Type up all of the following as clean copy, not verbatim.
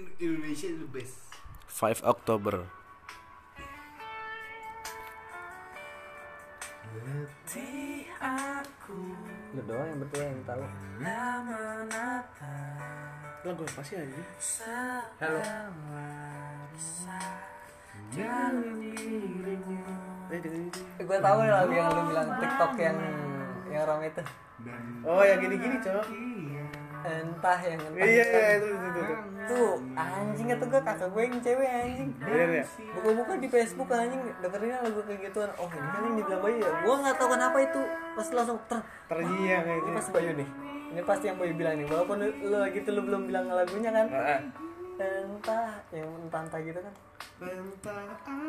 Indonesia the best. 5 Oktober. Letih aku. Lu doang yang berdua yang tahu. Lagu apa sih aja? Halo. Gue tahu lagu yang lu bilang TikTok yang rame itu. Oh yang gini-gini cowok. Entah yang entah. Iya itu. Tuh anjing itu gue kakak gue yang cewek anjing. Bener ya? Buka-buka di Facebook anjing dengerin lagu kayak gituan. Oh ini kan yang dibilang Bayu ya. Gue nggak tahu kenapa itu pas langsung Terngiang kayak ini gitu. pas Bayu nih. Ini pasti yang Bayu bilang nih. Walaupun lu lagi tuh lu belum bilang lagunya kan. Entah yang entah gitu kan. Entah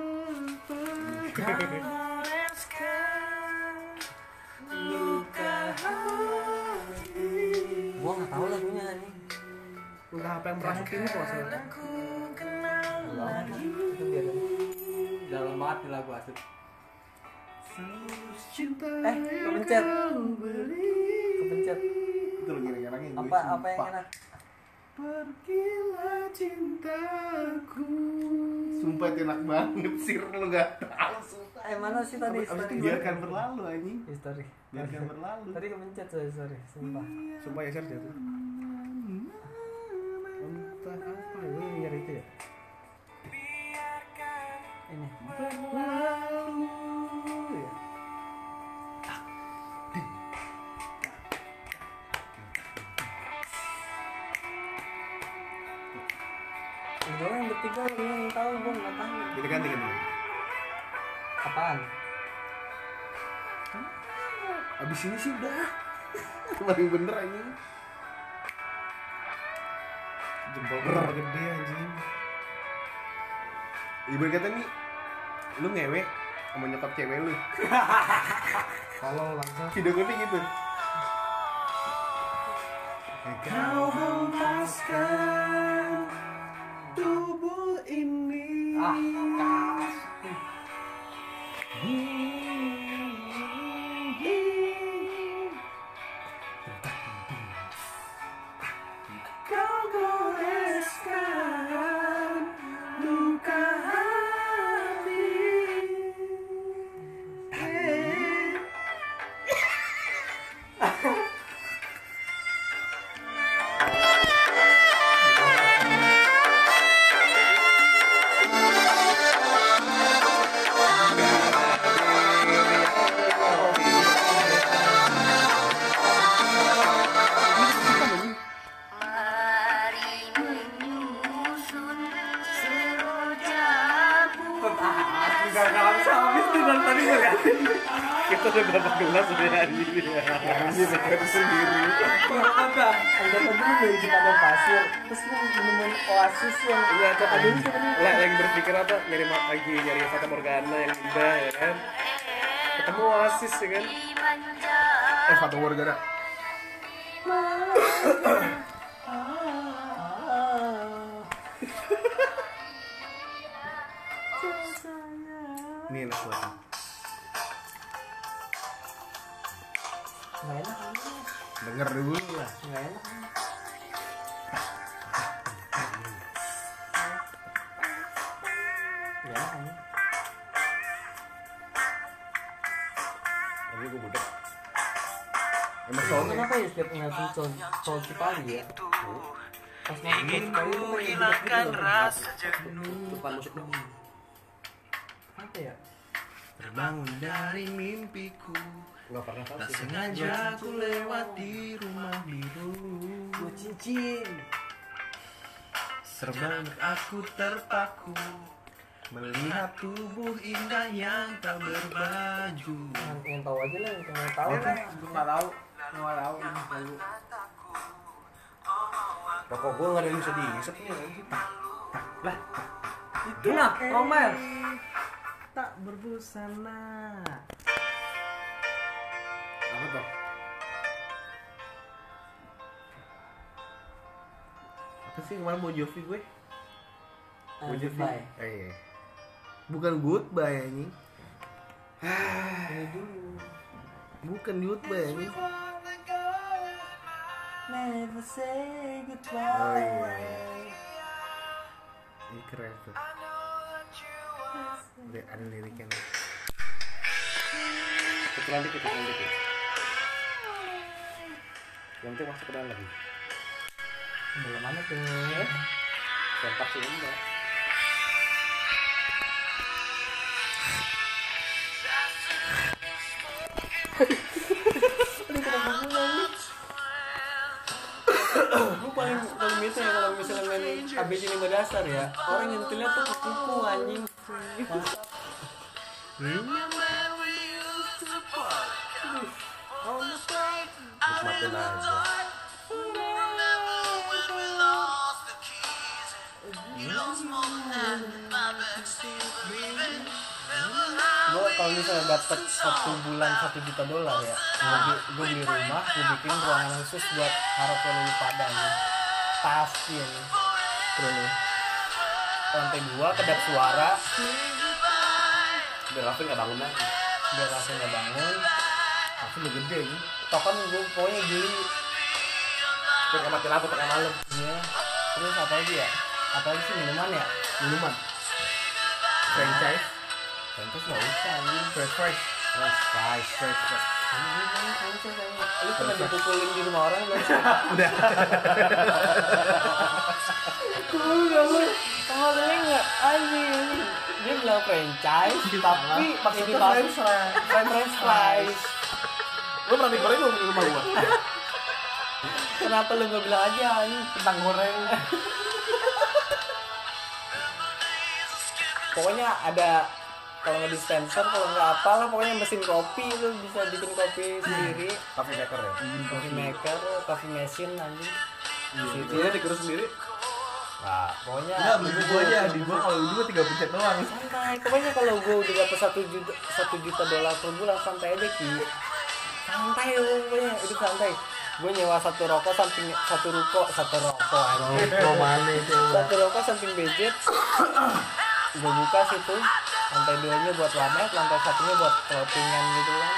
Gua nggak tahu lagunya nih. Entah apa yang merasuk ini kok salah. Itu biar dalam banget di lagu asli. Kepencet. Kepencet. Itu lagi ngerangnya gue. Apa yang enak? Pergilah cintaku. Sumpah itu enak banget sih, lu gak tahu sumpah. Mana sih tadi? Abis itu biarkan berlalu anjing. History. Biarkan berlalu. Tadi kepencet sorry. Sumpah. Sumpah ya share jatuh. Entah apa ya, nyari itu ya. Ini. Berlalu ya. Lu doang yang bertiga lu yang tahu, gua nggak tahu. Kita ganti kan. Apaan? Abis ini sih udah. Paling bener anjing. Jempol berapa gede anjing. Ibu kata nih, lu ngewe sama nyokap cewek lu. Kalau langsung Video klipnya gitu. Kau hempaskan tubuh ini. Kau goreskan luka hati. Kita udah berapa gelas udah hari ini ya? Ini rekor sendiri. apa? Anggap aja lu dari padang pasir, terus lu nemuin oasis yang Iya, ada ada di sini. lah yang berpikir apa? Nyari Fata Morgana yang indah ya kan? Ketemu oasis ya kan? Fata Morgana. Ini enak banget. Nggak enak ini. Denger dulu lah. Nggak enak. Nggak enak ini. Tapi gue budak. Emang soalnya Kenapa ya setiap ngeliatin cowok Cipali ya? Pas masuk Ingin Cipali ku itu kayak hilangkan gitu. rasa jenuh. depan masuk dong. Apa ya? Terbangun dari mimpiku, Nggak pernah tahu tak sih. sengaja ku lewat di rumah biru. Gua cicin. Serba aku terpaku melihat tubuh indah yang tak berbaju. Yang tahu aja lah, yang nggak tahu kan. Gue nggak tahu. Nggak tahu ini lagu. Pokok gue nggak ada yang bisa diisep nih anjing. Lah, Nah, Romel. tak berbusana. Apa tuh? Apa sih kemarin Bon Jovi gue? Bon Jovi. Goodbye. Iya. Bukan goodbye anjing. Ini dulu. Bukan goodbye anjing. Never say Oh goodbye. iya. Keren tuh. Ada liriknya. Ketulan dikit. Yang penting masuk ke dalam. Belum mana tuh? Sempak sih enggak. Gue paling itu ya kalau misalnya main ABC 5 dasar ya, orang nyentilnya tuh ke kuku anjing. Mantap. Nikmatin aja. Gue kalau misalnya dapet 1 bulan $1 juta ya, gue beli rumah, gue bikin ruangan khusus buat karaoke Lulu Pada nih. Pasti ya nih. Keren nih. Lantai 2 kedap suara, Biar Raffi nggak bangun lagi. biar langsung gak bangun. Raffi udah gede nih. Token gue pokoknya beli. Biar mati lampu tengah malam. Iya. Terus apa lagi ya? Apa lagi sih minuman ya? Minuman. Franchise. Franchise nggak usah anjing. Fresh fries. Ini franchise aja. Lu pernah dipukulin di rumah orang belum? Udah. Kemarin nggak anjing. Dia bilang franchise, tapi pakai di French fries. Lu pernah digoreng belum di rumah gua? Kenapa lu nggak bilang aja anjing tentang goreng? Pokoknya ada, kalau nggak dispenser, kalau nggak apalah, pokoknya mesin kopi, lu bisa bikin kopi sendiri. Coffee maker ya? Coffee maker, coffee machine anjing. Di situ Iya dikurus sendiri. nah, pokoknya Enggak, beli gua aja. Di gua kalau gua 3 pencet doang. santai. Pokoknya kalau gue udah dapet $1 juta per bulan, santai aja Ki. Santai lu, pokoknya itu santai. Gue nyewa satu rokok samping satu rokok anjing. Rokok mana itu? Satu rokok samping budget. Gue buka situ, lantai 2-nya buat warnet, lantai 1-nya buat clothingan gitu kan.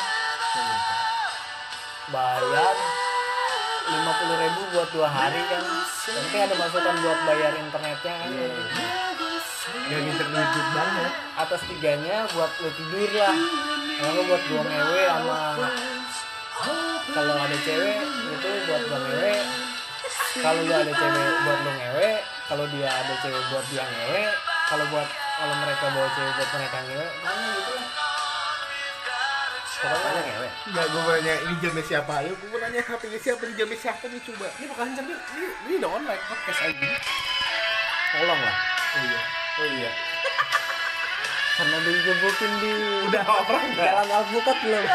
Bayar 50.000 buat 2 hari kan. Nanti ada masukan buat bayar internetnya kan. Gak ngincer duit banget. Atas 3-nya buat lo tidur lah. Kalau buat gua ngewe sama kalau ada cewek itu buat gua ngewe. Kalau lu ada cewek buat lo ngewe, kalau dia ada cewek buat dia ngewe, kalau mereka bawa cewek buat mereka ngewe, pokoknya gitu lah. Pokoknya ngewe. Enggak, gua mau nanya ini jamnya siapa? Ayo gua mau nanya HP-nya siapa, ini jamnya siapa nih coba. Ini bukan jamnya, ini udah online podcast aja. Tolong lah. Oh iya. Karena digebukin di Udah orang enggak? jalan alpukat belum.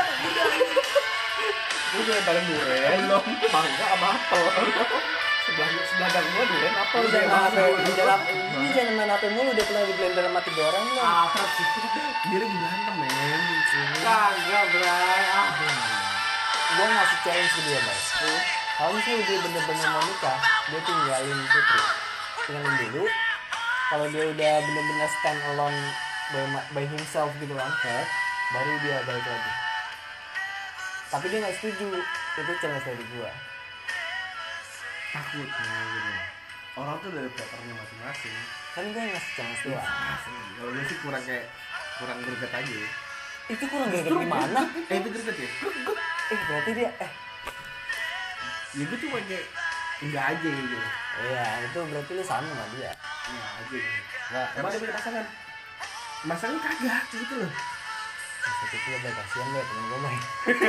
Gua udah paling duren. Belum. Mangga sama apel. Sebelah gang gua duren apel. Lu jangan HP, ini jangan main HP mulu, udah pernah di blender sama 3 orang belum? Terus itu dia lagi berantem men. Kagak, Bray. Gue ngasih challenge ke dia, Bray. Kalau misalnya dia bener-bener mau nikah, dia tinggalin Putri. Tinggalin dulu. Kalau dia udah bener-bener stand alone by himself gitu kan, baru dia balik lagi. Tapi dia nggak setuju. Itu challenge dari gue. Takutnya gitu. Orang tuh dari patternnya masing-masing. Kan gue ngasih challenge doang. Kalau gue sih kurang greget aja. Itu kurang greget gimana? Itu greget ya? Berarti dia Ya gue cuma kayak enggak aja gitu. iya, itu berarti lu sama sama dia. Enggak aja gitu. Enggak, emang dia punya pasangan. Masalahnya kagak gitu loh. Masa itu lebih kasihan deh temen gue main.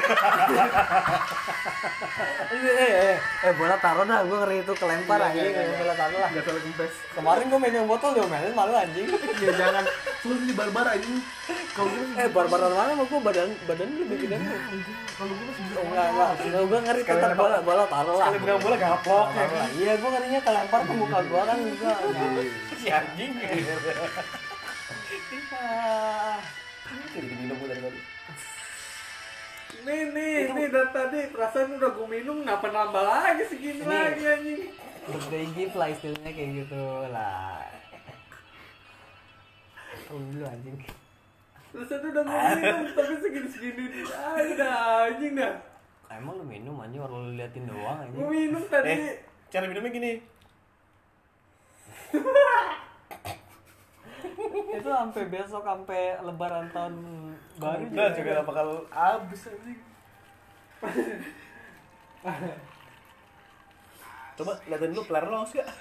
Bola taruh dah, gue ngeri itu kelempar anjing. Bola taruh lah. Enggak salah kempes. Kemarin gue main yang botol diomelin malu anjing. Ya jangan. Lu di barbar aja. Kalau gue Barbaran mana mah gue badan lebih gede. kalau gue masih bisa. Enggak, gue ngeri tetap bola taruh lah. Sekali pegang bola gaplok ya. Iya, gue ngerinya kelempar ke muka gue kan juga. Si anjing. Jadi minum gue dari tadi. Nih dari tadi perasaan udah gue minum kenapa nambah lagi segini lagi anjing. Birthday gift lah istilahnya kayak gitu lah. Dulu anjing. Perasaan udah gue minum tapi segini-segini udah anjing dah. Emang lu minum anjing, orang lu liatin doang anjing. Gue minum tadi. Cara minumnya gini. Itu sampai besok, sampai lebaran tahun baru Udah juga gak bakal habis anjing. Coba liatin dulu peler los gak?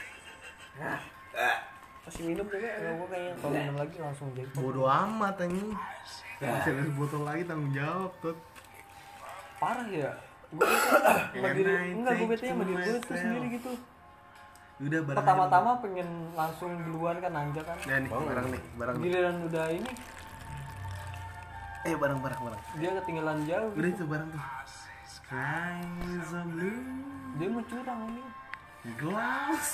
Masih minum juga. Ya gue kayaknya kalau minum lagi langsung jadi Bodoh amat anjing. Masih ada botol lagi tanggung jawab tuh. parah ya. Gue bete sama diri gue tuh sendiri gitu. Udah barang. Pertama-tama pengen langsung duluan kan anja kan. Nah nih, barang nih. Giliran udah ini Barang. dia ketinggalan jauh. Udah Gitu. itu barang tuh. Skies are blue. Dia mau curang ini. Glass.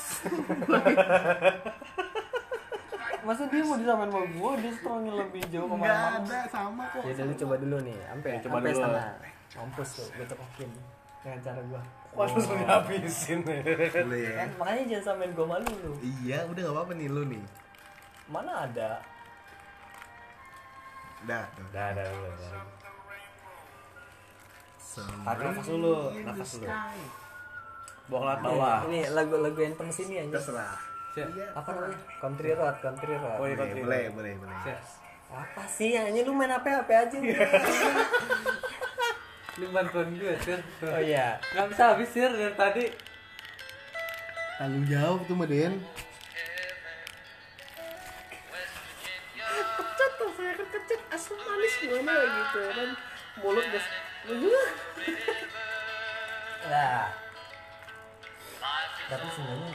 Masa dia mau disamain sama gue, dia strongnya lebih jauh Enggak kemana-mana. ada, sama kok. Ya jadi coba dulu nih, sampai Coba dulu. setengah. Mampus tuh, gue cekokin dengan cara gue. Wah, langsung dihabisin. Boleh ya. Kan makanya jangan samain gue malu lu. Iya, udah gak apa-apa nih lu nih. Mana ada? Udah, tuh. Udah. Somewhere Tarik nafas dulu, in nafas the dulu. sky. Buang laut bawah. Ini lagu-lagu yang penuh sini aja. Terserah. Iya. Apa namanya? Country road. Oh, iya. Boleh. Apa sih? Hanya lu main apa aja. Lu bantuan gue Sir. Oh iya. Gak bisa habis Sir dari tadi. Tanggung jawab tuh, Maden. Kecut tuh, saya kan kecut asam manis gimana gitu kan. Mulut udah Nah. Tapi sebenarnya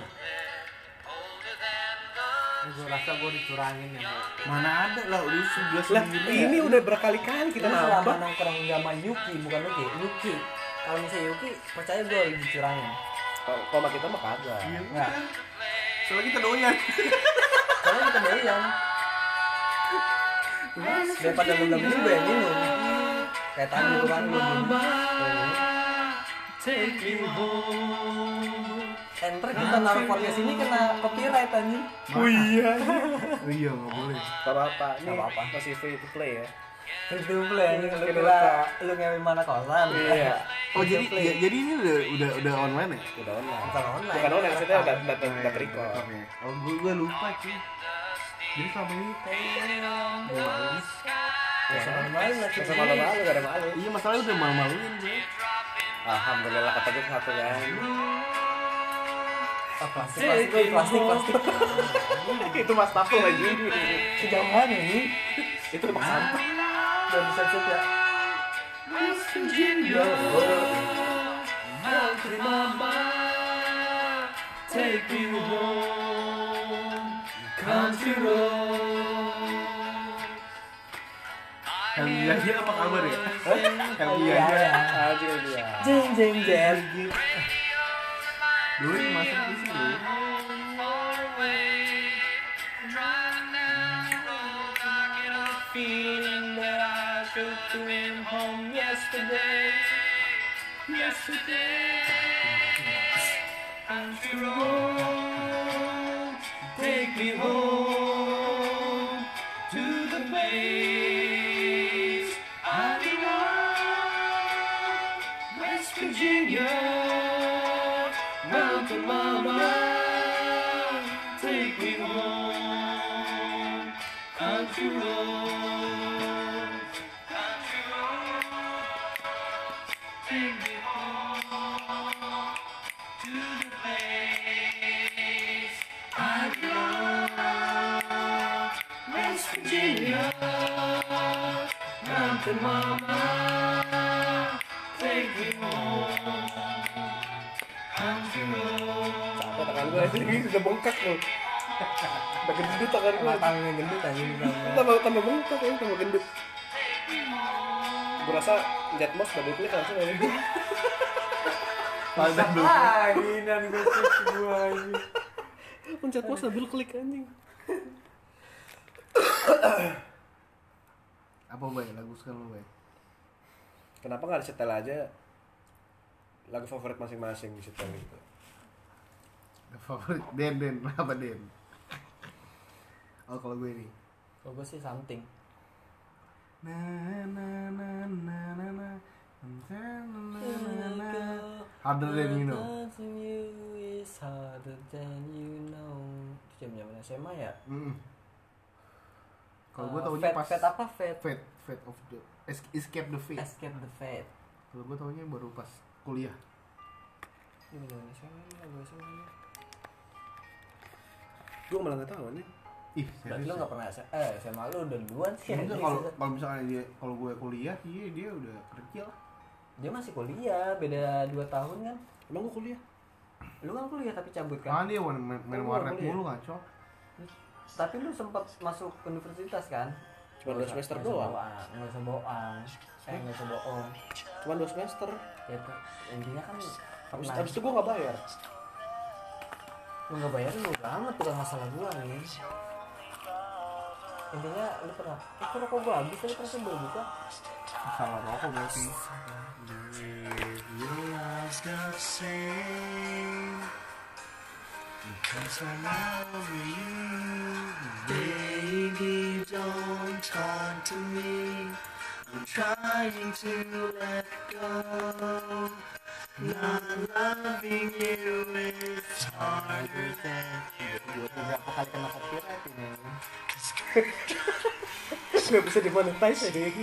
Gue rasa gue dicurangin ya. Mana ada lah, udah 11 lah, sendiri. ini udah berkali-kali kita kita selama nambah. nongkrong sama Yuki, bukan Yuki. Kalau misalnya Yuki, percaya gue lagi dicurangin. Kalau sama kita mah kagak. Iya, Nah, soalnya kita doyan. soalnya kita doyan. Daripada lu gak minum, gue yang minum. Kayak tadi tuh kan lu minum. Take me home. Enter kita naruh podcast ini kena copyright anjing. Oh iya. Oh iya, gak boleh. Gak apa-apa. Ini Nggak apa-apa. masih free to play ya. Itu play anjing, lu Kita kira lu ngewe mana kosan. Iya. Oh jadi ini udah online ya? Udah online. Bukan online. Bukan online, maksudnya udah record. Oh gue lupa cuy. Jadi selama ini gue malu. Ya sama malu lah. Masa malu-malu, gak ada malu. Iya masalahnya udah malu-maluin gue. Alhamdulillah kata gue satu kan. Plastik. Itu mas Tafel aja. Jangan ini. Itu udah sampah. Udah bisa set ya. Country mama, take me home. Country road. Helmi aja apa kabar ya? Helmi Iya, aja. iya. Aja dia. Jeng jeng jeng. Dulu ini masuk di sini. Feeling that I should to him home yesterday. Country road, take me home to the place I belong. West Virginia, Mountain Mama, take me home. Country road, country road, take me home to the place I belong. West Virginia, Mountain Mama, take me home. Country road. Apa tangan gue ini udah bengkak loh. Udah gendut tangan gue. Matangnya gendut anjing. Tambah bengkak ya, tambah gendut. Gue rasa Jetmos double click langsung aja. Padahal belum. Lagi dan gue switch gue anjing. Jetmos double click anjing. Apa bay? Lagu sekarang lu bay? Kenapa nggak disetel aja lagu favorit masing-masing disetel gitu? Favorit Den apa Den? Oh kalau gue ini. Kalau gue sih something. Na na na na na na. Harder than you know. Loving you is harder than you know. Itu jam-jam SMA ya? Kalau gue taunya pas Fate apa? Fate of the Escape the Fate. Escape the Fate. Kalau gue taunya baru pas kuliah. Ini gimana sih? Lagu SMA. Gue malah nggak tahu nih. Ih, Berarti serius. lu nggak pernah SMA lu udah duluan sih. Enggak, anjing. kalau misalkan kalau gue kuliah, dia udah kerja lah. Dia masih kuliah, beda 2 tahun kan? Emang gue kuliah? Lu kan kuliah tapi cabut kan? Dia main Oh, warnet kuliah. mulu ngaco. Tapi lu sempat masuk universitas kan? Cuma 2 semester doang. Nggak usah bohong. Nggak usah bohong. Cuma 2 semester. Ya tuh, intinya kan Abis itu gue nggak bayar. lu nggak bayar lu amat, bukan masalah gua nih. Intinya lu pernah, kok rokok gua habis tadi pas baru buka. Salah rokok berarti. Baby, don't talk to me. I'm trying to let go. Not loving you is harder than Berapa kali kena copyright ini? Nggak bisa dimonetize ya deh.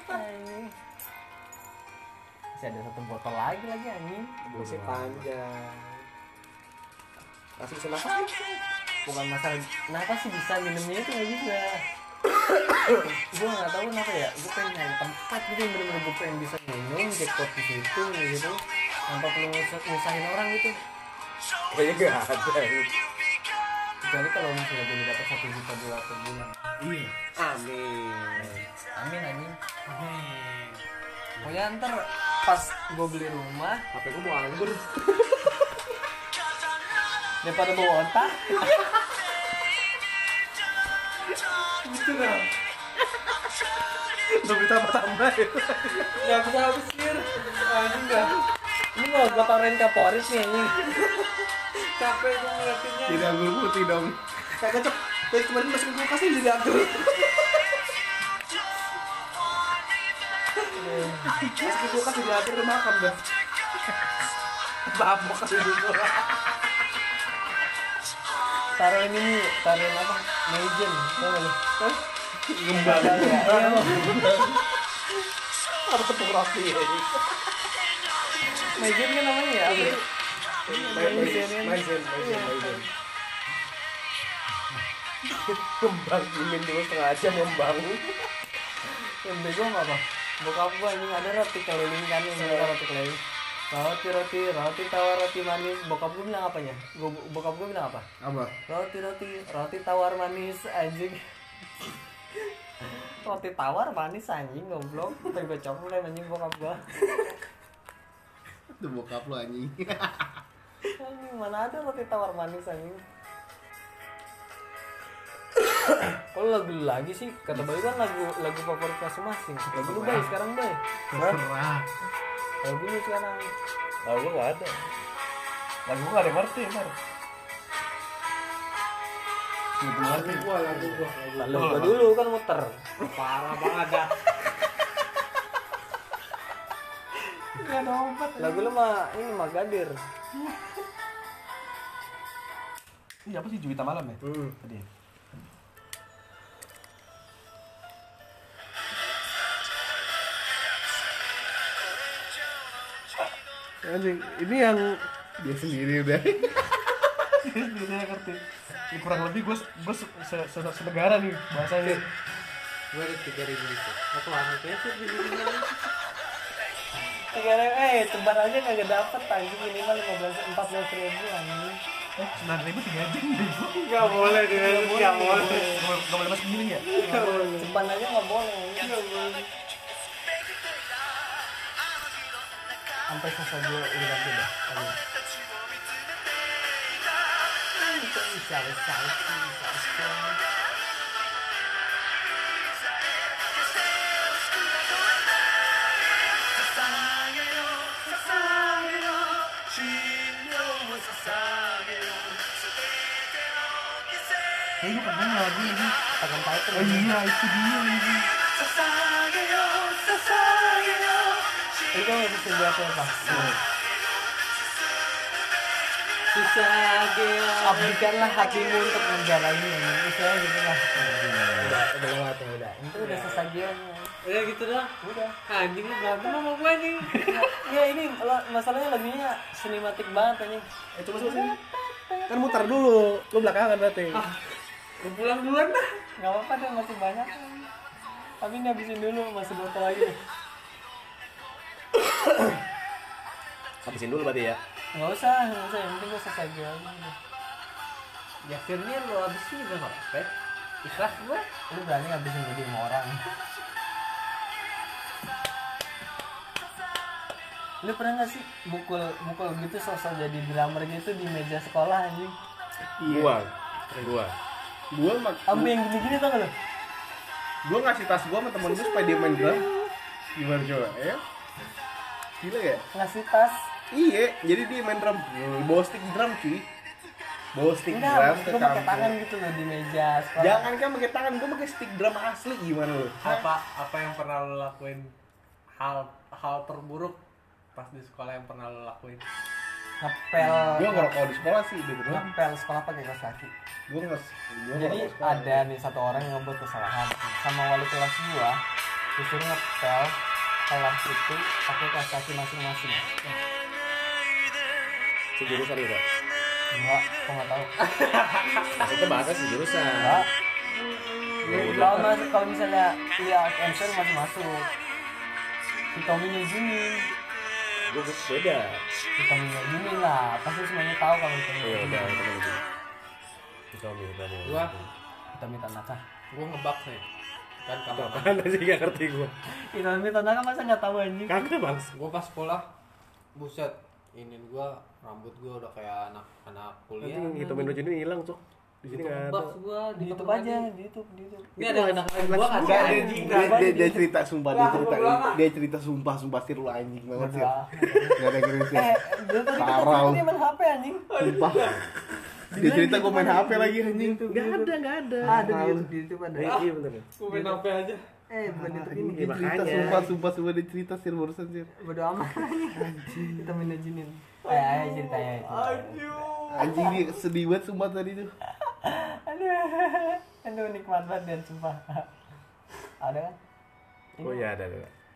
Masih ada 1 botol lagi anjing. Masih panjang. Masih bisa nafas nih? Bukan masalah kenapa sih bisa minumnya itu nggak bisa. Gue nggak tahu kenapa ya. Gue pengen nyari tempat gitu yang bener-bener gue pengen bisa minum jackpot di situ gitu. Tanpa perlu nyusahin orang gitu. Kayaknya nggak ada. Kecuali kalau misalnya gue dapat 1 juta dolar per bulan. Iya. Amin. Amin anjing. Pokoknya ntar pas gue beli rumah HP gue mau anggur. daripada bawa onta. Gitu dong. Udah bisa tambah ya. Gak bisa habisir. Anjing dah. Ini mau gue taruhin kaporit nih anjing. Capek gue ngeliatinnya. Jadi anggur putih dong. Kayak kecap. Kayak kemarin masukin kulkas nih jadi anggur. Masukin kulkas jadi anggur udah makan dah. Babak kali dulu. Taruhin ini, taruhin apa? Mejen, tau gak lu? Hah? Ngembang. Ya, iya lo. Ada tepung roti ya. Mejen kan namanya ya? Apa? Maizен. Kembang dingin dulu setengah jam membangun. Yang bego gak apa? Bokap gua anjing ada roti keliling kan, yang roti keliling. Roti tawar, roti manis. Bokap gua bilang apanya? Bokap gua bilang apa? Apa? Roti tawar manis anjing. Roti tawar manis anjing goblok. Tapi coklat anjing bokap gua. Itu bokap lu anjing. Anjing mana ada roti tawar manis anjing. Kalau lagu lagi sih kata Bayu kan lagu favorit masing-masing. Lagu lu Bay sekarang Bay. Terserah. Lagu lu sekarang. Lalu gue nggak ada. Lagu gue nggak ada yang ngerti Mar. Lagu gua. Lalu gua dulu kan muter. Parah banget dah. Gak ada obat. Lagu lu mah ini mah Gadir. Ini apa sih Juwita Malam ya? Tadi. Anjing, ini yang Dia sendiri udah. dia ngerti. Ini kurang lebih gue senegara nih bahasanya. Gua ada 3.000 itu. Aku lama kecil di sini. Sebar aja kagak dapet anjing minimal 14 ribu anjing. 9.000 3 jam deh. Enggak boleh Gak boleh masuk giling ya? Ceban aja enggak boleh. Enggak boleh. Sampai selesai dulu udah ganti dah. Kayaknya pernah lagu ini. Akan tahu tuh. Oh iya, itu dia ini. Itu kan bisa jelasin apa? Susah abdikanlah hatimu untuk menjalani ini. Misalnya gitu lah. udah lewat ya udah. Itu udah selesai game-nya. Ya gitu dah. Udah. Anjing lu berantem sama gue anjing. Ya ini masalahnya lagunya sinematik banget anjing. Coba sini. Kan muter dulu. Lu belakangan berarti. Lu pulang duluan dah. Enggak apa-apa deh masih banyak. Tapi ini habisin dulu masih botol lagi. Habisin dulu berarti ya. Enggak usah. Yang penting gue selesai game. Ya akhirnya lu habisin juga enggak apa-apa. Ikhlas gue. Lu berani habisin jadi sama orang. Lu pernah gak sih mukul gitu sosok jadi drummer gitu di meja sekolah anjing? Gua Ambil yang gini-gini tau gak lu? Gua ngasih tas gua sama temen gua supaya dia main drum. Gimana coba ya? Gila ya? Ngasih tas. Iya, jadi dia main drum. Bawa stick drum cuy. Bawa stick Enggak, drum ke gue pakai tangan kampus. gitu loh di meja sekolah. Jangan kan pakai tangan, gua pakai stick drum asli gimana lu? Apa yang pernah lu lakuin hal terburuk pas di sekolah yang pernah lu lakuin? Ngepel. Gua ngerokok di sekolah sih gitu doang. Ngepel sekolah pakai kaos kaki. Gua Jadi ngerokok di sekolah. ada nih satu orang yang ngebuat kesalahan sama wali kelas gua disuruh ngepel kelas itu pakai kaos kaki masing-masing. Sejurusan gitu. Enggak, kok nggak tahu. Maksudnya bahasa sejurusan. Enggak. Kalau misalnya dia answer masih masuk. Si Tommy ngizinin. Gua beda. Si Tommy ngizinin lah. Pasti semuanya tahu kalau itu. Iya, udah temen itu. Tommy. Gua Tommy Tanaka. gua ngebak nih. Kan kamar Apaan sih gak ngerti gua. Tommy Tanaka masa nggak tahu anjing? Kagak bang. gua pas sekolah buset ini gua rambut gua udah kayak anak kuliah. Nanti hitamin lo jadi hilang cok. Di sini nggak ada. Ngebak gua Di YouTube kamar aja, mandi. di YouTube. Ini ada anak lain gua kan Nggak, anjing. dia cerita sumpah, dia cerita sumpah sir lu anjing banget sih. Gak ada kritis. Dulu tadi kita Parah. dia main HP anjing. Sumpah. Dia cerita gua main HP lagi anjing. Gak ada. Ada di YouTube ada. Iya bener. Gua main HP aja. Bukan YouTube ini. Dia cerita sumpah dia cerita sir barusan sir. Bodo amat. Kita main izinin. Ayo cerita ya. Anjing dia sedih banget sumpah tadi tuh. Aduh nikmat banget dan sumpah. Ada kan? Oh iya ada.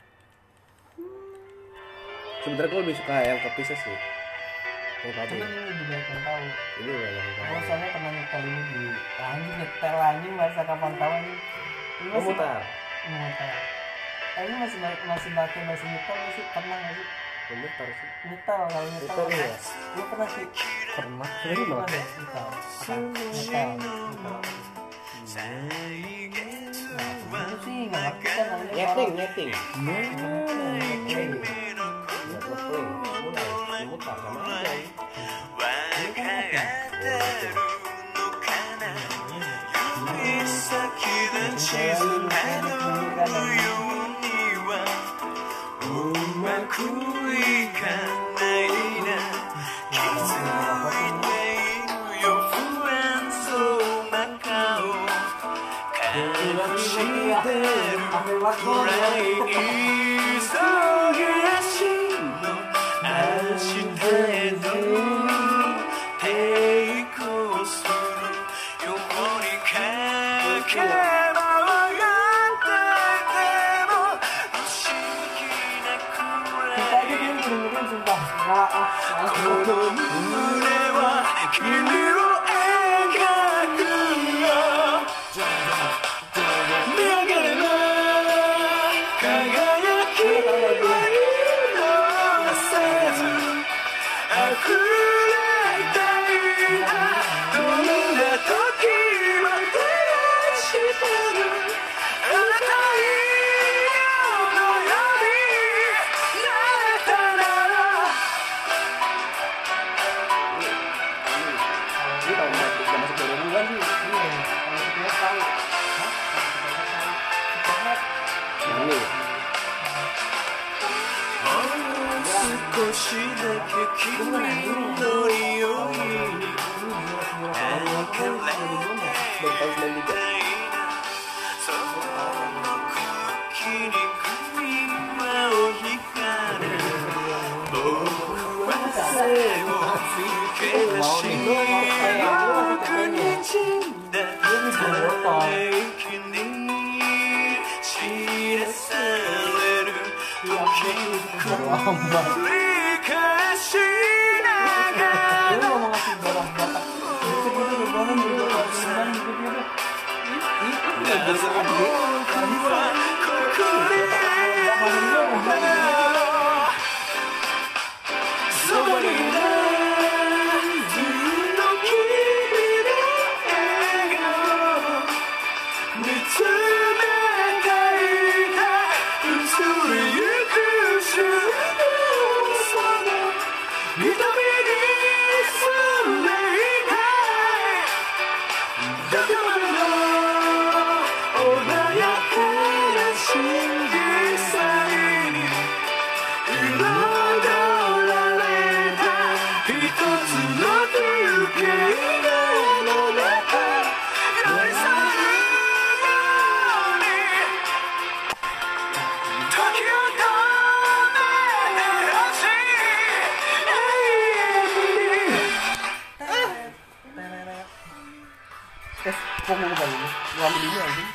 Sebenarnya gua lebih suka yang kepisah sih. Yang tadi. Cuman ini juga yang tahu. Ini udah yang Gue tahu. soalnya pernah nyetel ini di anjing nyetel anjing masa kapan tahu anjing. Ini Oh mutar. Nyetel. Ini masih pakai bahasa nyetel masih pernah nggak sih? Mutar sih. Nyetel kalau nyetel. Nyetel ya? Lu pernah sih? Pernah. Ini Ini malah malah. nyetel. Nyetel. Nah, itu sih nggak ngerti kan namanya orang. Nyeting. Mulai mutar sama aja. Ini kan nyetel. Kita aja dia dengerin sumpah. Ini tahun udah masuk 2000-an sih. Ini. 少しだけ君の匂い Baru tahun 93. その空気に君は光る僕は背を向け出し僕に死んだ息に Lu mau ngasih barang batak gitu gitu ngomong gitu seniman gitu gitu. Kok mau kembali ini? Mau ambil ini anjing?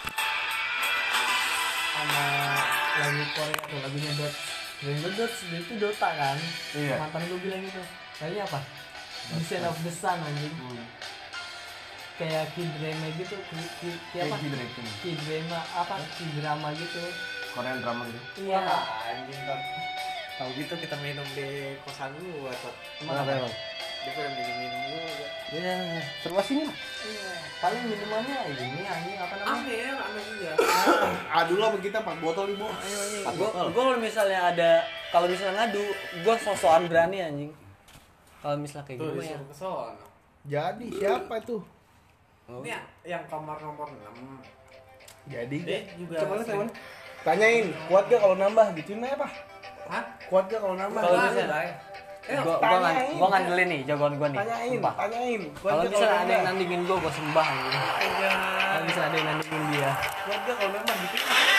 Sama lagu Korea tuh lagunya Dot itu Dota kan. Iya. Mantan gue bilang gitu. Kayaknya apa? Descent of the Sun anjing. Kayak K-drama gitu, apa? K-drama apa? K-drama gitu. Korean drama gitu. Iya. Anjing kan. Tahu gitu kita minum di kosan gua tuh. Kenapa emang? Dia pada minum gua. Ya, seru sini lah. Iya. Paling minumannya ini anjing apa namanya? Aneh juga. Aduh lah kita 4 botol nih, Bos. Gue kalau misalnya ngadu, gue sosokan berani anjing. Kalau misalnya kayak Tuh gitu ya. disuruh ke sono. Jadi siapa itu? Ini yang kamar nomor 6. Jadi Dia juga Cuman sering- tanyain, kuat gak kalau nambah? Gituin aja, Pak. Hah? Kuat gak kalau nambah? Kalau Wah, bisa. udah. tanyain. Gue ngandelin nih jagoan gue nih. Tanyain. Kuat Kalau gak misalnya ada yang nambah? nandingin gue sembah anjing. Kalau misalnya ada yang nandingin dia. Kuat gak kalau nambah? Gitu.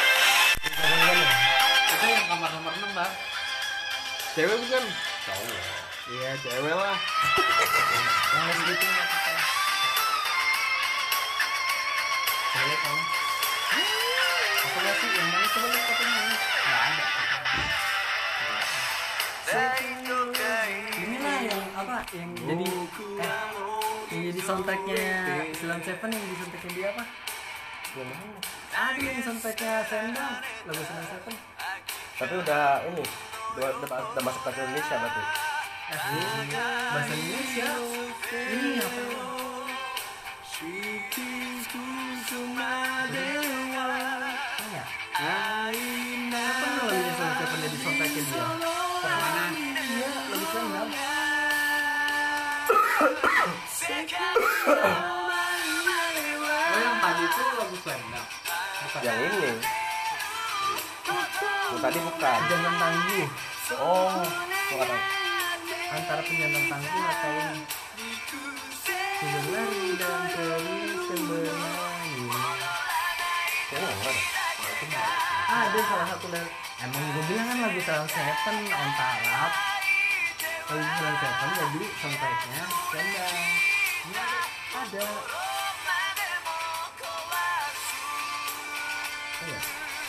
Itu yang kamar nomor 6, Bang. Cewek bukan? Cowok. Iya, cewek lah. Yang lebih gitu nggak apa-apa. Cewek kamu. Apa nggak sih? Yang mana coba lihat katanya? Nggak ada. Ini lah yang apa? Yang jadi soundtracknya Islam Seven yang di soundtracknya dia apa? Ada yang soundtracknya Sendang lagu Islam Seven. Tapi udah ini, udah masuk bahasa Indonesia berarti. Bahasa Indonesia. Ini apa? Ya. Apa lagunya Islam Seven jadi soundtracknya dia? Mana? Iya, lagu Sendang. Oh, yang tadi itu lagu Selendang. Yang ini. Yang tadi bukan. Jangan tangguh. Oh, bukan. Antara penjantan tangguh atau berlari dan terus bernyanyi. Kayaknya enggak ada. Ada salah satu lagu. Emang gue bilang kan lagu Salam Seven on tarap. Lagu Salam Seven jadi soundtracknya Sendang. Ini ada. Oh ya.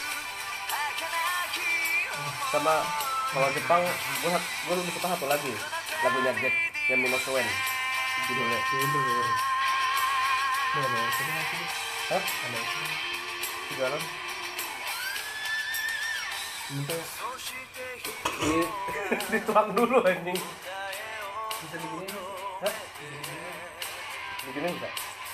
Sama kalau Jepang, gue lebih suka satu lagi, lagunya Jack yang Minosoen. Judulnya. Hah? Ada. Tiga lagu. Bentar. Dituang dulu anjing. Bisa digini. Hah? Begini bisa?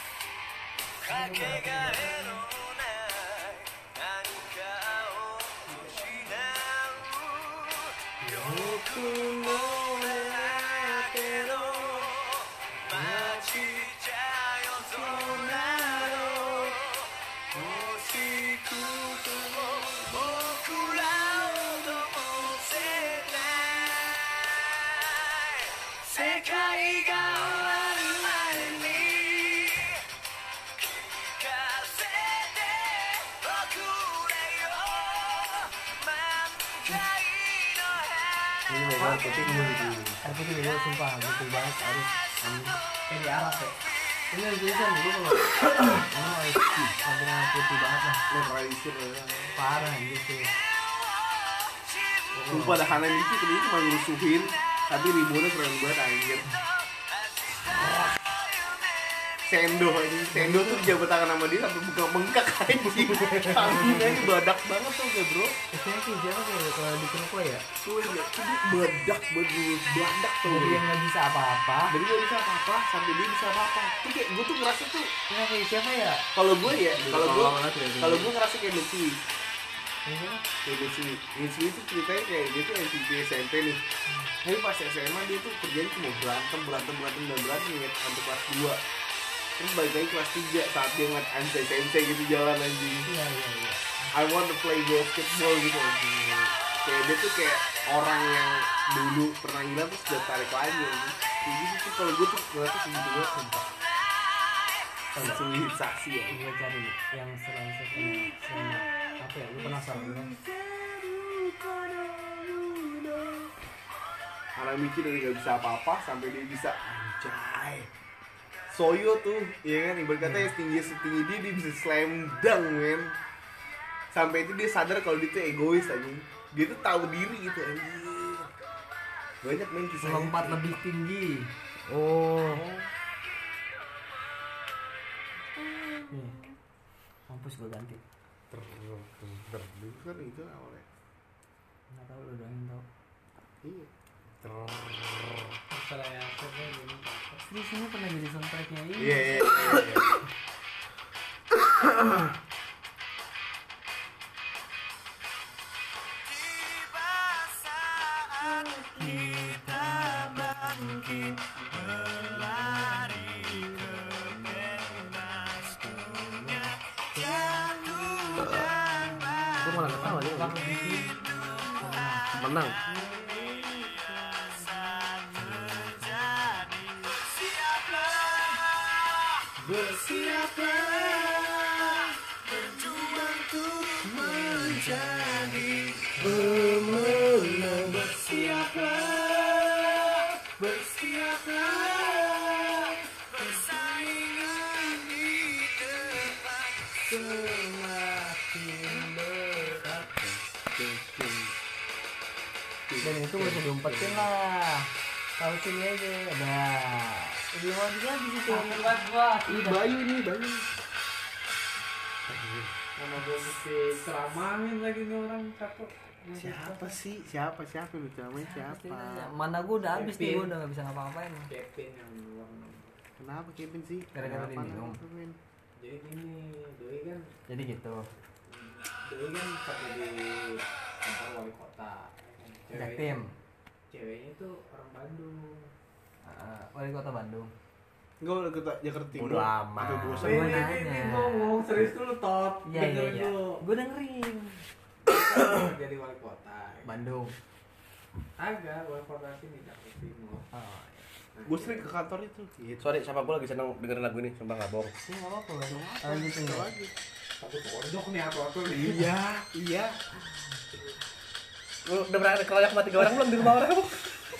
Ini memang putih Air putih dulu sumpah betul banget harus kayak di Arab ya. Ini harus tulisan dulu kalau emang air putih sampai air putih banget lah. Netralisir ya. Parah gitu. Sumpah ada Hana itu cuma ngerusuhin, tapi ributnya keren banget anjir. Sendo tuh jabat tangan sama dia sampai buka bengkak anjing. Tangannya ini badak banget tuh gak bro. Kayaknya kayak siapa kayak kalau di Kenapa ya? Tuh ya, itu badak tuh. Jadi yang nggak bisa apa-apa. Dari dia bisa apa-apa sampai dia bisa apa-apa. Tuh kayak gue tuh ngerasa tuh Nggak kayak siapa ya? kalau gue ya, Gitu. kalau gue ngerasa kayak Mitsuhi. Kayak Mitsuhi itu ceritanya kayak dia tuh MVP SMP nih. Tapi pas SMA dia tuh kerjanya cuma berantem ya sampai kelas 2. Terus balik lagi kelas 3 saat dia ngeliat sensei gitu jalan anjing. Iya. I want to play basketball gitu anjing. Kayak dia tuh kayak orang yang dulu pernah hilang terus udah tarik lagi anjing. Kayak gitu tuh kalau gue tuh ngeliatnya segitu banget sumpah. Sivilisasi ya. Gue cari yang selain apa ya? Lu penasaran kan? Hanamichi dari gak bisa apa-apa sampai dia bisa anjay. Soyo tuh, ya kan, ibarat kata yang setinggi dia bisa slam dunk men. Sampai itu dia sadar kalau dia tuh egois anjing. Dia tuh tahu diri gitu anjing. Banyak men kisahnya. Melompat lebih tinggi. Oh. Nih. Mampus gue ganti. Dulu kan itu awalnya. Nggak tahu lu doang yang tahu. Iya. Masalah yang akhirnya gini. Terus ini pernah jadi soundtracknya ini. Iya. Gue malah ketawa dia. Menang. Dan itu gak usah diumpetin lah. Tahu sini aja. Nah, lebih mau lagi situ. Bayu nih, Bayu. Mana gue mesti ceramahin lagi nih orang satu. Siapa sih? Siapa lu namanya siapa? Mana gue udah habis nih, Kevin. gue udah gak bisa ngapa-ngapain. Kevin yang duluan. Kenapa Kevin sih? Gara-gara Kenapa diminum. Kevin? Jadi gini, Doi kan gitu. kerja di kantor wali kota. Jatim. Ceweknya tuh orang Bandung. Wali kota Bandung. Enggak udah ke Jakarta Timur. Bodo amat. Atau bosan. Gua Wih, nanya. ini ngomong serius dulu Tot. Iya. Dengerin dulu. Gue dengerin. Kerja di wali kota. Bandung. Agak wali kota sini Jakarta Timur. Oh, Gue sering ke kantor itu. Gitu. Sorry, sama gue lagi seneng dengerin lagu ini, sumpah gak bohong. ini nggak apa-apa kan? Lanjutin ya. lagi. Satu pojok nih apa-apa nih. Iya. Lu udah pernah keroyak sama 3 orang belum di rumah orang kamu?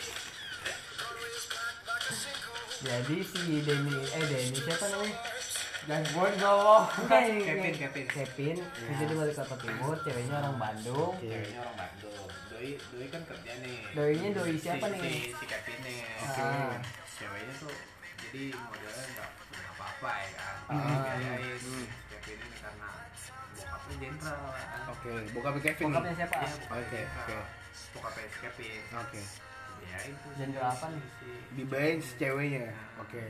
Jadi si Denny siapa namanya? Dan gue jawab. Kevin. Kevin. Kevin kerja di wali kota Timur, ceweknya orang Bandung. Ceweknya orang Bandung. Doi kan kerja nih. Doinya doi siapa nih? Si Kevinnya. Ah. Ceweknya tuh jadi modelnya nggak punya apa-apa ya kan. Ah. Digayain si Kevin ini karena bokapnya jenderal kan. Oke, bokapnya Kevin. Bokapnya siapa? Iya, Oke. bokapnya si Kevin. Oke. Diayain tuh. Jenderal apa nih? Dibayar si ceweknya. Oke.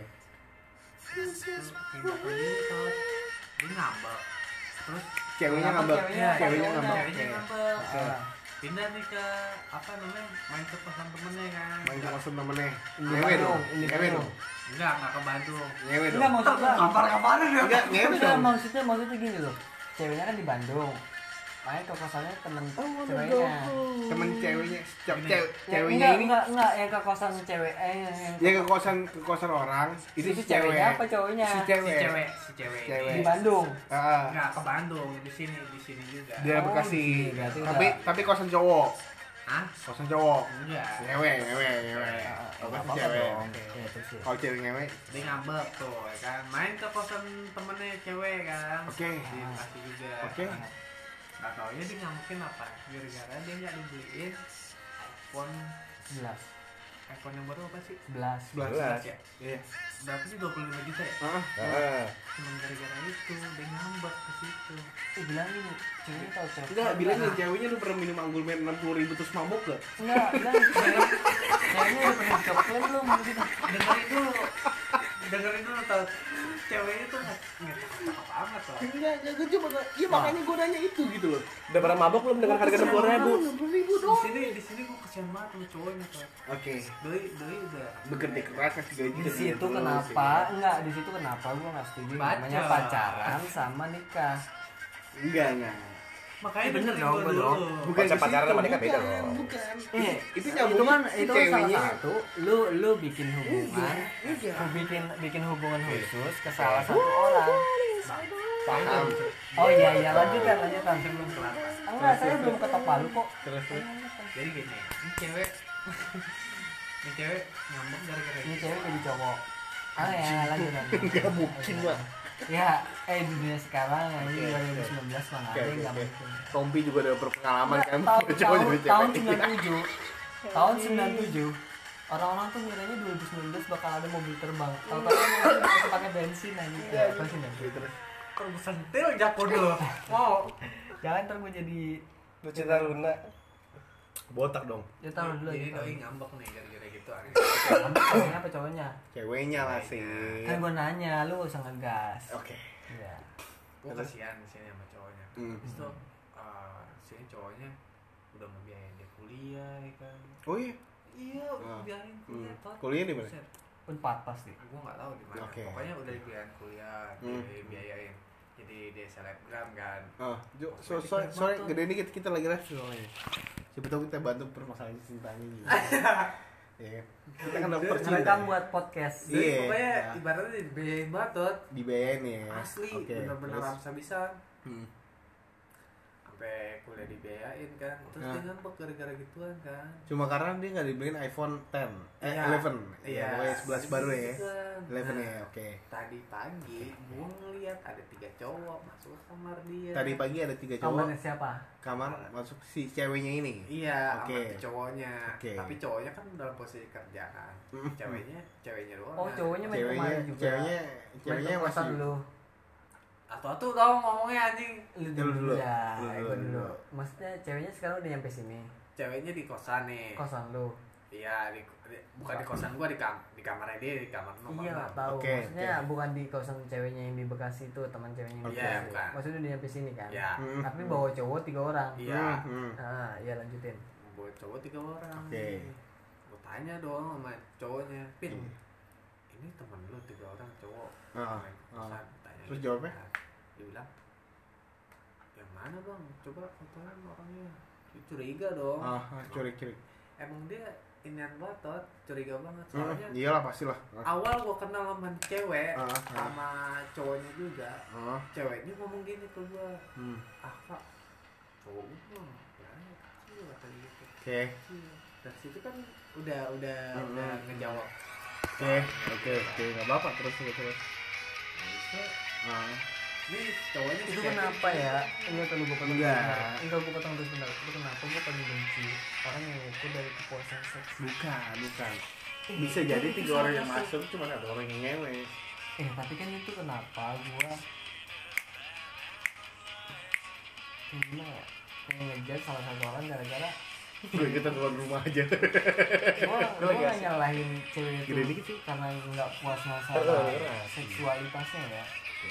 Dia ngambek. Terus Ceweknya ngambek. Ceweknya ngambek. ceweknya ngambek. Oke. Pindah nih ke apa namanya? Main ke kosan temennya kan. Main ke kosan temennya. Ini Ngewe dong. Bandung, ini Ngewe Bandung. dong. Enggak ke Bandung. Ngewe dong. Enggak maksudnya. Kapan-kapan ya? Enggak, ngewe Enggak, dong. maksudnya gini loh. Ceweknya kan di Bandung. Main ke kosannya temen ceweknya. Temen ceweknya. Ceweknya Ceweknya ini enggak yang ke kosan cewek yang ya ke kosan orang. Itu si cewek. ceweknya apa cowoknya? Si Si cewek. cewek. Cewek. Di Bandung. Enggak ke Bandung, di sini juga. Dia Oh, Bekasi. berarti Tapi kosan cowok. Hah? Kosan cowok. Enggak. Ngewe. Enggak Kosan apa-apa cewek. dong. Ya, terus ya. Kalau cewek ngewe. Dia ngambek tuh, ya kan. Main ke kosan temennya cewek kan. Oke. Di Bekasi juga. Oke. Gak taunya dia ngambekin apa? Gara-gara dia nggak dibeliin iPhone 11. iPhone yang baru apa sih? 11. 11 ya? Iya. Berapa sih 25 juta ya? Heeh. Cuma gara-gara itu dia ngambek ke situ. Bilangin ceweknya tahu cewek. Enggak, bilangin ceweknya lu pernah minum anggur men 60.000 terus mabuk gak? Enggak, ceweknya udah pernah coklat belum gitu. Dengerin dulu tau. Ceweknya tuh nggak cakep amat loh. Enggak, gue coba gak. Iya makanya gue nanya itu gitu loh. Udah pernah mabok belum dengan harga 60.000? 60.000 dong. Di sini gue kesian banget sama cowoknya tuh. Oke. Doi udah Bekerja keras kasih gaji. Di situ kenapa? Enggak, di situ kenapa gua enggak setuju namanya Baca. pacaran sama nikah. Enggak. makanya Bener dengerin dong, gua bener dulu. dong. Bukan Konsep ke pacaran situ, sama nikah beda bukan, loh. Bukan. Itu nyambung kan si itu kan salah ceweknya. satu lu bikin hubungan, lu bikin hubungan khusus ke salah satu orang. Paham. Oh iya lanjutkan. Belum kelar, Pak. Enggak, saya belum ketok palu kok. Terus. Jadi gini, ini cewek ngambek gara-gara Ini itu. cewek jadi cowok. Ya lanjut. Enggak mungkin, Pak. Ya, di dunia sekarang ini 2019 mana ada yang nggak Oke. mungkin. Tompi juga ada berpengalaman kan. Tahun 97 orang-orang tuh ngiranya 2019 bakal ada mobil terbang. Kalau kalian masih pakai bensin aja. Ya, bensin ya. Kalau gue sentil jago dulu. Mau. Jangan ntar gue jadi Lu cinta Luna. Botak dong. ya tahu dulu. Jadi doi ngambek nih gara-gara gitu. Cowoknya apa cowoknya? Ceweknya lah sih. Kan gue nanya, lu gak usah ngegas. Oke. Iya. Gue kasihan di sini sama cowoknya. Hmm. Terus tuh sini cowoknya udah ngebiayain dia kuliah ya kan. Oh iya. Iya, Ah. biayain kuliah. Tot. Kuliah di mana? Buset. Unpad pasti. Gue nggak tahu di mana. Oke. Pokoknya udah dibiayain kuliah, dibiayain. Jadi dia selebgram kan. Oh, sorry, gede dikit kita lagi live soalnya. Siapa tahu kita bantu permasalahan cintanya gitu. Iya. Kita kan dokter cinta. Ngerekam buat podcast. Jadi Iya. pokoknya ibaratnya dibiayain banget Tot. Dibayain ya. Asli, Oke, bener-bener terus? habis-habisan. Hmm. Sampai kuliah dibiayain kan. Terus Nah. dia ngambek gara-gara gituan kan. Cuma karena dia nggak dibeliin iPhone 10, Iya. 11. Iya. Pokoknya 11 baru ya. 11 Nah, ya, oke. Tadi pagi gue ngeliat ada 3 cowok masuk ke kamar dia. Tadi pagi ada 3 cowok Kamarnya siapa? kamar masuk si ceweknya ini. Iya, Oke. sama si cowoknya. Oke. Tapi cowoknya kan dalam posisi kerja kan. Ceweknya doang. Oh, cowoknya main Ceweknya, kemarin juga. ceweknya Main masih dulu. Atau dong ngomongnya anjing. Lu Dulu. Ya, Dulu. gua dulu. Maksudnya ceweknya sekarang udah nyampe sini. Ceweknya di kosan nih. Kosan lu. Iya, bukan di kosan gua, di kamarnya dia, di kamar nomor Iya, 6. tahu. Oke, Maksudnya bukan di kosan ceweknya yang di Bekasi itu, teman ceweknya yang di Oke. Bekasi. Iya, bukan. Maksudnya udah nyampe sini kan? Iya. Tapi bawa cowok 3 orang. Iya. Ah, iya lanjutin. Buat cowok 3 orang. Oke. Gua tanya dong sama cowoknya, Pin. Hmm. Ini temen lu 3 orang cowok. Ah, main kosan. Tanya Terus gitu jawabnya? kan. Dia bilang, yang mana bang? Coba fotoin orangnya. Dia curiga dong. Curi-curi. Emang dia inian banget, Tot. Curiga banget. Soalnya Iyalah pastilah. awal gua kenal sama cewek, Ah. sama cowoknya juga. Oh. Ceweknya ngomong gini ke gua, Hmm. kak, cowok gua berani kecil kata gitu. Oke. Kecil. Dari situ kan udah Hmm. ngejawab. Oke, enggak apa-apa terus. Bisa. Ah. Nih cowoknya Itu si kenapa Kevin. ya? Enggak kalau gue potong. Enggak. Enggak gue potong terus bentar. Itu kenapa gue paling benci orang yang ukur dari kepuasan seks. Bukan. Bisa jadi 3 orang yang masuk cuma 1 orang yang ngewe. Tapi kan itu kenapa gue gimana ya? Pengen ngejudge salah satu orang gara-gara Gue kita keluar rumah aja. gue gak nyalahin cewek Gede itu dikit sih. karena nggak puas masalah Keras. seksualitasnya ya.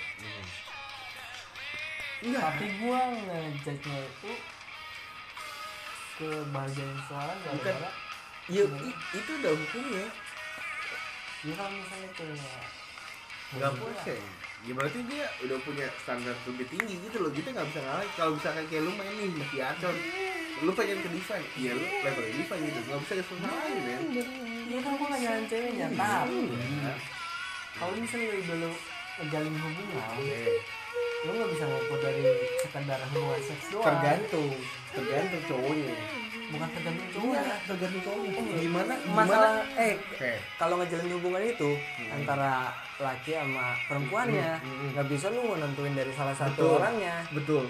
Enggak. Tapi gue ngejudge-nya itu kebahagiaan seorang gara-gara Ya itu udah hukumnya. dia kalau misalnya kayak Enggak puas ya. Ya berarti dia udah punya standar lebih tinggi gitu loh. Kita nggak bisa ngalahin. Kalau misalkan kayak lu main nih masih acon, lu pengen ke define, iya lu level define gitu. Nggak bisa kesalahin men. iya kan gue gak nyalahin ceweknya tapi kalau misalnya lu ngejalin hubungan lu gak bisa ngukur dari sekedar hubungan seks doang. Tergantung cowoknya. bukan tergantung Iya, cowoknya. tergantung cowoknya. Gimana? Masalah Oke. kalau ngejalin hubungan itu antara laki sama perempuannya nggak bisa lu nentuin dari salah satu Betul. orangnya. Betul.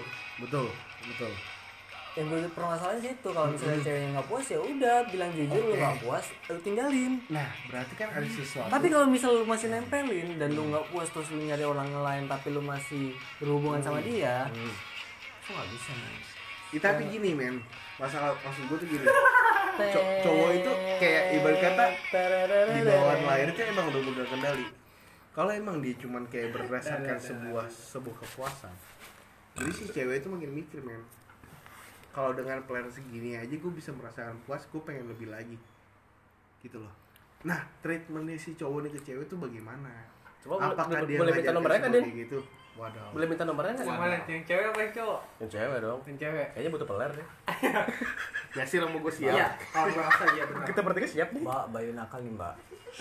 Yang gue permasalahan sih itu kalau misalnya ceweknya nggak puas ya udah bilang jujur lu nggak puas lu tinggalin. Nah, berarti kan ada sesuatu. Tapi kalau misal lu masih nempelin dan lu nggak puas terus lu nyari orang lain tapi lu masih berhubungan sama dia, itu nggak bisa men. Ya, tapi gini men, maksud gue tuh gini. Cowok itu kayak ibarat kata di bawaan lahir itu emang udah mudah kendali. Kalau emang dia cuman kayak berdasarkan sebuah kepuasan, jadi si cewek itu makin mikir men. Kalau dengan plan segini aja gue bisa merasakan puas, gue pengen lebih lagi, gitu loh. Nah, treatmentnya si cowok nih ke cewek itu bagaimana? Coba Apakah dia boleh minta ngajarin nomornya kan, seperti Din? gitu? Waduh. Boleh minta nomornya nggak? Yang mana? Yang cewek apa yang cowok? Yang cewek dong. Yang cewek. Kayaknya butuh peler deh. Ya sih sama gue siap. Iya, kalau merasa iya benar. Kita bertiga siap nih. Mbak, Bayu nakal nih mbak.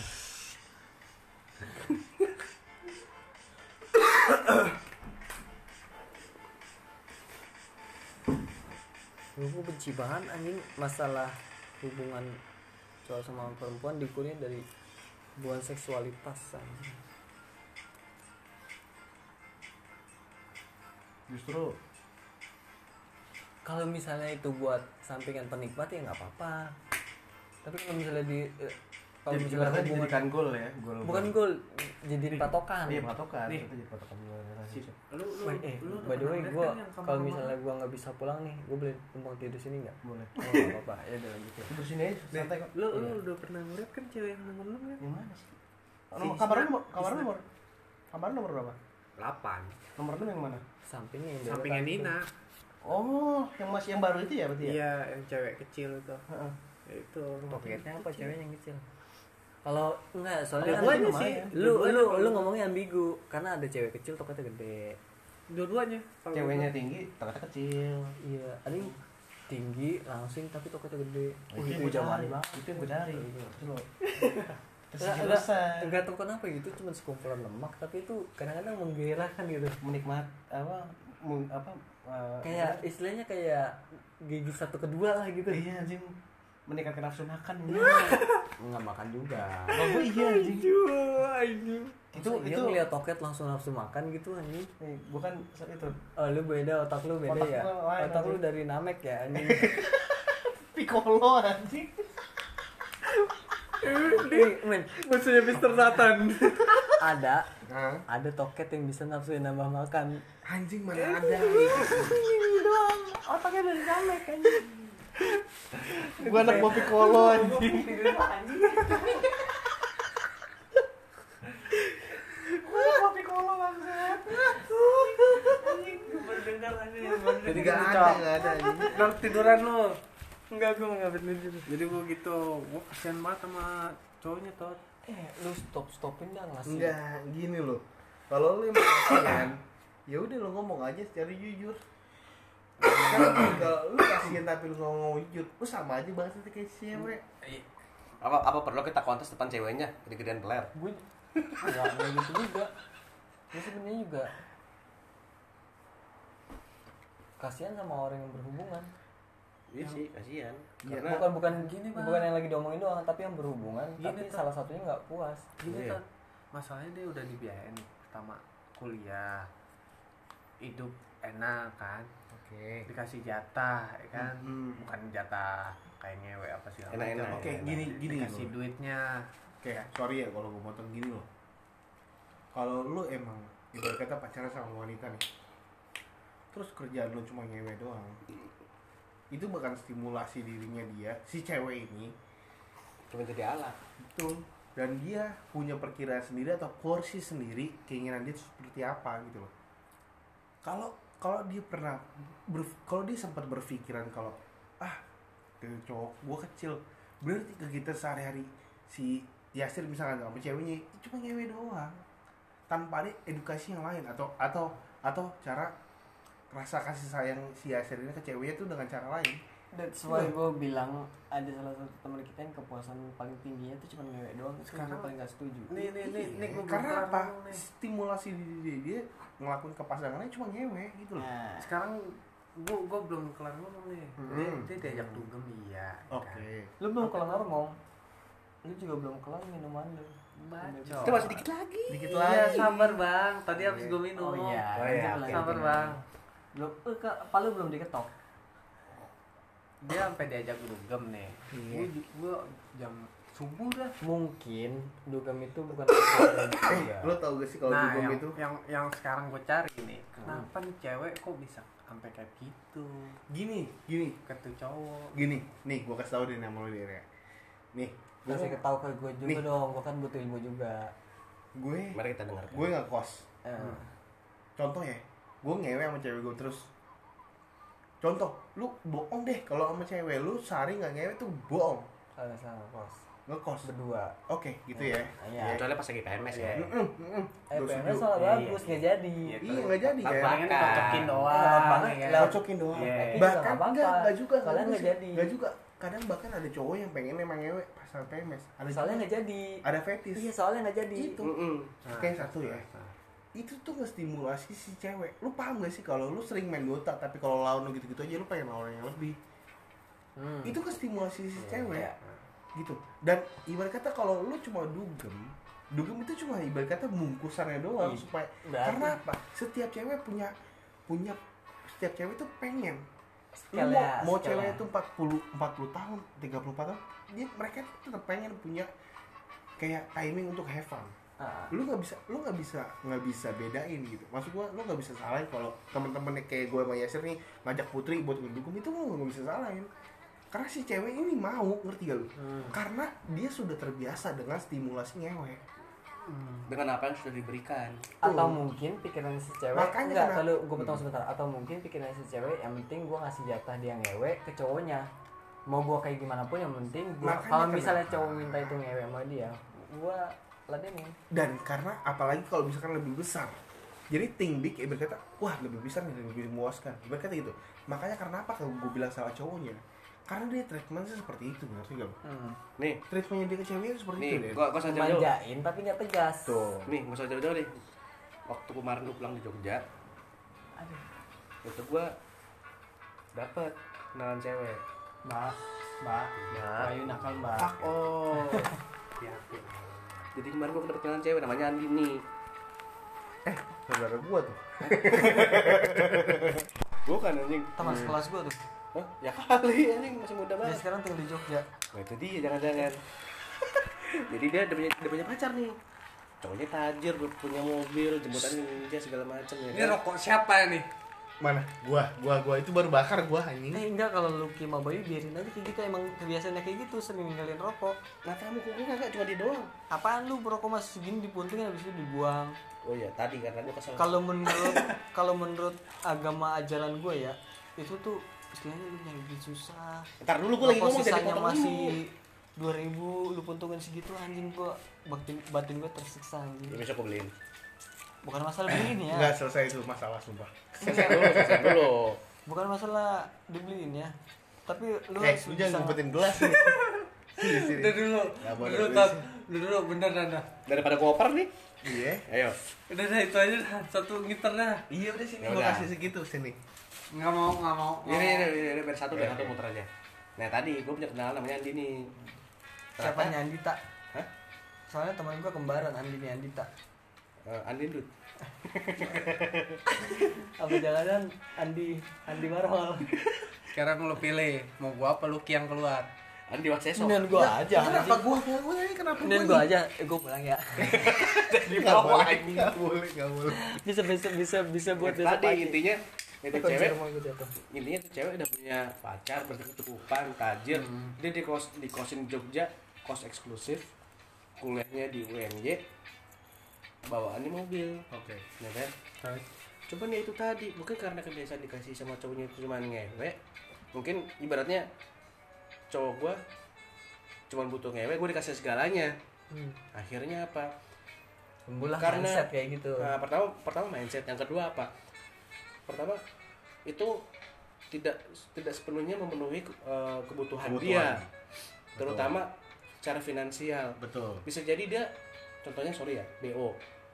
Gue benci banget anjing masalah hubungan cowok sama perempuan diukurnya dari hubungan seksualitas anjing. Justru Kalau misalnya itu buat sampingan penikmat ya nggak apa-apa. Tapi kalau misalnya kalau misalnya hubungan dijadikan goal ya, bukan goal, jadiin patokan. Iya, patokan. Nih. Itu jadi patokan relationship. Lu By the way, pernah gue lihat kan yang kalau kamar-kamar? misalnya gue nggak bisa pulang nih, gue boleh numpang tidur sini nggak? Boleh. Oh nggak apa-apa, ya udah lanjut ya. Tidur sini aja, santai kok. Lu udah pernah ngeliat kan cewek yang nomor 6 kan? Yang mana sih? Si Kamar nomor berapa? 8. Nomor 6 yang mana? Sampingnya yang Sampingnya belakang Nina. Oh, yang masih yang baru itu ya berarti ya? Iya, yang cewek kecil itu. Heeh. Ya itu. tuh. Toketnya apa ceweknya yang kecil? Kalau enggak, soalnya Dua-duanya kan sih. lu ngomongnya ambigu karena ada cewek kecil toketnya gede. Dua-duanya. Kalau Ceweknya tinggi, toketnya kecil. Iya, ada yang tinggi langsung tapi toketnya gede. Oh, itu yang zaman gue banget. Itu yang gue dari. Itu loh. Enggak tahu kenapa gitu, cuma sekumpulan lemak tapi itu kadang-kadang menggairahkan gitu. Menikmat Kayak istilahnya kayak gigi satu kedua lah gitu. iya anjing, meningkatkan nafsu makan. Enggak makan juga. Oh iya anjing. Itu ngeliat toket langsung nafsu makan gitu anjing. Gue kan itu Oh lu beda, otak lu beda Otak ya. gua lain, Otak lu anjing. dari Namek ya anjing. Piccolo anjing. Nih, men, musuhnya Mr. Satan. ada Hah? ada toket yang bisa nafsuin nambah makan. Anjing mana ada? Ini doang, otaknya dari Namek anjing. Gue anak mau Piccolo anjing. Jadi gak ada anjing. Ntar tiduran lu. Enggak, gua enggak bener gitu. Jadi gua gitu, gua kasihan banget sama cowoknya Tot. Lu stopin dah ngasih. Enggak, gini loh. Kalau lu emang kasihan, ya udah lu ngomong aja secara jujur. Kan kalau lu kasihan tapi lu ngomong jujur, lu sama aja banget sih kayak cewek. Apa perlu kita kontes depan ceweknya gede-gedean peler? Gue enggak gitu juga. Gue sebenarnya juga kasihan sama orang yang berhubungan. Iya sih, kasihan. Iya. Karena bukan Gini, Bang. bukan yang lagi diomongin doang, tapi yang berhubungan, tapi Gini, salah satunya nggak puas. Gini Iya. Tot, masalahnya dia udah dibiayain nih. Pertama kuliah, hidup enak kan, Oke. dikasih jatah ya kan, Hmm. bukan jatah kayak ngewe apa sih Enak-enak. Oke, gini dikasih loh. duitnya. Oke, sorry ya kalau gue potong gini loh. Kalau lu emang ibarat kata pacaran sama wanita nih, terus kerjaan lu cuma ngewe doang, itu bukan stimulasi dirinya dia, si cewek ini, cuma jadi alat. betul. Dan dia punya perkiraan sendiri atau porsi sendiri keinginan dia itu seperti apa gitu loh. Kalau dia pernah kalau dia sempat berpikiran kalau cowok gua kecil, berarti kegiatan sehari-hari si Yasir misalkan sama ceweknya itu cuma ngewe doang tanpa ada edukasi yang lain atau cara rasa kasih sayang si Yasir ini ke ceweknya tuh dengan cara lain. That's why gue bilang ada salah satu teman kita yang kepuasan paling tingginya itu cuma ngewek doang. Sekarang gue paling gak setuju. Nih gua Karena belum apa? ngomong nih. Stimulasi dia ngelakuin ke pasangannya cuma ngewe gitu loh. Nah, Sekarang Gua belum kelar ngomong nih. Dia diajak dugem iya. Oke. Lu belum kelar ngomong. Lu juga belum kelar minuman lu. Bacot. Itu masih dikit lagi. Dikit Iya, lagi. sabar Bang. Tadi habis gua minum. Oh iya. Oh iya, Lanjut, oke. Sabar lanjut. Bang. Belum palu belum diketok. Dia sampai diajak dugem nih. Gua jam subuh dah. Mungkin dugem itu bukan ya. Lo tau gak sih kalau Nah, dugem itu? yang sekarang gue cari nih, kenapa nih cewek kok bisa sampai kayak gitu? Gini, Ke tuh cowok. nih gue kasih tau deh nama lo dia ya. Nih, Kasih ketahu ke gue juga Nih. dong, gue kan butuh ilmu juga. gue Mari kita dengarkan. nggak kos. Contoh ya, gue ngewe sama cewek gue terus. Contoh, lu bohong deh kalau sama cewek lu sehari nggak ngewe tuh bohong. Sama kos. Ngekos. Berdua. Oke, gitu ya. Iya. Kecuali pas lagi PMS ya. PMS soal bagus nggak jadi. Iya nggak jadi ya. Palingan kocokin Lewat doang. banget, ya kan? lewat. Kocokin doang. Iya. Bahkan Nggak apa-apa. enggak juga. Soalnya nggak jadi. Nggak juga. Kadang bahkan ada cowok yang pengen emang ngewe pas saat PMS. Ada Soalnya juga. nggak jadi. Ada fetis. Iya, soalnya nggak jadi. Itu. Nah, Oke, satu ya. Itu tuh ngestimulasi si cewek. Lu paham gak sih kalau lu sering main Dota tapi kalau lawan lu gitu-gitu aja lu pengen lawan yang lebih. Itu kestimulasi si cewek. Iya. Gitu. Dan ibarat kata kalau lu cuma dugem itu cuma ibarat kata bungkusannya doang Iya. supaya Berarti- karena apa? Setiap cewek punya setiap cewek tuh pengen. Lu Sekalian, mau sekalian. cewek itu 40 tahun, 34 tahun, mereka tuh tetap pengen punya kayak timing untuk have fun. Lu nggak bisa bedain gitu. Maksud gua lu nggak bisa salahin kalau temen-temennya kayak gue sama Yasir nih ngajak Putri buat ngedukung itu lu nggak bisa salahin. Karena si cewek ini mau, ngerti gak lu? Karena dia sudah terbiasa dengan stimulasi ngewe. Dengan apa yang sudah diberikan. Atau mungkin pikiran si cewek Makanya enggak, kenapa- kalau gue potong sebentar, atau mungkin pikiran si cewek yang penting gue ngasih jatah dia ngewe ke cowoknya, mau gue kayak gimana pun yang penting gua, Makanya kalau misalnya kenapa? cowok minta itu ngewe sama dia, gue ladenin. Dan karena apalagi kalau misalkan lebih besar. Jadi think big ibarat kata, wah lebih besar nih, lebih memuaskan. Ibarat kata gitu. Makanya karena apa kalau gue bilang salah cowoknya? Karena dia treatmentnya seperti itu, ngerti gak lu? Nih, Treatmentnya dia ke cewek itu seperti itu nih, deh. gua usah jauh-jauh. Manjain tapi nggak tegas. Tuh. Nih, gak usah jauh-jauh deh. Waktu kemarin lu pulang di Jogja, itu gua dapet kenalan cewek. Mbak, ayo nakal mbak. Oh. Jadi kemarin gua dapet kenalan cewek namanya Andini. Saudara gua tuh. Bukan anjing. Teman sekelas gue tuh. Hah? Ya kali anjing masih muda Dia banget. sekarang tinggal di Jogja. Nah itu dia jangan-jangan. Jadi dia udah punya pacar nih. Cowoknya tajir, punya mobil, jemputan ninja segala macam ya. Ini rokok siapa nih? Mana? Gua itu baru bakar gua anjing. Enggak, kalau Lucky sama Bayu biarin aja kayak gitu, emang kebiasaannya kayak gitu, sering ninggalin rokok. Matamu kok kagak cuma dia doang. Apaan lu rokok masih segini dipunting habis itu dibuang. Oh iya, tadi karena gua kesel. Kalau menurut agama ajaran gue ya, itu tuh istilahnya lu nyari duit susah. Ntar dulu gua lagi Rokok ngomong jadi sisanya potong masih dulu. 2.000 lu puntungin segitu, anjing gua batin gua tersiksa Ya anjing. besok gua beliin. Bukan masalah beliin ya. Enggak selesai itu masalah sumpah. Selesai dulu. Bukan masalah dibeliin ya. Tapi lu Lu harus jangan bisa ngumpetin gelas nih. Sini. Udah dulu. Nggak boleh Dulu berisik. dulu bener dah. Daripada gua oper nih. Iya. Ayo. Udah itu aja dah. Satu ngiter dah. Iya udah sini Ya gua udah. kasih segitu sini. Nggak mau. Ini biar satu deh, satu muter aja. Nah tadi gua punya kenalan namanya Andini. siapanya Andita. Hah? Soalnya teman gua kembaran Andini Andita. Andin Dut. Apa jangan Andi Warhol. Sekarang lu pilih mau gua apa Lucky yang keluar. Andi Waseso. Mendingan gua aja. Kenapa gua ini kenapa Mendingan gua aja. Gua pulang ya. Enggak boleh. Bisa buat besok Tadi pagi. intinya itu Konser cewek rumah gua jatuh. intinya tuh cewek udah punya pacar berkecukupan tajir dia di kosin Jogja, kos eksklusif, kuliahnya di UNY, bawaannya mobil. Oke. Ya kan? Cuman ya itu tadi, mungkin karena kebiasaan dikasih sama cowoknya itu cuma ngewe, mungkin ibaratnya cowok gua cuma butuh ngewe, gua dikasih segalanya. Akhirnya apa? Sembuhlah Karena- mindset kayak gitu. Nah, pertama mindset, yang kedua apa? Pertama itu tidak sepenuhnya memenuhi kebutuhan dia, terutama secara finansial. Betul. Bisa jadi dia, contohnya sorry ya, BO,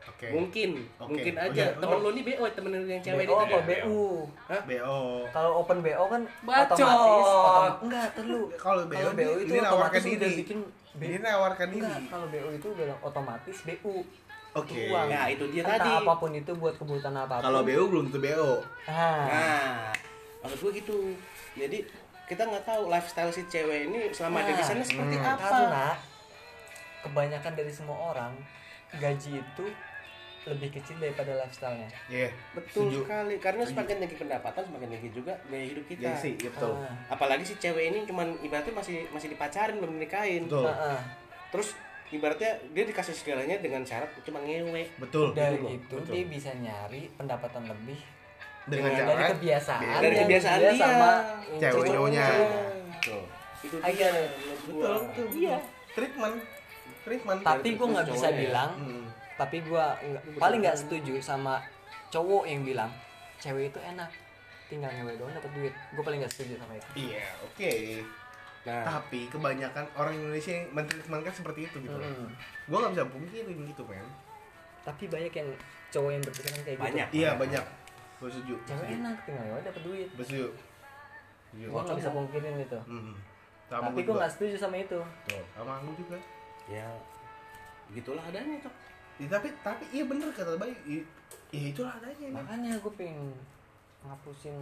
Oke. Mungkin Oke. aja. Udah, Temen oh. lu nih BO, temen lu yang cewek BO ini. apa BU? BO. Kalau open BO kan Bacot. enggak terlalu. Kalau BO itu dia nawarkan otomatis udah diri. bikin Dia nawarkan diri. Enggak, kalau BO itu udah otomatis BU. Oke. Uang. Ya, itu dia Entah tadi. apapun itu buat kebutuhan apapun. Kalau BO belum tentu BO. Nah, maksud gue gitu. Jadi kita nggak tahu lifestyle si cewek ini selama ada di sana seperti apa. Karena kebanyakan dari semua orang gaji itu lebih kecil daripada lifestyle-nya. Iya. Betul Setuju. sekali. Karena semakin tinggi pendapatan, semakin tinggi juga gaya hidup kita. Gengsi, iya betul. Apalagi si cewek ini cuman ibaratnya masih dipacarin belum dinikahin. Betul. Heeh. Terus ibaratnya dia dikasih segalanya dengan syarat cuma ngewe. Betul. Dari Betul. itu Betul. dia bisa nyari pendapatan lebih Dengan dari cara kebiasaan Dari yang kebiasaan dia dia. sama Cewek cowoknya. Tuh. Itu Iya. dia menurut gua. Betul, betul. Iya. Treatment. Tapi gue nggak bisa cowoknya ya. bilang, Hmm. tapi gue paling nggak setuju sama cowok yang bilang cewek itu enak tinggal ngewe doang dapat duit. Gue paling nggak setuju sama itu. Iya, oke. Nah, Tapi kebanyakan orang Indonesia yang mentreatmentkan seperti itu gitu. Mm-mm. Gue nggak bisa pungkirin gitu, men. Tapi banyak yang cowok yang berpikiran kayak banyak. Iya, banyak. Gue setuju. gitu. Cewek enak tinggal ngewe dapat duit. Gue setuju. Setuju. Gue nggak bisa pungkirin itu. Hmm. Sama Tapi gua gue juga. nggak setuju sama itu. Tuh, sama lu juga. Ya gitulah adanya, Cok. Ya, tapi iya bener kata baik. Ya itulah adanya. Men. Makanya gue pengen ngapusin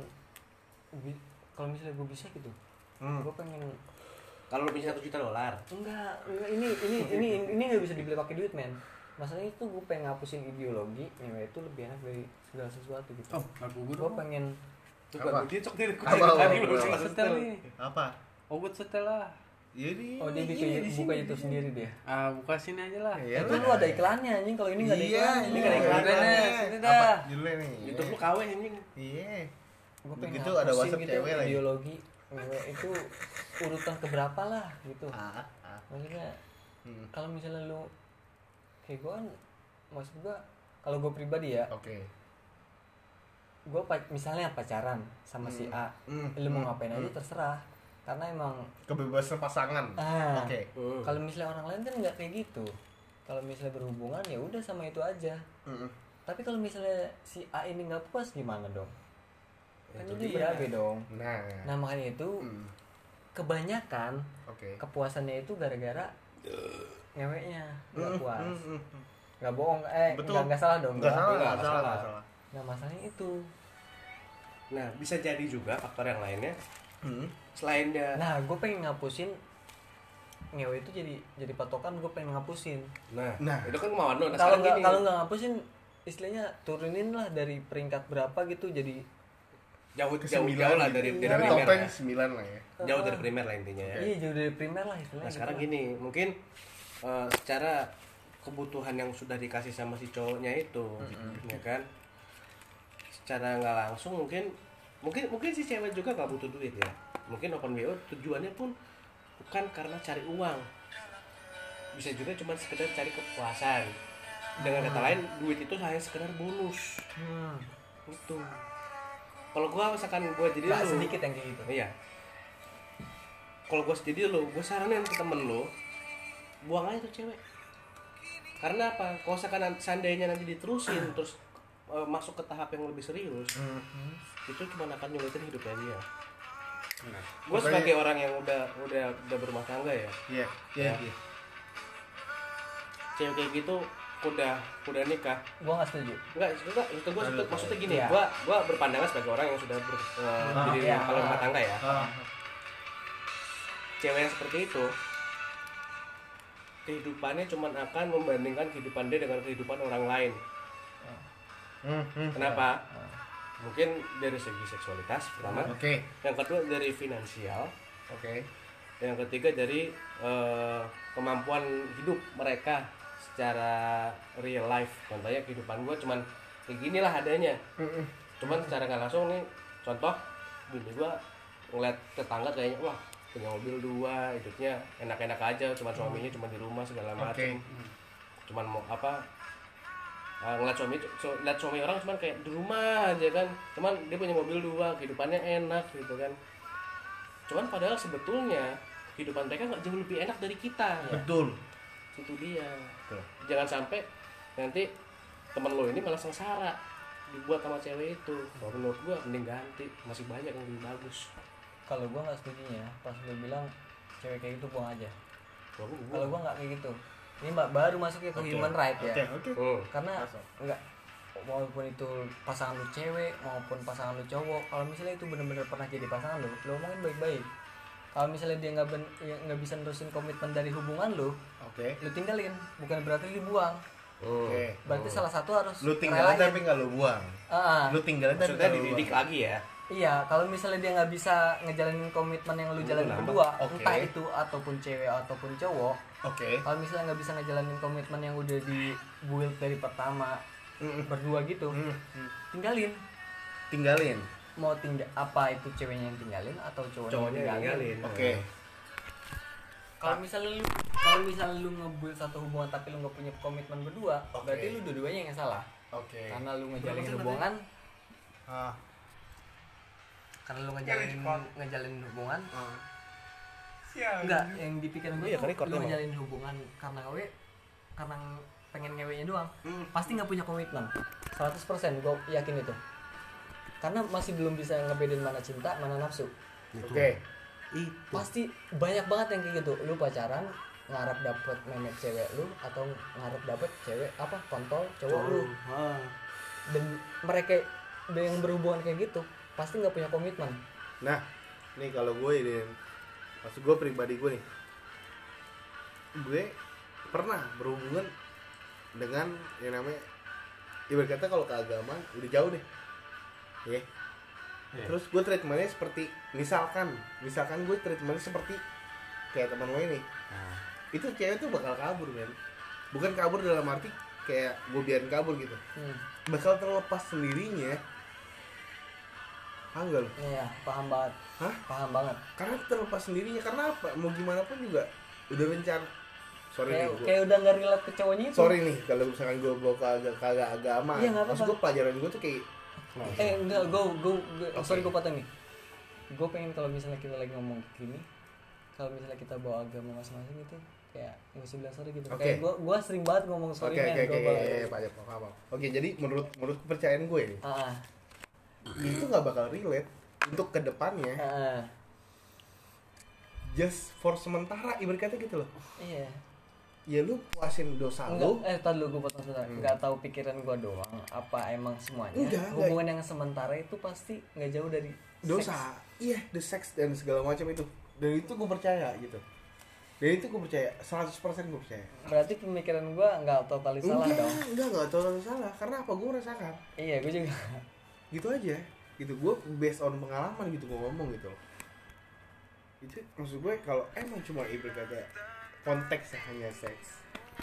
kalau misalnya gue bisa gitu. Hmm. Gue pengen Kalau lu punya $1 juta, enggak ini nggak bisa dibeli pakai duit, men. Masalahnya itu gue pengen ngapusin ideologi ngewe itu lebih enak dari segala sesuatu gitu. Oh, lagu gue Gue pengen Apa? dia Cok dari Apa? tadi Apa? lu Apa? jelas setel nih. Apa? Oh, gue setel lah. Iya di. oh dia bikin buka YouTube sendiri dia. Ah, buka sini aja lah. Iya Itu lu ada iklannya anjing, kalau ini enggak ada Iya, iklan. ini nggak ada iklan. iklannya. Sini dah. Apa? Judulnya nih. YouTube lu KW anjing. Iya. Gue pengen Begitu ada ngapusin WhatsApp gitu cewek lagi. ideologi ngewe itu urutan keberapa lah gitu. Ah. Maksudnya Hmm. kalau misalnya lu kayak gue kan, maksud gue kalau gue pribadi ya, Oke. gue misalnya pacaran sama si A, lu mau ngapain aja terserah, karena emang Kebebasan pasangan. Oke. kalau misalnya orang lain kan nggak kayak gitu. Kalau misalnya berhubungan ya udah sama itu aja. Mm-mm. Tapi kalau misalnya si A ini nggak puas gimana dong? Kan Itu jadi dia. berabe dong. Nah. Nah makanya itu Hmm. kebanyakan Oke. kepuasannya itu gara-gara ngeweknya nggak puas. Hmm. Nggak bohong, Betul. nggak salah dong. Enggak nggak? salah, Enggak enggak salah, salah. enggak salah. Nah masalahnya itu. Nah, bisa jadi juga faktor yang lainnya Hmm. selain dia. Nah gue pengen ngapusin ngewe itu jadi patokan, gue pengen ngapusin. Nah. Itu kan kemauan lu. Nah, Kalau sekarang gini. nggak ngapusin, istilahnya turunin lah dari peringkat berapa gitu jadi jauh Kesembilan lah gitu. dari Iya. Dari primer top ya. 9 lah ya. Jauh dari primer lah intinya ya. iya jauh dari primer lah istilahnya. Nah, sekarang gitu lah. gini, mungkin secara kebutuhan yang sudah dikasih sama si cowoknya itu, ya kan? Secara nggak langsung mungkin si cewek juga nggak butuh duit ya. Mungkin open BO tujuannya pun bukan karena cari uang. Bisa juga cuma sekedar cari kepuasan. Dengan kata lain, duit itu hanya sekedar bonus. Itu. Kalau gua misalkan gua jadi Nggak lu, sedikit yang kayak gitu. iya. Kalau gua jadi lu, gua saranin ke temen lu, buang aja tuh cewek. Karena apa? Kalau misalkan seandainya nanti diterusin terus masuk ke tahap yang lebih serius, itu cuma akan nyulitin hidupnya dia. Gue Makanya- sebagai orang yang udah berumah tangga ya, Iya. Ya. Iya. cewek kayak gitu udah nikah. Gue nggak setuju. Maksudnya gini, Iya. gua berpandangan sebagai orang yang sudah berdiri iya. kalau rumah tangga ya. Ah. Cewek yang seperti itu kehidupannya cuma akan membandingkan kehidupan dia dengan kehidupan orang lain. Kenapa? Mungkin dari segi seksualitas pertama, Oke. yang kedua dari finansial, Oke. yang ketiga dari kemampuan hidup mereka secara real life. Contohnya kehidupan gue cuman kayak gini lah adanya, cuman secara nggak langsung nih, contoh bini gue ngeliat tetangga kayaknya wah punya mobil 2, hidupnya enak-enak aja, cuman suaminya cuma di rumah segala macam, Oke. cuman mau apa, ngeliat suami orang cuman kayak di rumah aja kan, cuman dia punya mobil 2, kehidupannya enak gitu kan, cuman padahal sebetulnya kehidupan mereka nggak jauh lebih enak dari kita. Betul. Itu dia. Betul. Jangan sampai nanti temen lo ini malah sengsara dibuat sama cewek itu. Kalau menurut gua mending ganti, masih banyak yang lebih bagus. Kalau gua nggak setuju ya pas lu bilang cewek kayak gitu buang aja. Kalau gua nggak kayak gitu. Ini baru masuknya ke human right ya. Oke. Karena enggak, walaupun itu pasangan lu cewek maupun pasangan lu cowok, kalau misalnya itu benar-benar pernah jadi pasangan lu omongin baik-baik. Kalau misalnya dia nggak bisa nerusin komitmen dari hubungan lu tinggalin, bukan berarti dibuang. Berarti salah satu harus Lu tinggalin relain. tapi nggak lu buang. Lu tinggalin tapi Maksudnya nggak lu dididik buang. lagi ya. Iya, kalau misalnya dia nggak bisa ngejalanin komitmen yang lu jalanin berdua, Oke. entah itu ataupun cewek ataupun cowok, Oke. kalau misalnya nggak bisa ngejalanin komitmen yang udah dibuild dari pertama berdua gitu, tinggalin. Mau apa itu ceweknya yang tinggalin atau cowoknya yang tinggalin. Oke. Kalau misalnya lu ngebuild satu hubungan tapi lu nggak punya komitmen berdua, berarti lu dua-duanya yang salah. Oke. Karena lu ngejalin hubungan, enggak, yang dipikirin gue Iya, tuh record lu emang. ngejalin hubungan karena pengen ngewenya doang, pasti nggak punya komitmen 100%, gue yakin itu. Karena masih belum bisa ngebedain mana cinta mana nafsu. Oke. Pasti banyak banget yang kayak gitu, lu pacaran ngarep dapet memek cewek lu atau ngarep dapet cewek kontol cowok lu, dan mereka yang berhubungan kayak gitu pasti nggak punya komitmen. Nah, nih kalau gue ini, maksud gue pribadi gue nih, gue pernah berhubungan dengan yang namanya, ibarat kata kalau ke agama udah jauh deh, ya. Terus gue treatmentnya seperti, misalkan gue treatmentnya seperti kayak teman gue ini, itu cewek tuh bakal kabur kan, bukan kabur dalam arti kayak gue biarin kabur gitu, bakal terlepas sendirinya. Paham gak lu? Iya, paham banget. Hah? Paham banget. Karena terlepas sendirinya, karena apa? Mau gimana pun juga udah rencana. Kayak udah nggak relate ke cowoknya itu. Sorry nih kalau misalkan gue bawa kagak agama. Iya, nggak apa-apa. Maksud gue pelajaran gue tuh kayak Enggak, sorry gue potong nih. Gue pengen kalau misalnya kita lagi ngomong gini, kalau misalnya kita bawa agama masing-masing itu kayak nggak usah bilang sorry gitu. Oke. Kayak gue sering banget ngomong sorry men. Oke, jadi menurut kepercayaan gue nih, itu nggak bakal relate untuk kedepannya. Just for sementara, ibarat kata gitu loh. Iya. Ya lu puasin dosa lu. Tadi lu gue potong sebentar. Nggak tahu pikiran gue doang. Apa emang semuanya? Enggak. Hubungan yang sementara itu pasti nggak jauh dari Dosa. Iya, the sex dan segala macam itu. Dan itu gue percaya gitu. Dan itu gue percaya, 100% gue percaya. Berarti pemikiran gue nggak totalis salah dong. Enggak total salah. Karena apa? Gue merasakan. Iya, gue juga. Gitu aja. Gitu, gue based on pengalaman gitu gue ngomong gitu. Itu maksud gue kalau emang cuma ibarat kata konteksnya hanya seks,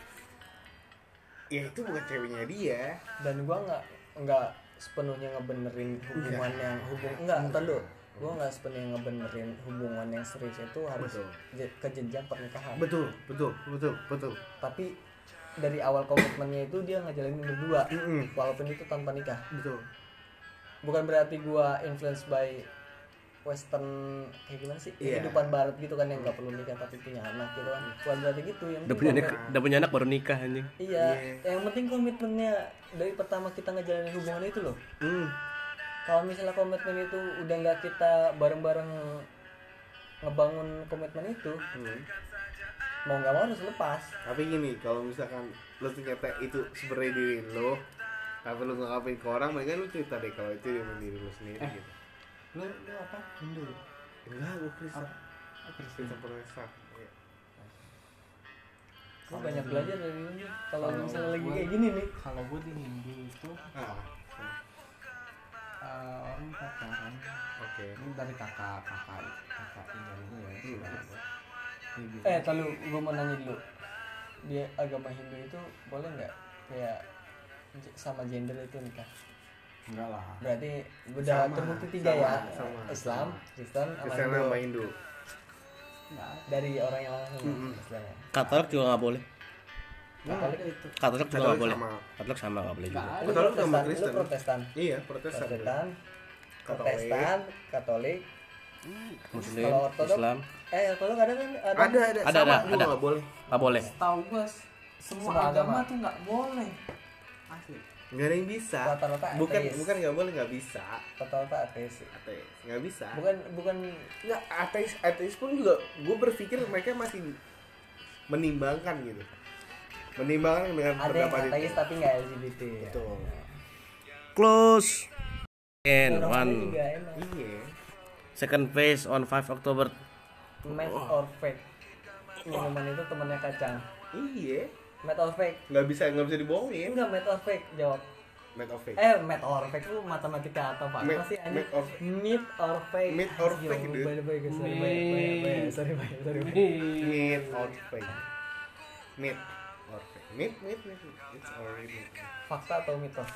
ya itu bukan ceweknya dia. Dan gue nggak sepenuhnya ngebenerin hubungan yang entar lu. Gue nggak sepenuhnya ngebenerin hubungan yang serius itu harus ke jenjang pernikahan. Betul. Tapi dari awal komitmennya itu dia ngejalanin berdua, walaupun itu tanpa nikah. Betul. Bukan berarti gue influence by western kayak gimana sih, kehidupan barat gitu kan, yang nggak perlu nikah tapi punya anak gitu kan. Bukan berarti gitu, yang Udah punya anak baru nikah anjing. Iya, yang penting komitmennya dari pertama kita ngejalanin hubungan itu loh. Kalau misalnya komitmen itu udah nggak kita bareng-bareng ngebangun komitmen itu, mau nggak mau harus lepas. Tapi gini, kalau misalkan lo ternyata itu sebenarnya diri lo, tapi lo ngelakuin ke orang, mendingan lo cerita deh kalau itu diri lo sendiri gitu. Lu apa? Hindu. Enggak, gue Kristen. Kristen Protestan. Gue banyak belajar dari ini. Kalau misalnya lagi kayak gini nih. Kalau gue di Hindu itu orang pacaran. Oke. Ini dari kakak tinggal gue ya. Lalu gue mau nanya dulu. Di agama Hindu itu boleh nggak kayak sama gender itu nikah? Enggak lah. Berarti udah terbukti 3 ya. Islam, Kristen, sama Hindu. Dari orang yang langsung Islam ya. Katolik juga nggak boleh. Katolik juga nggak boleh. sama. Katolik sama nggak boleh juga. Lu Katolik sama Protestan, Kristen. lu Protestan. Iya, Protestan. Katolik. Muslim, Kalau Ortodok? Islam, Ortodok ada kan? Ada. Sama juga nggak boleh. nggak boleh. Tahu gue semua agama tuh nggak boleh. Asli. Nggak ada yang bisa. Rata-rata Bukan ateis. bukan nggak boleh, nggak bisa. Rata-rata ateis. Ateis nggak bisa. Bukan Nggak, ateis pun juga gue berpikir mereka masih menimbangkan gitu. Menimbangkan dengan ada yang pendapat ateis itu. tapi nggak LGBT. Betul. Close and Minumannya one juga enak. Iya. second phase on 5 October. Matte or fake. Minuman itu temannya kacang. Iya. Matte or fake. Nggak bisa dibohongin. Enggak matte or fake, jawab. Made of fake. Matte or fake itu matematika atau apa? Apa sih anjing? Made of Meat or fake. Meat or fake, dude. Sorry, bye. Meat or fake. Meat or fake. Meat. It's already meat. Fakta atau mitos?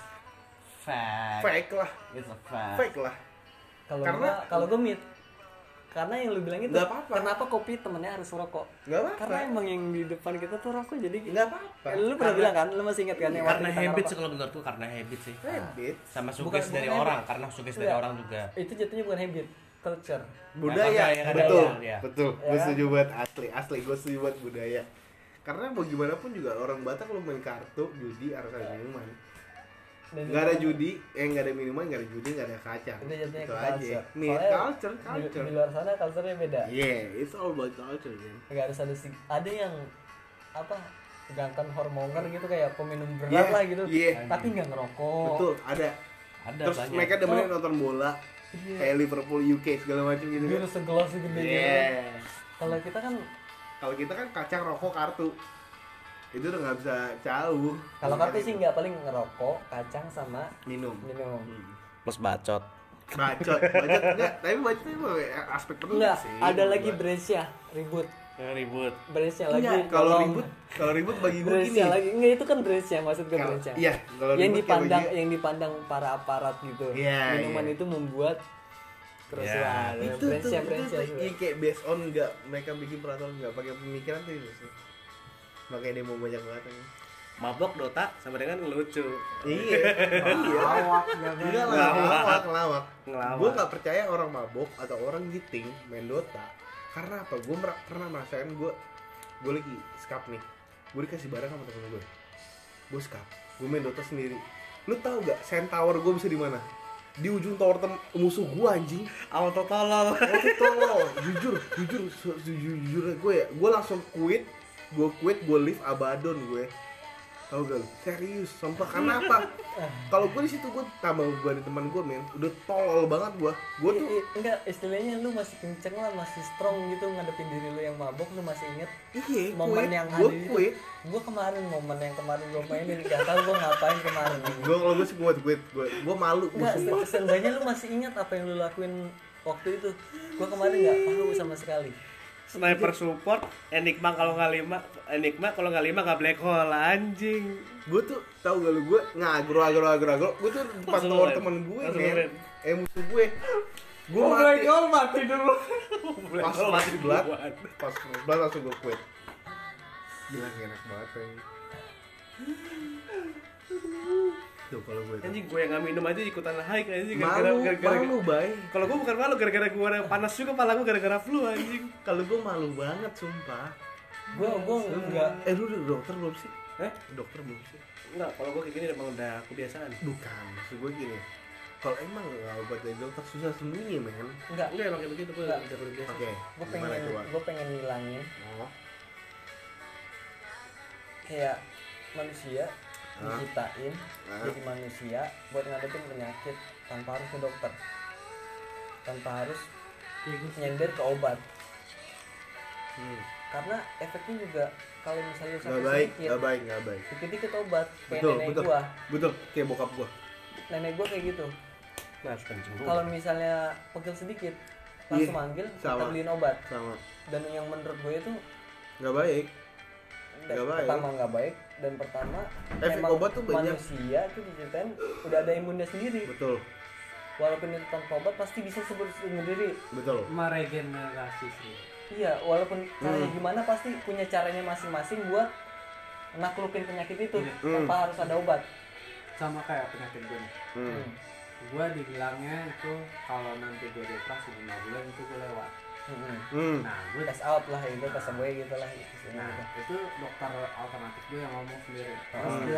Fake lah. It's a fact. Fake lah. Kalau gua meat. Karena yang lu bilang itu, Nggak apa-apa. kenapa kopi temennya harus rokok? Nggak apa-apa. Karena emang yang di depan kita tuh rokok jadi Nggak apa-apa. Lu pernah bilang kan, lu masih ingat kan yang waktu Karena kita habit ngerokok? sih kalau menurutku, karena habit sih. Habit. Sama Bukan- sugesti dari bukan orang, habit. karena sugesti dari Enggak. orang juga. Itu jatuhnya bukan habit, culture. Budaya. Budaya, Betul. budaya. Betul. Ya Gue kan? setuju banget asli gue setuju banget budaya. Karena mau gimana pun juga orang Batak kalau main kartu, judi, harus ada minuman. Dan Nggak ada itu- judi, nggak ada minuman, nggak ada judi, nggak ada kacang. Itu jatuhnya Itu ke aja. culture. Nih, Soalnya culture. Di luar sana culture-nya beda. Yeah, it's all about culture, man. Nggak harus ada yang apa gangkan hormoner gitu kayak peminum berat Yeah, lah gitu. yeah. Tapi nggak ngerokok. Betul, ada. Ada Terus banyak. mereka demennya nonton bola, Iya. kayak Liverpool, UK segala macam gitu kan. Biar segelas segede gitu. Yeah. Kalau kita kan Kalau kita kan kacang, rokok, kartu. Itu udah nggak bisa jauh. kalau kartu sih nggak, paling ngerokok, kacang sama minum. minum. Plus bacot. Bacot enggak, tapi bacot itu aspek penting Enggak, sih. ada menurut lagi gua. Brescia ribut. Ribut. Brescia Enggak, lagi. kalau tolong. ribut bagi gue gini. Brescia lagi. Enggak, itu kan Brescia, maksud gue Kalau- Brescia. iya, kalau yang ribut kayak dipandang bagi- yang dipandang para aparat gitu. Iya, Minuman iya. itu membuat kerusuhan. Itu Brescia. tuh, iya, kayak based on nggak mereka bikin peraturan nggak pakai pemikiran tuh itu sih. Makanya demo banyak banget. Mabok Dota sama dengan ngelucu. Iya. Awak ya kan. Enggak lah, ngelawak. Ngelawak. Gue nggak percaya orang mabok atau orang giting main Dota. Karena apa? Gue pernah merasakan gue lagi skap nih. Gue dikasih barang sama temen gue. Gue skap. Gue main Dota sendiri. Lu tahu gak Centaur gue bisa di mana? Di ujung tower musuh gue anjing. Auto tolol. Tolol. Jujur gue ya. Gue langsung quit. Gue leave Abaddon gue. Tahu gak lu? Serius, sumpah. Karena apa? Kalau gue di situ gue tambah beban teman gue, men. Udah tolol banget gue. Gue tuh Enggak, istilahnya lu masih kenceng lah, masih strong gitu ngadepin diri lu yang mabok. Lu masih inget iya, momen yang gue ada itu. quit. Gue kemarin momen yang kemarin gue mainin, gak tau gue ngapain kemarin. Gue kalau gue sih gue malu. Gue Enggak, sumpah. seenggaknya lu masih ingat apa yang lu lakuin waktu itu. Gue kemarin gak tahu sama sekali. Sniper support, Enigma kalau nggak 5 nggak black hole anjing. Gue tuh tahu gak lu, gue ngagro. Gue tuh depan Langsung tower lem. temen gue, Langsung men. lem. Musuh gue. Gue Oh, mati. Black Hole mati dulu. Pas mati blood. Pas blood langsung gue quit. Gila enak banget ini. Tuh kalau gue tuh. Anjing gue yang nggak minum aja ikutan hike anjing. Malu, bay. Kalau gue bukan malu gara-gara gue panas juga kepala gue gara-gara flu anjing. Kalau gue malu banget, sumpah. Gue enggak. Lu udah dokter belum sih? Eh? Dokter belum sih? Enggak, kalau gue kayak gini emang udah kebiasaan. Bukan, maksud gue gini. Kalau emang nggak obat dari dokter susah sembuhnya, men. Enggak. Enggak emang kayak begitu gue Enggak. udah kebiasaan. Oke. Gue Gimana pengen coba? ngilangin Oh. kayak manusia diciptain Ah. jadi manusia buat ngadepin penyakit tanpa harus ke dokter, tanpa harus nyender ke obat, karena efeknya juga kalau misalnya Nggak sakit baik, sedikit nggak baik, nggak baik. dikit-dikit obat kayak Betul, nenek betul. gua Betul, kayak bokap gua. kayak gitu. Nah, harus kenceng dulu. Kalau misalnya pegel sedikit langsung Iya, manggil kita sama. beliin obat, Sama. dan yang menurut gue itu Nggak baik. Nggak baik. pertama nggak baik, dan pertama Efek memang obat tuh banyak. manusia tuh diciptain udah ada imunnya sendiri, Betul, walaupun itu tanpa obat pasti bisa sembuh sendiri. betul. Meregenerasi sih. Iya, walaupun caranya gimana pasti punya caranya masing-masing buat naklukin penyakit itu tanpa harus ada obat. Sama kayak penyakit gue nih. Hmm. Gue dibilangnya itu kalau nanti gue dioperasi 5 bulan itu gue lewat. Hmm. Nah gue Test out lah itu, tes gue gitu lah. Nah, itu dokter alternatif gue yang ngomong sendiri. Terus Hmm. dia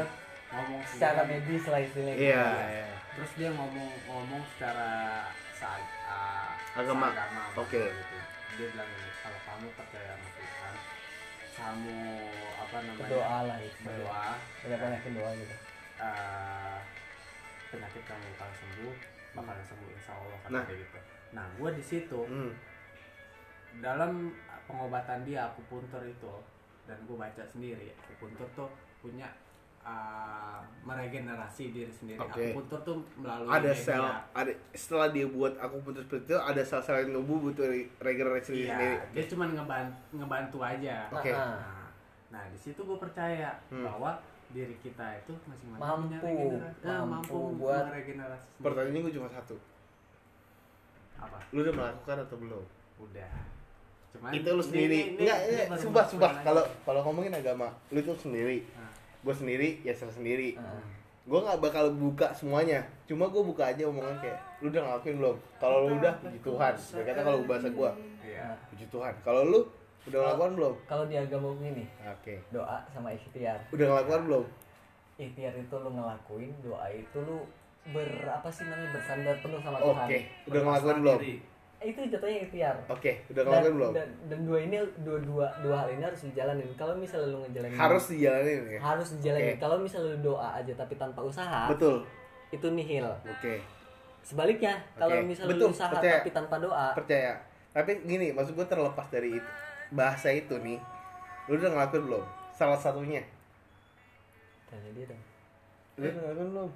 ngomong secara sendiri. medis lah istilahnya. Iya. gitu. Terus dia ngomong secara Agama. Oke. Oke. Gitu. Dia bilang ini, kalau kamu percaya sama Tuhan, kamu apa namanya? Berdoa lah itu. Berdoa. Banyak-banyakin doa gitu. Penyakit kamu bakal sembuh, bakalan sembuh insya Allah kan Nah. kayak gitu. Nah, gue di situ Hmm. dalam pengobatan dia akupuntur itu, dan gue baca sendiri akupuntur tuh punya meregenerasi diri sendiri. Oke. Akupuntur tuh melalui Ada media. sel, ada setelah dia buat akupuntur seperti itu, ada sel-sel yang nubuh butuh regenerasi diri Iya, sendiri. dia cuma ngebantu aja. Oke. Nah, di situ gue percaya bahwa diri kita itu masing-masing punya Mampu. regenerasi. Mampu buat- meregenerasi. Pertanyaannya gue cuma satu, Apa? lu udah melakukan atau belum? Udah. Cuman Itu lu sendiri. Enggak, baru sumpah. melakukan aja. Kalau ngomongin agama, lu tuh sendiri. Nah. Gue sendiri, ya sendiri. Heeh. Gue nggak bakal buka semuanya. Cuma gue buka aja omongan kayak, lu udah ngelakuin belum? Kalau lu udah, puji Tuhan. Berkata kalau bahasa gue, Iya. puji Tuhan. Kalau lu udah ngelakuin belum? Kalau di agama ini Oke. doa sama ikhtiar. Udah ngelakuin belum? Ikhtiar itu lu ngelakuin, doa itu lu apa sih namanya, bersandar penuh sama Tuhan. Oke. Udah ngelakuin belum? Itu jatuhnya ikhtiar. Oke. Udah ngelakuin belum? Dan dua hal ini harus dijalanin. Kalau misalnya lu ngejalanin Harus dijalanin ya. harus dijalanin. Oke. Kalau misalnya lu doa aja tapi tanpa usaha, Betul. itu nihil. Oke. Sebaliknya, kalau Oke. misalnya Betul, lu usaha percaya. tapi tanpa doa, Percaya. Tapi gini, maksud gue terlepas dari itu, bahasa itu nih, lu udah ngelakuin belum? Salah satunya. tanya dia dong. Lu udah ngelakuin belum?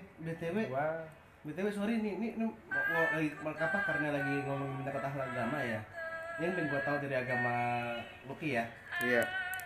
BTW sorry nih lagi apa karena lagi ngomongin tentang agama ya. Ini yang pengen gue tahu dari agama Lucky ya. Iya.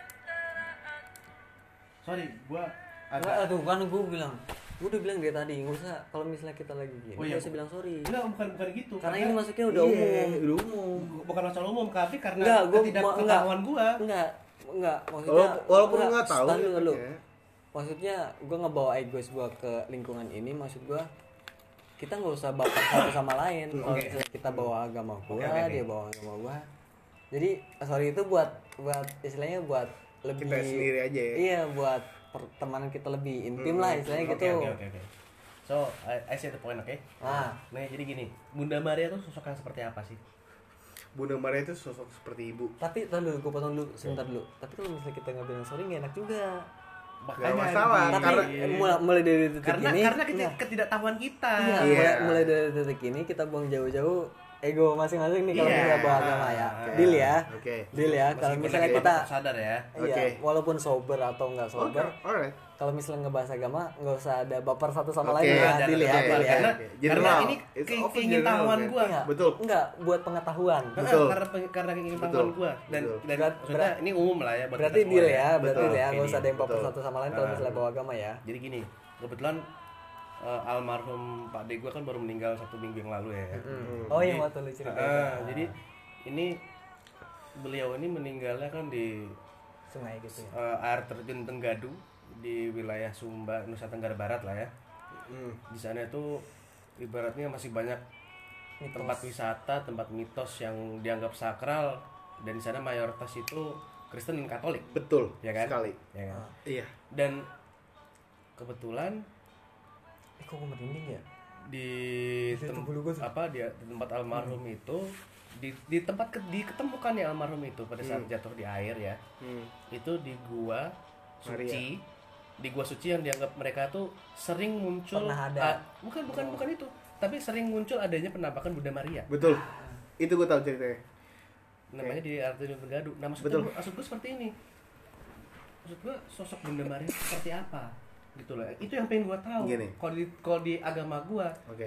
Sorry, gue Enggak, tuh kan gue udah bilang dari tadi, nggak usah kalau misalnya kita lagi gini, Oh, iya. nggak usah bilang sorry. enggak bukan gitu. Karena ini masuknya udah umum. Udah umum. bukan masalah umum, tapi karena Enggak, gua ketidakpengetahuan gue. Enggak, maksudnya Walaupun nggak tahu. tahan dulu. ya. Maksudnya gue ngebawa egois gue ke lingkungan ini, maksud gue kita nggak usah baper satu sama lain. Kalau Oke. misalnya kita bawa agama gue, Oke. dia bawa agama gue. Jadi sorry itu buat istilahnya buat lebih Kita sendiri aja ya. Iya, buat pertemanan kita lebih intim lah istilahnya gitu. Oke. So, I see the point, oke? Nah, Nah, jadi gini, Bunda Maria tuh sosok yang seperti apa sih? Bunda Maria itu sosok seperti ibu. tapi tahan dulu, gue potong dulu sebentar dulu. Tapi kalau misalnya kita nggak bilang sorry nggak enak juga. Gak masalah. Tapi Karena mulai dari detik karena ini, karena ketidaktahuan kita. iya, Iya. mulai dari detik ini kita buang jauh-jauh ego masing-masing nih kalau Iya. kita bawa agama ya. Oke. Deal ya. Oke. Deal ya. Kalau Meskipun misalnya lagi kita sadar ya. iya, Oke. walaupun sober atau nggak Oke, sober, alright. kalau misalnya ngebahas agama nggak usah ada baper satu sama Oke, lain ya. dan- Deal ya, dan- deal ya. karena- Oke. karena General. ini It's open keingintahuan general, gua. Enggak, Betul. Enggak, buat pengetahuan. Betul. Karena keinginan Betul. gue dan Betul. maksudnya ini umum lah ya buat Berarti kita deal semua ya, berarti Betul. deal ya, nggak Ini, usah ada yang baper betul. satu sama lain kalau misalnya bawa agama ya. Jadi gini, kebetulan almarhum Pak De gue kan baru meninggal 1 minggu yang lalu ya. Oh iya, Jadi- waktu lu cerita. Jadi ini beliau ini meninggalnya kan di Sungai gitu ya. air terjun Tenggadu di wilayah Sumba, Nusa Tenggara Barat lah ya. Di sana itu ibaratnya masih banyak Mitos. tempat wisata, tempat mitos yang dianggap sakral, dan di sana mayoritas itu Kristen dan Katolik, Betul. ya kan? Sekali. Ya kan? Iya. Dan kebetulan Kok gue merinding ya? di Itu bulu gua tuh. di tempat almarhum itu di tempat diketemukan ya almarhum itu pada saat jatuh di air ya. Itu di gua suci, di gua suci yang dianggap mereka tuh sering muncul Pernah ada. bukan itu, tapi sering muncul adanya penampakan Bunda Maria. Betul. Itu gue tahu ceritanya. Namanya di Artun Tenggadu. Nah, Betul. maksud gua seperti ini. Maksud gua sosok Bunda Maria seperti apa? Gitu loh. Itu yang pengen gua tahu. Gini. Kalau di agama gua Oke.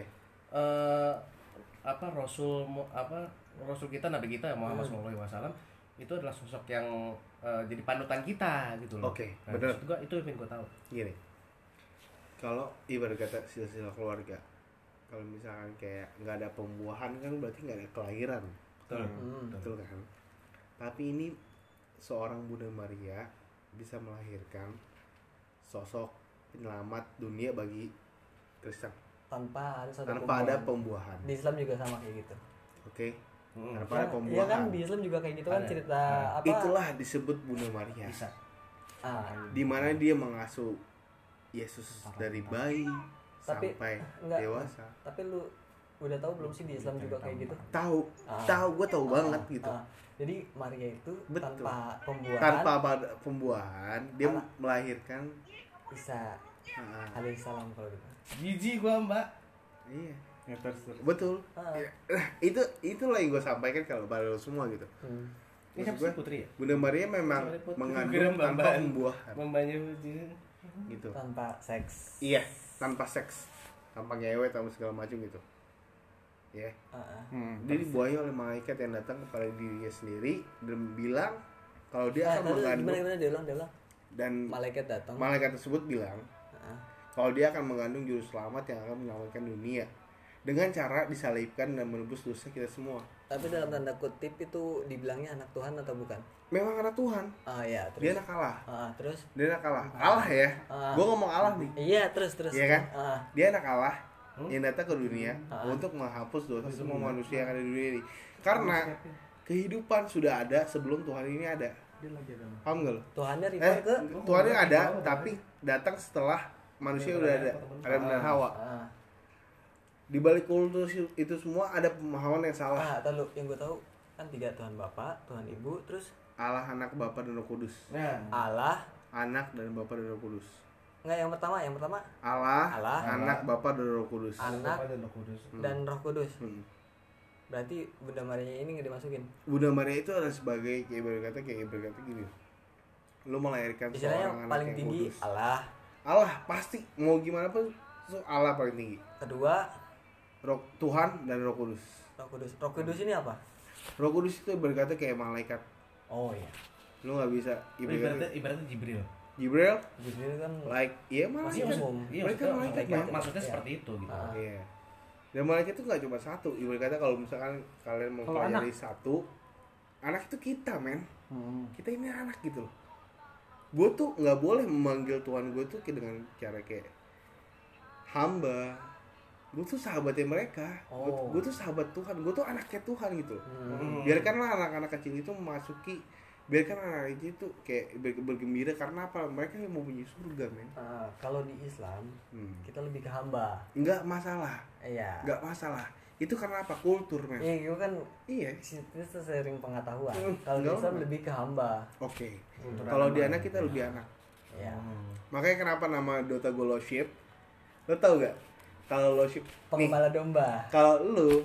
Rasul kita, Nabi kita Muhammad SAW itu adalah sosok yang jadi panutan kita gitu loh. Oke, Nah, bener. maksud gua itu yang pengen gua tahu. Gini. Kalau ibarat kata silsilah keluarga, kalau misalkan kayak nggak ada pembuahan kan berarti nggak ada kelahiran. Betul. Betul kan? Tapi ini seorang Bunda Maria bisa melahirkan sosok penyelamat dunia bagi Kristen Tanpa harus ada tanpa ada pembuahan. pembuahan. Di Islam juga sama kayak gitu. Oke. Hmm. Tanpa ada Iya pembuahan. kan, di Islam juga kayak gitu kan Ada. cerita apa? Itulah disebut Bunda Maria. Bisa. Ah, Di mana dia mengasuh Yesus dari bayi Tapi sampai enggak, dewasa. tapi lu udah tahu belum sih di Islam juga kayak gitu? Tahu, gue tahu banget gitu. Jadi Maria itu Betul. tanpa pembuahan Tanpa pembuahan dia Anak. melahirkan. Isa alaihissalam kalau gitu. Jijik gua, Mbak. Iya. Ya terserah. Betul. Ah. Ya, itulah yang gue sampaikan kalau pada lo semua gitu. Ini Maksud siapa gue, sih Putri ya? Bunda Maria memang Putri. mengandung tanpa Mbak-mbak. pembuahan Mbaknya Putri. gitu. Tanpa seks. Iya, tanpa seks, tanpa ngewe, tanpa segala macam gitu. Ya. Dia dibuahi oleh malaikat yang datang kepada dirinya sendiri dan bilang kalau dia akan mengandung, Gimana dia ulang. dan Malaikat datang. malaikat tersebut bilang Ah. kalau dia akan mengandung juru selamat yang akan menyelamatkan dunia dengan cara disalibkan dan menebus dosa kita semua. Tapi dalam tanda kutip itu dibilangnya anak Tuhan atau bukan? Memang anak Tuhan, Ya, dia terus. anak Allah. Terus? Dia anak Allah. Allah ya. Gue ngomong Allah nih. Iya, terus. Iya kan? Dia anak Allah yang datang ke dunia untuk menghapus dosa semua manusia yang ada di dunia ini. Karena kehidupan sudah ada sebelum Tuhan ini ada. Paham gak lo? Tuhannya refer ke Tuhan ini ada, tapi datang setelah manusia udah ada. Adam dan Hawa. Di balik kultus itu semua ada pemahaman yang salah. Tahu yang gue tahu kan 3 Tuhan Bapa, Tuhan Ibu, terus Allah, Anak, Bapa, dan Roh Kudus. Nah, Allah. Anak dan Bapa dan Roh Kudus. Enggak, yang pertama Allah, Anak, Bapa, dan Roh Kudus. Anak Bapa dan Roh Kudus. dan Roh Kudus. Hmm. Berarti Bunda Maria ini nggak dimasukin. Bunda Maria itu adalah sebagai kayak ibarat kata gini. Lu melahirkan Istilahnya seorang anak paling yang tinggi kudus. Allah. Allah pasti mau gimana pun Allah paling tinggi. Kedua Tuhan dan Roh Kudus. Roh Kudus. Roh Kudus ini apa? Roh Kudus itu berkata kayak malaikat. Oh iya. Lu nggak bisa Ibaratnya Jibril. Jibril Jibril kan like iya masih malaikat. umum. Iya, Mereka maksudnya, malaikat, malaikat. maksudnya Iya. seperti itu gitu. Iya. Dan malaikat itu nggak cuma satu. Ibarat kata kalau misalkan kalian mempelajari satu, anak itu kita men. Kita ini anak gitu loh. Gue tuh nggak boleh memanggil Tuhan gue tuh dengan cara kayak hamba. Gue tuh sahabatnya mereka. Gue tuh sahabat Tuhan. Gue tuh anaknya Tuhan gitu. Biarkanlah anak-anak kecil itu memasuki. Biarkan anak kecil itu kayak bergembira karena apa? Mereka yang mau punya surga men. Kalau di Islam kita lebih ke hamba. Nggak masalah. Iya. Nggak masalah. Itu karena apa? Kultur men. Iya, gue kan Iya. itu sering pengetahuan. Kalau di Nggak Islam apa. lebih ke hamba. Oke. Kalau di anak kita lebih anak. Iya. Makanya kenapa nama Dota Golowship? Lo tau gak? Kalau lo ship nih, Pengembala domba. kalau lu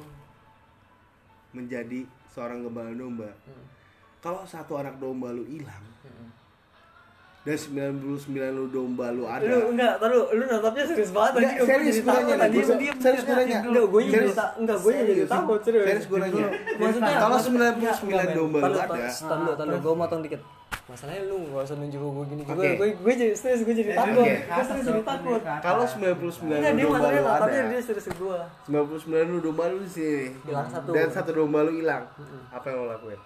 menjadi seorang gembala domba, kalau satu anak domba lu hilang, dan 99 lu domba lu ada. Lu enggak, lu natapnya serius banget tadi. Enggak, serius gue nanya. Serius gue nanya. Enggak, gue jadi takut serius. Serius gue nanya. Maksudnya Kalau 99 domba lu ada. Tahan gue motong dikit. Masalahnya lu enggak usah nunjuk gue gini juga. Oke. Gue jadi stres, gue jadi takut. Oke. Gue serius jadi takut. Kalau 99 Enggak, dia domba masalahnya lu natapnya ada. dia serius ke gue. 99 lu domba lu di sini. Hilang satu. Dan satu domba lu hilang. Apa yang lo lakuin?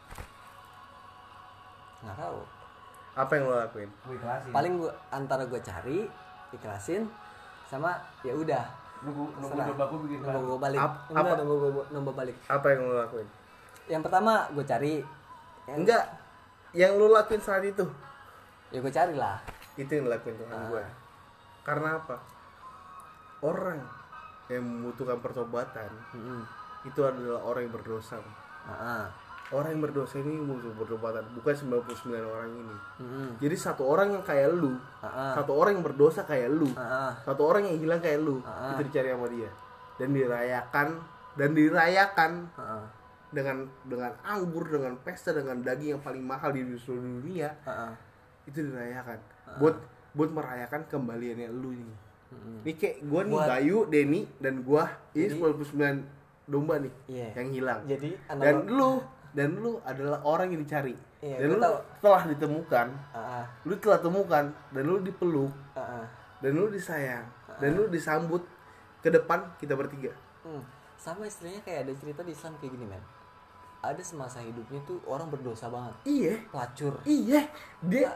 Enggak tahu. Apa yang lo lakuin? Gue ikhlasin. Paling gue antara gue cari, ikhlasin sama ya udah. nunggu Terserah. dombaku bikin Nunggu gue balik. Apa? Enggak, nunggu balik. Apa yang lo lakuin? Yang pertama gue cari. Enggak. Yang lo lakuin saat itu. Ya gue cari lah. Itu yang dilakuin Tuhan gue. Karena apa? Orang yang membutuhkan pertobatan itu adalah orang yang berdosa. Orang yang berdosa ini butuh pertobatan, bukan 99 orang ini. Jadi satu orang yang kayak lu, satu orang yang berdosa kayak lu, satu orang yang hilang kayak lu, itu dicari sama dia dan dirayakan dengan anggur, dengan pesta, dengan daging yang paling mahal di seluruh dunia. Itu dirayakan buat merayakan kembaliannya lu nih. Nih kayak gue nih Bayu, Denny dan gue ini 99 domba nih yang hilang. Jadi Dan lu adalah orang yang dicari. Iya, Dan lu telah ditemukan. Lu telah temukan dan lu dipeluk. Dan lu disayang. Dan lu disambut ke depan kita bertiga. Sama istilahnya kayak ada cerita di Islam kayak gini men. Ada semasa hidupnya tuh orang berdosa banget. Iya. Pelacur. Iya. Dia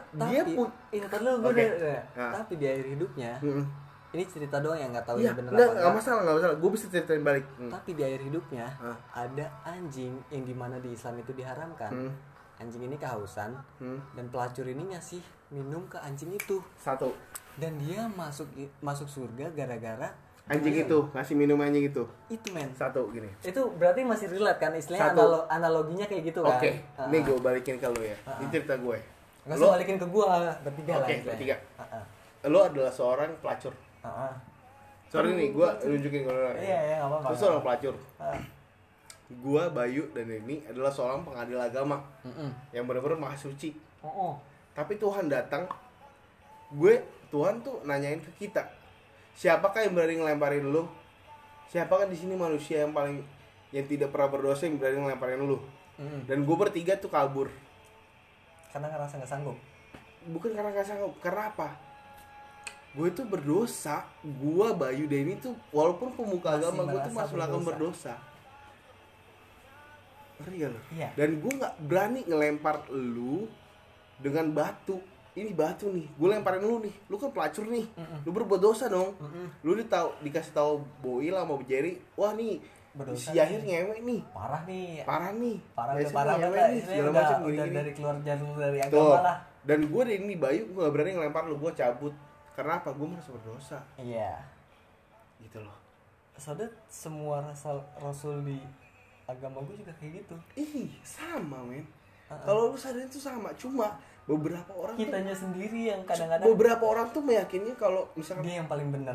Tapi di akhir hidupnya ini cerita doang yang nggak tahu iya, ini bener nggak masalah. Gue bisa ceritain balik. Tapi di akhir hidupnya ada anjing yang dimana di Islam itu diharamkan. anjing ini kehausan dan pelacur ini ngasih minum ke anjing itu Satu. dan dia masuk surga gara-gara Anjing itu ngasih minum anjing itu. men. Satu gini. Itu berarti masih relate kan istilahnya Satu. analoginya kayak gitu kan. Oke. Ini gue balikin ke lu ya. Ini cerita gue. Nggak usah balikin ke gua bertiga lah. Oke, istilahnya. bertiga. Heeh. Lu adalah seorang pelacur. Heeh. Sorry nih, gue nunjukin ke lu. Iya, enggak apa-apa. Lu seorang pelacur. Heeh. Gua, Bayu, dan ini adalah seorang pengadil agama yang benar-benar maha suci. Tapi Tuhan datang, Tuhan tuh nanyain ke kita, siapakah yang berani ngelemparin lu? Siapakah di sini manusia yang tidak pernah berdosa yang berani ngelemparin lu? Dan gue bertiga tuh kabur. Karena ngerasa nggak sanggup. Bukan karena gak sanggup, karena apa? Gue tuh berdosa, gue, Bayu, Denny tuh walaupun pemuka Masih agama, gue tuh merasa masih melakukan berdosa. berdosa. Ngerti gak lu? Iya. Dan gue gak berani ngelempar lu dengan batu. Ini batu nih, gue lemparin lu nih. Lu kan pelacur nih, lu berbuat dosa dong. Lu dikasih tahu Boil sama Jerry, wah nih Berdosa si Yahir ngewek nih. Parah nih. Parah nih. Parah Biasanya udah parah ngewek banget. nih, Istilahnya segala udah, macam udah gini-gini. dari keluar jalur dari Tuh. agama lah. Dan gue dari ini Bayu, gue gak berani ngelempar lu, gue cabut. Karena apa? Gue merasa berdosa. Iya. Gitu loh. Soalnya semua rasul di agama gue juga kayak gitu. Ih, sama men. Kalau lu sadarin tuh sama, cuma beberapa orang Kitanya sendiri yang kadang-kadang beberapa orang tuh meyakinnya kalau misalkan dia yang paling benar.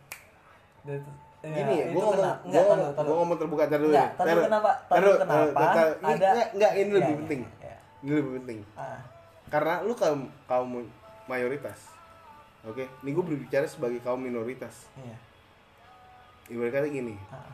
gini ya, gue ngomong terbuka tar dulu. Enggak, taruh kenapa? Taruh kenapa? Ada ini lebih Iya, penting. iya. Ini lebih penting. Ah, Karena lu kaum mayoritas. Oke, ini gue berbicara sebagai kaum minoritas. iya. Ibarat kata gini, Ah,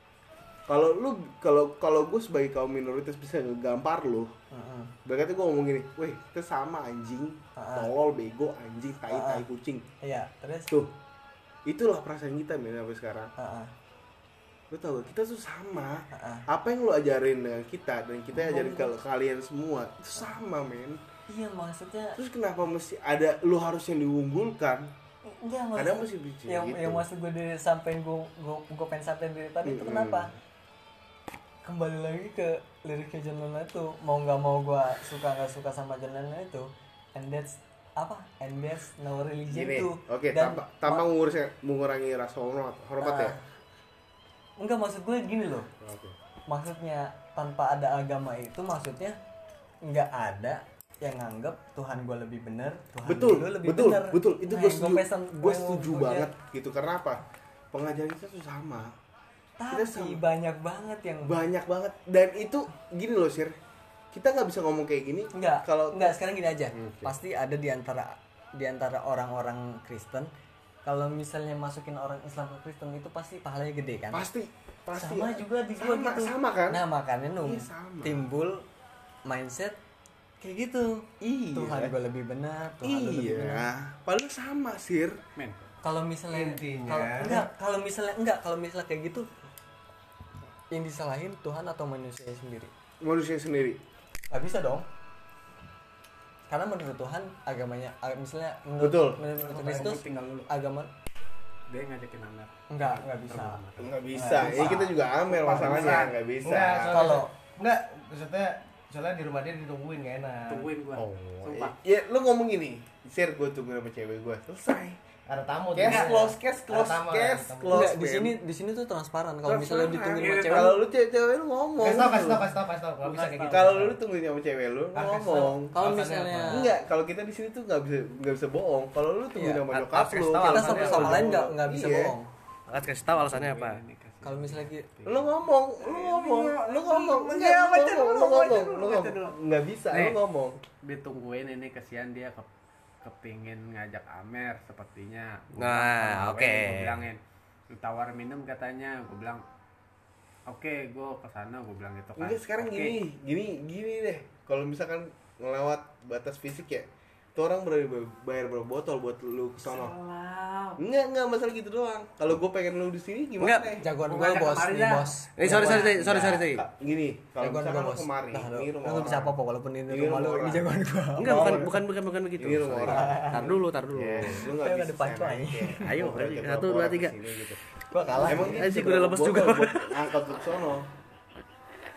kalau gue sebagai kaum minoritas bisa ngegampar lu, berarti gue ngomong gini, weh kita sama anjing, tolol, bego, anjing, tai kucing. iya, terus Tuh, itulah perasaan kita men sampai sekarang. ah, Lu tau gak, kita tuh sama. ah. Apa yang lu ajarin dengan kita dan kita ajarin ke kalian semua itu sama men. Iya, maksudnya Terus kenapa mesti ada lu harus yang diunggulkan? enggak Kadang maksud mesti bicara gitu. yang maksud gue dari sampein gue pengen sampein dari tadi itu kenapa? Kembali lagi ke liriknya John Lennon itu, mau nggak mau gue suka nggak suka sama John Lennon itu, and that's no religion Gini, tuh. oke, tanpa mengurangi rasa hormat ya. Enggak, maksud gue gini loh. Oke. Maksudnya tanpa ada agama itu maksudnya nggak ada yang nganggap Tuhan gue lebih benar, Tuhan lu lebih benar. Betul. Itu Nah, gue yang setuju. Gue setuju gua banget gitu. Karena apa? Pengajaran kita tuh sama. Tapi banyak banget yang Banyak banget. Dan itu gini loh, Sir. Kita nggak bisa ngomong kayak gini. enggak sekarang gini aja. Oke. Pasti ada di antara orang-orang Kristen, kalau misalnya masukin orang Islam ke Kristen itu pasti pahalanya gede kan? Pasti. Sama juga di gua gitu. Sama kan? Nah, makanya Iya, sama. timbul mindset kayak gitu. Iya. Tuhan gue lebih benar, Tuhan lu lebih benar. Iya. Padahal sama, Sir. Men, Kalau misalnya Intinya. kalau misalnya kayak gitu, yang disalahin Tuhan atau manusia sendiri? Manusia sendiri. Gak bisa dong. Karena menurut Tuhan agamanya misalnya menurut Betul. Kristus tinggal dulu. agama Dia ngajakin Amer. enggak bisa. Nggak bisa. Ini kita juga amel masalahnya. Nggak bisa. Kalau Enggak, maksudnya soalnya di rumah dia ditungguin gak enak. Tungguin gua. Oh, Sumpah. ya lu ngomong gini, share gue tunggu sama cewek gue, selesai. Ada tamu Case close. enggak, di man. sini tuh transparan. Kalau misalnya ditungguin sama Iya, cewek, Kalau lu cewek lu ngomong. Kasih tau. Gak bisa kayak gitu. Kalau lu tungguin sama cewek lu ngomong. kalau Alasannya misalnya Enggak, kalau kita di sini tuh nggak bisa bohong. Kalau lu tungguin Iya. sama nyokap lu, kita satu sama lain nggak bisa Iya. bohong. Alat kasih tahu alasannya apa? Kalau misalnya Lu ngomong. Nggak bisa, lu Nih. ngomong. Ditungguin ini kesian dia kepingin ngajak Amer sepertinya. Gua Nah, bilang, oke. Gue bilangin, lu tawar minum katanya. Gue bilang, oke, gue kesana. Gue bilang gitu kan. Enggak, sekarang Oke. gini deh. Kalau misalkan ngelewat batas fisik ya, tuh orang bayar berapa botol buat lu kesono. Enggak masalah gitu doang. Kalau gue pengen lu di sini gimana? Enggak. jagoan Gua gue ngajak bos kemarin nih dah. bos. Sorry. Gini, kalau Jagoan misalkan gue lu bos. kemari, Nah, ini rumah lu nggak bisa orang. apa-apa walaupun ini Ini rumah lu, rumah ini orang. jagoan gue. Enggak, Mau bukan begitu. Ini rumah orang. Tar dulu. Yes, lu nggak Saya bisa nggak dipacu, senang. anjing. Ayo, Gua berarti 1, 2, orang 3. kesini gitu. Gue kalah. Emang dia Anjing, seberapa udah lemes botol juga. buat angkot ke sono.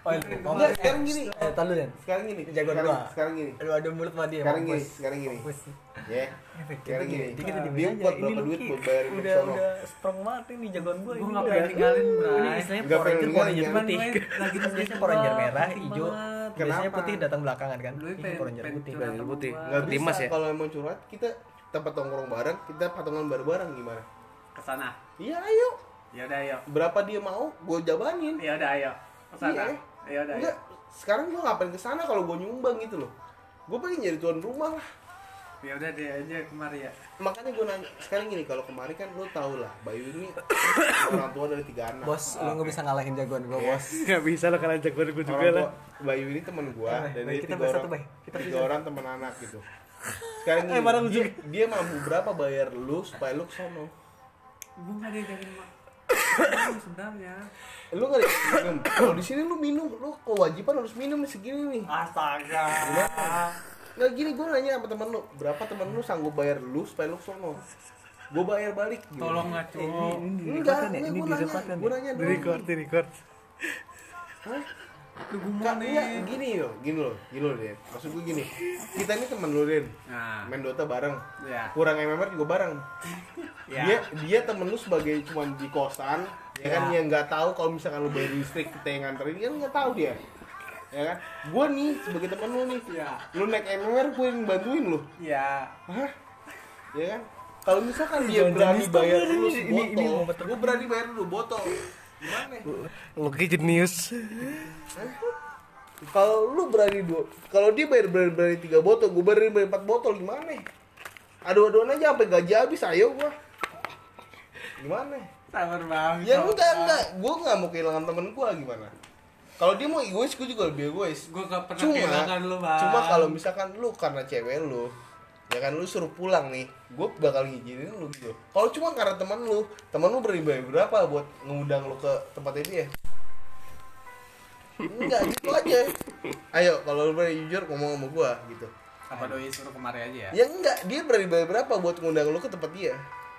Oh, itu. Enggak, sekarang gini. Tahu Den. Sekarang gini. Jagoan gua. Sekarang gini. Aduh, ada mulut sama dia. Sekarang gini, mampus. sekarang gini. Mampus. Ya. Sekarang gini. Dikit di Dia aja. buat Ini berapa lu, duit Ki. buat bayar Udah sono? strong banget ini jagoan gua. Gua Ini nggak udah- pengen tinggalin, Ini Bray. istilahnya Nggak Power Ranger, pengen Power tinggalin, Ranger kan? putih. Lagi Biasanya Power Ranger merah, penting hijau. banget. Biasanya Kenapa? putih datang belakangan kan. Lu Ini pengen- Power Ranger pengen putih. curhat Ranger sama putih. gua. Nggak Dimas bisa ya? kalau emang curhat kita tempat tongkrong bareng, kita patungan bareng-bareng gimana? Kesana. Iya ayo. Ya udah ayo. Berapa dia mau, gue jabanin. Ya udah ayo. Kesana. Iya. Ya udah ayo. Enggak, sekarang gue ngapain kesana kalau gue nyumbang gitu loh. Gue pengen jadi tuan rumah lah. Ya udah dia aja kemari ya. Makanya gue nanya, sekarang gini, kalau kemarin kan lo tau lah, Bayu ini orang tua dari 3 anak. Bos, lu nggak bisa ngalahin jagoan gua, Iya. Bos. Nggak bisa lo kalian jagoan gue juga Orang lah. tua, Bayu ini teman gue, dan Bay, dia kita 3 bersatu, orang, Bay. Kita 3 bersatu. orang teman anak gitu. Sekarang gini, marah lu dia mampu berapa bayar lu supaya lu kesono? Gua enggak diajarin mak. Sebenarnya. Lu nggak ada minum. Kalau di sini lu minum, lu kewajiban harus minum nih segini nih. Astaga. Nggak gini, gue nanya sama temen lu, berapa temen lu sanggup bayar lu supaya lu kesono? Gue bayar balik. Gitu. Tolong nggak cuy. Enggak, gue nanya Di record. Hah? Lu gua Enggak, nih. gini loh Den. Maksud gue gini, kita ini temen lu Den, Nah. main Dota bareng, Ya. kurang MMR juga bareng. Ya. Dia temen lu sebagai cuman di kosan, ya kan, Ya. yang nggak tahu kalau misalkan lu bayar listrik kita yang nganterin, kan nggak tahu dia, ya kan. Gue nih sebagai temen lu nih, Ya. lu naik MMR gue yang bantuin lu, Ya. hah? Ya kan. Kalau misalkan dia berani bayar lu sebotol, gue berani bayar lu botol, gimana? Lo kayak jenius. Kalau lu berani kalau dia bayar berani 3 botol, gue berani bayar 4 botol, gimana? Adu-aduan aja sampai gaji habis, ayo gua. Gimana? Sabar banget. Ya enggak, gue nggak mau kehilangan temen gua, gimana? Kalau dia mau egois, gue juga lebih egois. Gua gak pernah kehilangan lu, Bang. Cuma kalau misalkan lu karena cewek lu, ya kan, lu suruh pulang nih, gue bakal ngizinin lu gitu. Kalau cuma karena temen lu berani bayar berapa buat ngundang lu ke tempatnya dia? Enggak, gitu aja. Ayo, kalau lu berani jujur ngomong sama gua gitu. apa doi suruh kemari aja ya? Ya enggak, dia berani bayar berapa buat ngundang lu ke tempat dia?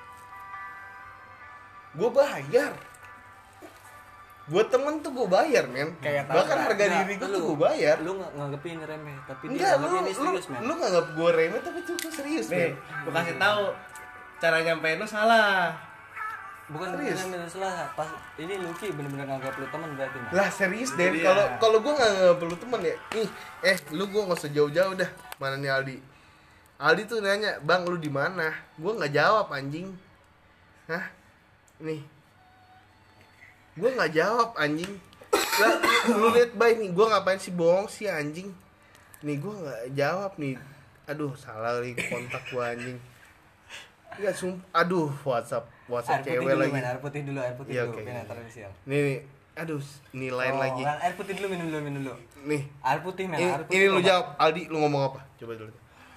Gua bayar. Buat temen tuh gue bayar, men. Kayak tahu Bahkan nggak? harga diri gue tuh gue bayar. Lu nganggepin remeh, tapi dia Enggak, nganggepin ini lu serius, men. lu nganggap gue remeh tapi itu gue serius, Nih, men. gue kasih tahu cara nyampein lu salah. Bukan Serius? bener salah. Pas ini Lucky bener-bener nganggap lu teman berarti, Mas. Lah serius deh, Jadi kalau ya. kalau gue nggak perlu temen ya. Nih, lu gue nggak usah jauh-jauh dah. Mana nih Aldi? Aldi tuh nanya, "Bang, lu di mana?" Gue nggak jawab, anjing. Hah? Nih. Gue nggak jawab, anjing. Lah, lu lihat baik nih, gue ngapain sih bohong sih, anjing. Nih gue nggak jawab nih. Aduh, salah nih kontak gue, anjing. Enggak, aduh, WhatsApp Air putih cewek dulu, lagi. men. Air putih dulu, air putih Iya, dulu. oke. Biar taruh di siang. Nih, aduh, nih lain Oh, lagi. kan air putih dulu, minum dulu. Nih, Air putih, men. Air putih. ini lu coba. jawab, Aldi, lu ngomong apa? Coba dulu.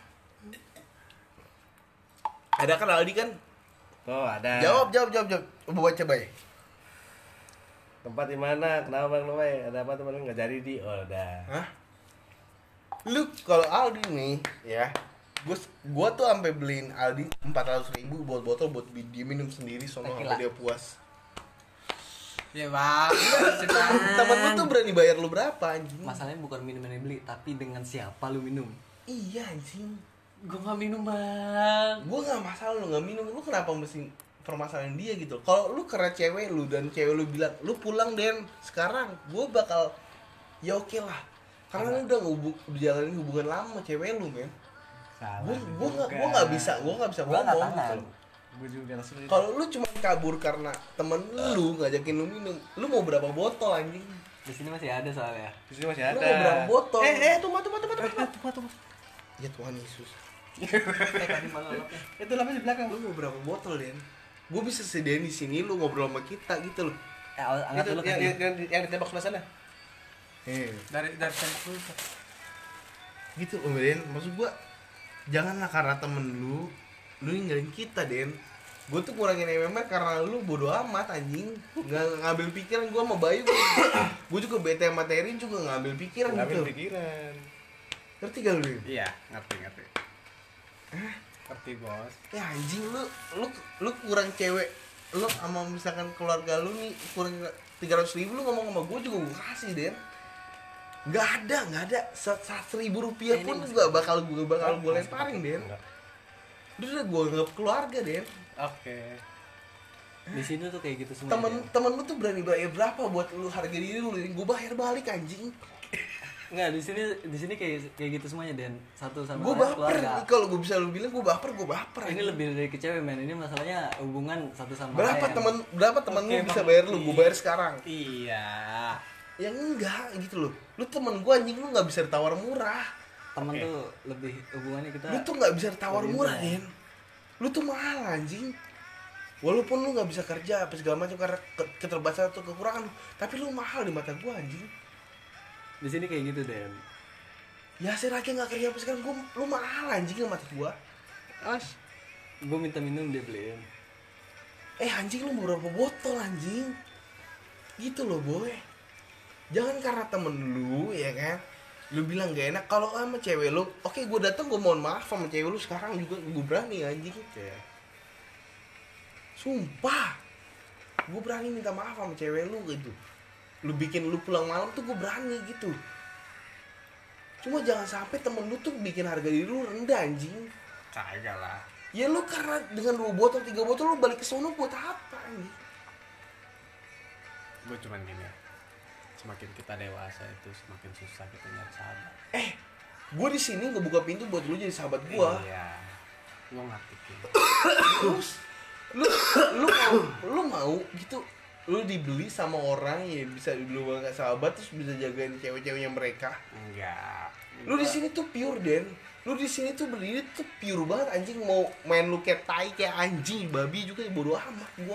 Ada kan Aldi kan? Oh, ada. Jawab. Buat coba ya. Tempat di mana? Kenapa Bang lu, Bay? Ada apa temen lu enggak jadi di? Oh, udah. Hah? Lu kalau Aldi nih, ya. Gua tuh sampai beliin Aldi 400.000 buat botol buat dia minum sendiri sono sampai dia puas. Ya bang. Temen lu tuh berani bayar lu berapa, anjing? Masalahnya bukan minum yang dibeli, tapi dengan siapa lu minum. Iya, anjing. Gue gak minum bang. Gue gak masalah lu gak minum, lu kenapa mesti permasalahan dia gitu? Kalau lu karena cewek lu dan cewek lu bilang lu pulang Den sekarang, gue bakal ya oke lah, karena lu udah jalanin hubungan lama sama cewek lu, men. Gue nggak bisa Gua nggak ngomong tahan. gitu. Gue juga langsung. Kalau lu cuma kabur karena temen lu ngajakin lu minum, lu mau berapa botol, anjing? Di sini masih ada soalnya. Di sini masih Lu ada. mau berapa botol? Tunggu. Ya Tuhan Yesus, Tadi malam apa? Itu lapis di belakang. lu mau berapa botol, Den? Gue bisa sediain di sini, lu ngobrol sama kita gitu loh. Angkat Itu dulu yang, kan. yang ditembak sebelah sana. Dari tembok lu. Gitu, Om Den. Maksud gua janganlah karena temen lu ninggalin kita, Den. Gue tuh kurangin MMR karena lu bodo amat, anjing. Nggak ngambil pikiran gua sama Bayu. Gue juga bete sama Terin juga ngambil pikiran Ngambil gitu. pikiran. Ngerti gak lu? Den? Iya, ngerti. Ngerti bos. Ya anjing, lu kurang cewek. Lu sama misalkan keluarga lu nih kurang 300.000, lu ngomong sama gue juga gue kasih, Den. nggak ada 1.000 rupiah pun nggak bakal gue lemparin Den. Udah gue anggap keluarga Den. Oke. Di sini tuh kayak gitu semua. Temen lu tuh berani bayar berapa buat lu harga diri lu, gue bayar balik anjing. Enggak, di sini kayak gitu semuanya Den. Satu sama Gue lain baper, kalau gue bisa lu bilang gue baper. Ini lebih dari ke cewek men. Ini masalahnya hubungan satu sama Berapa lain. temen lu bisa bayar lu, gue bayar sekarang. Iya. Ya enggak gitu loh. Lu temen gue anjing, lu nggak bisa ditawar murah. Temen tuh lebih hubungannya kita. Lu tuh nggak bisa ditawar murah Den. Lu tuh mahal anjing. Walaupun lu nggak bisa kerja apa segala macam karena keterbatasan atau kekurangan lu, tapi lu mahal di mata gue anjing. Di sini kayak gitu Den. Ya saya aja nggak kerja apa sekarang, lu mahal anjing di mata gue. Gue minta minum dia beliin. Anjing lu mau berapa botol anjing? Gitu loh boy. Jangan karena temen lu ya kan, lu bilang gak enak kalau sama cewek lu. Oke, gue datang gue mohon maaf sama cewek lu sekarang juga gue berani anjing. Sumpah, gue berani minta maaf sama cewek lu gitu. Lu bikin lu pulang malam tuh gue berani gitu. Cuma jangan sampai temen lu tuh bikin harga diri lu rendah anjing. Kagak lah. Ya lu karena dengan 2 botol 3 botol lu balik ke sono buat apa anjing? Gue cuman gini. Semakin kita dewasa itu semakin susah kita nyari sahabat. Gue di sini ngebuka pintu buat lu jadi sahabat gue. Iya. Gue ngerti gitu. Terus lu mau gitu, lu dibeli sama orang yang bisa lu banget sahabat terus bisa jagain cewek-ceweknya mereka. Enggak. Lu di sini tuh pure Den. Lu di sini tuh berdiri tuh pure banget anjing, mau main lu kayak tai kayak anjing, babi juga bodo amat gua.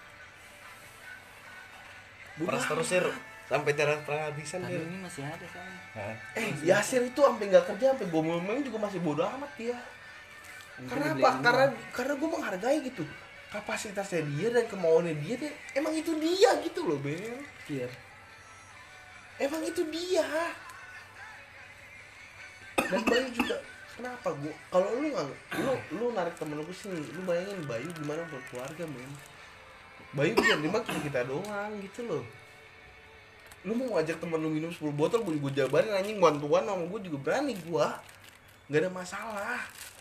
Terus Sir sampai cara penghabisan Tapi dia. ini masih ada soalnya. Yasir itu sampai nggak kerja sampai gomel-gomel juga masih bodo amat dia. Karena apa? Karena gua menghargai gitu kapasitasnya dia dan kemauannya dia deh. Emang itu dia gitu loh Ben. Iya. Emang itu dia. Dan Bayu juga kenapa gua kalau lu narik temen lu sini, lu bayangin Bayu gimana buat keluarga men. Bayu bisa nerima kita doang gitu loh. Lu mau ngajak temen lu minum 10 botol gue jabarin anjing, one-to-one sama gue juga berani gua. Gak ada masalah.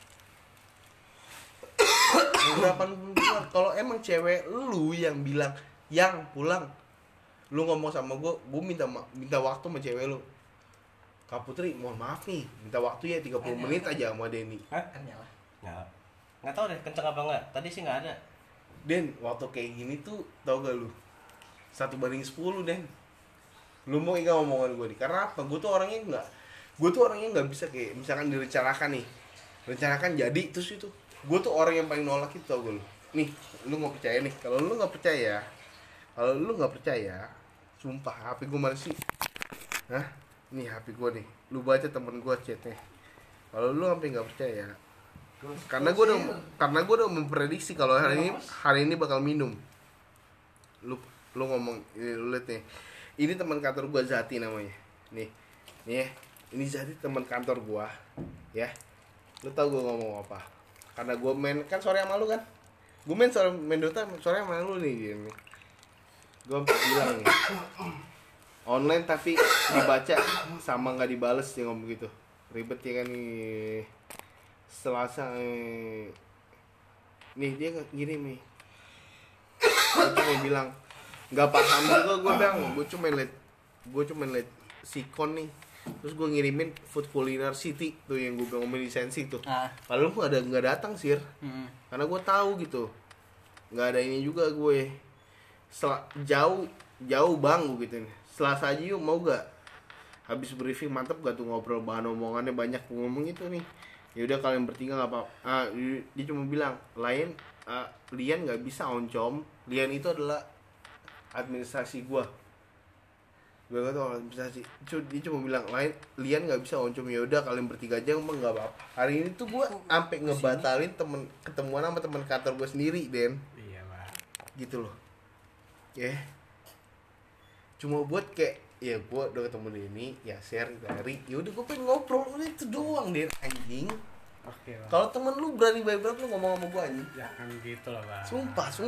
Berapa lu keluar? Kalau emang cewek lu yang bilang yang pulang, lu ngomong sama gue minta waktu sama cewek lu. Kak Putri, mohon maaf nih, minta waktu ya 30 menit aja sama Denny. Kan nyala. Nggak tahu deh kenceng apa enggak. Tadi sih nggak ada. Den, waktu kayak gini tuh tau gak lu? 1/10 Den. Lu mau ingat omongan gue nih? Karena apa? Gue tuh orangnya nggak bisa kayak misalkan direncanakan nih, rencanakan jadi terus itu. Gue tuh orang yang paling nolak itu tau gak lu? Nih, lu nggak percaya nih? Kalau lu nggak percaya, sumpah HP gue mana sih? Hah? Nih HP gue nih. Lu baca temen gue chatnya. Kalau lu sampai nggak percaya, karena gue udah memprediksi kalau hari ini bakal minum. Lu ngomong, lu liat nih. Ini teman kantor gue Zati namanya. Nih ya. Ini Zati teman kantor gue, ya. Lu tau gue ngomong apa? Karena gue main kan sore sama lu kan. Gue main Dota sore sama lu nih. Gue bilang nih. Online tapi dibaca sama nggak dibales dia ngomong gitu. Ribet ya kan nih. Selasa nih dia ngirim nih. Gue cuma bilang nggak paham juga gue bilang. Gue cuma liat sikon nih. Terus gue ngirimin Food Culinary City tuh yang gue ngomongin lisensi tuh. Padahal gue nggak datang Sir. Karena gue tahu gitu. Nggak ada ini juga gue. Jauh bang gue gitu nih. Selasa aja yuk mau gak? Habis briefing mantep gak tuh ngobrol bahan omongannya banyak ngomong itu nih. Ya udah kalian bertiga nggak apa. Dia cuma bilang Lian nggak bisa oncom. Lian itu adalah administrasi gue gak tau administrasi. Dia cuma bilang Lian nggak bisa oncom. Ya udah kalian bertiga aja emang nggak apa-apa. Hari ini tuh gue sampai ngebatalin ketemuan sama teman kantor gue sendiri Den. Iya Pak. Gitu loh. Cuma buat kayak ya gue udah ketemu ini ya share dari ya udah gue pengen ngobrol udah itu doang deh anjing. Oke Pak. Kalau temen lu berani berat lu ngomong sama gue anjing. Jangan gitu lah Pak.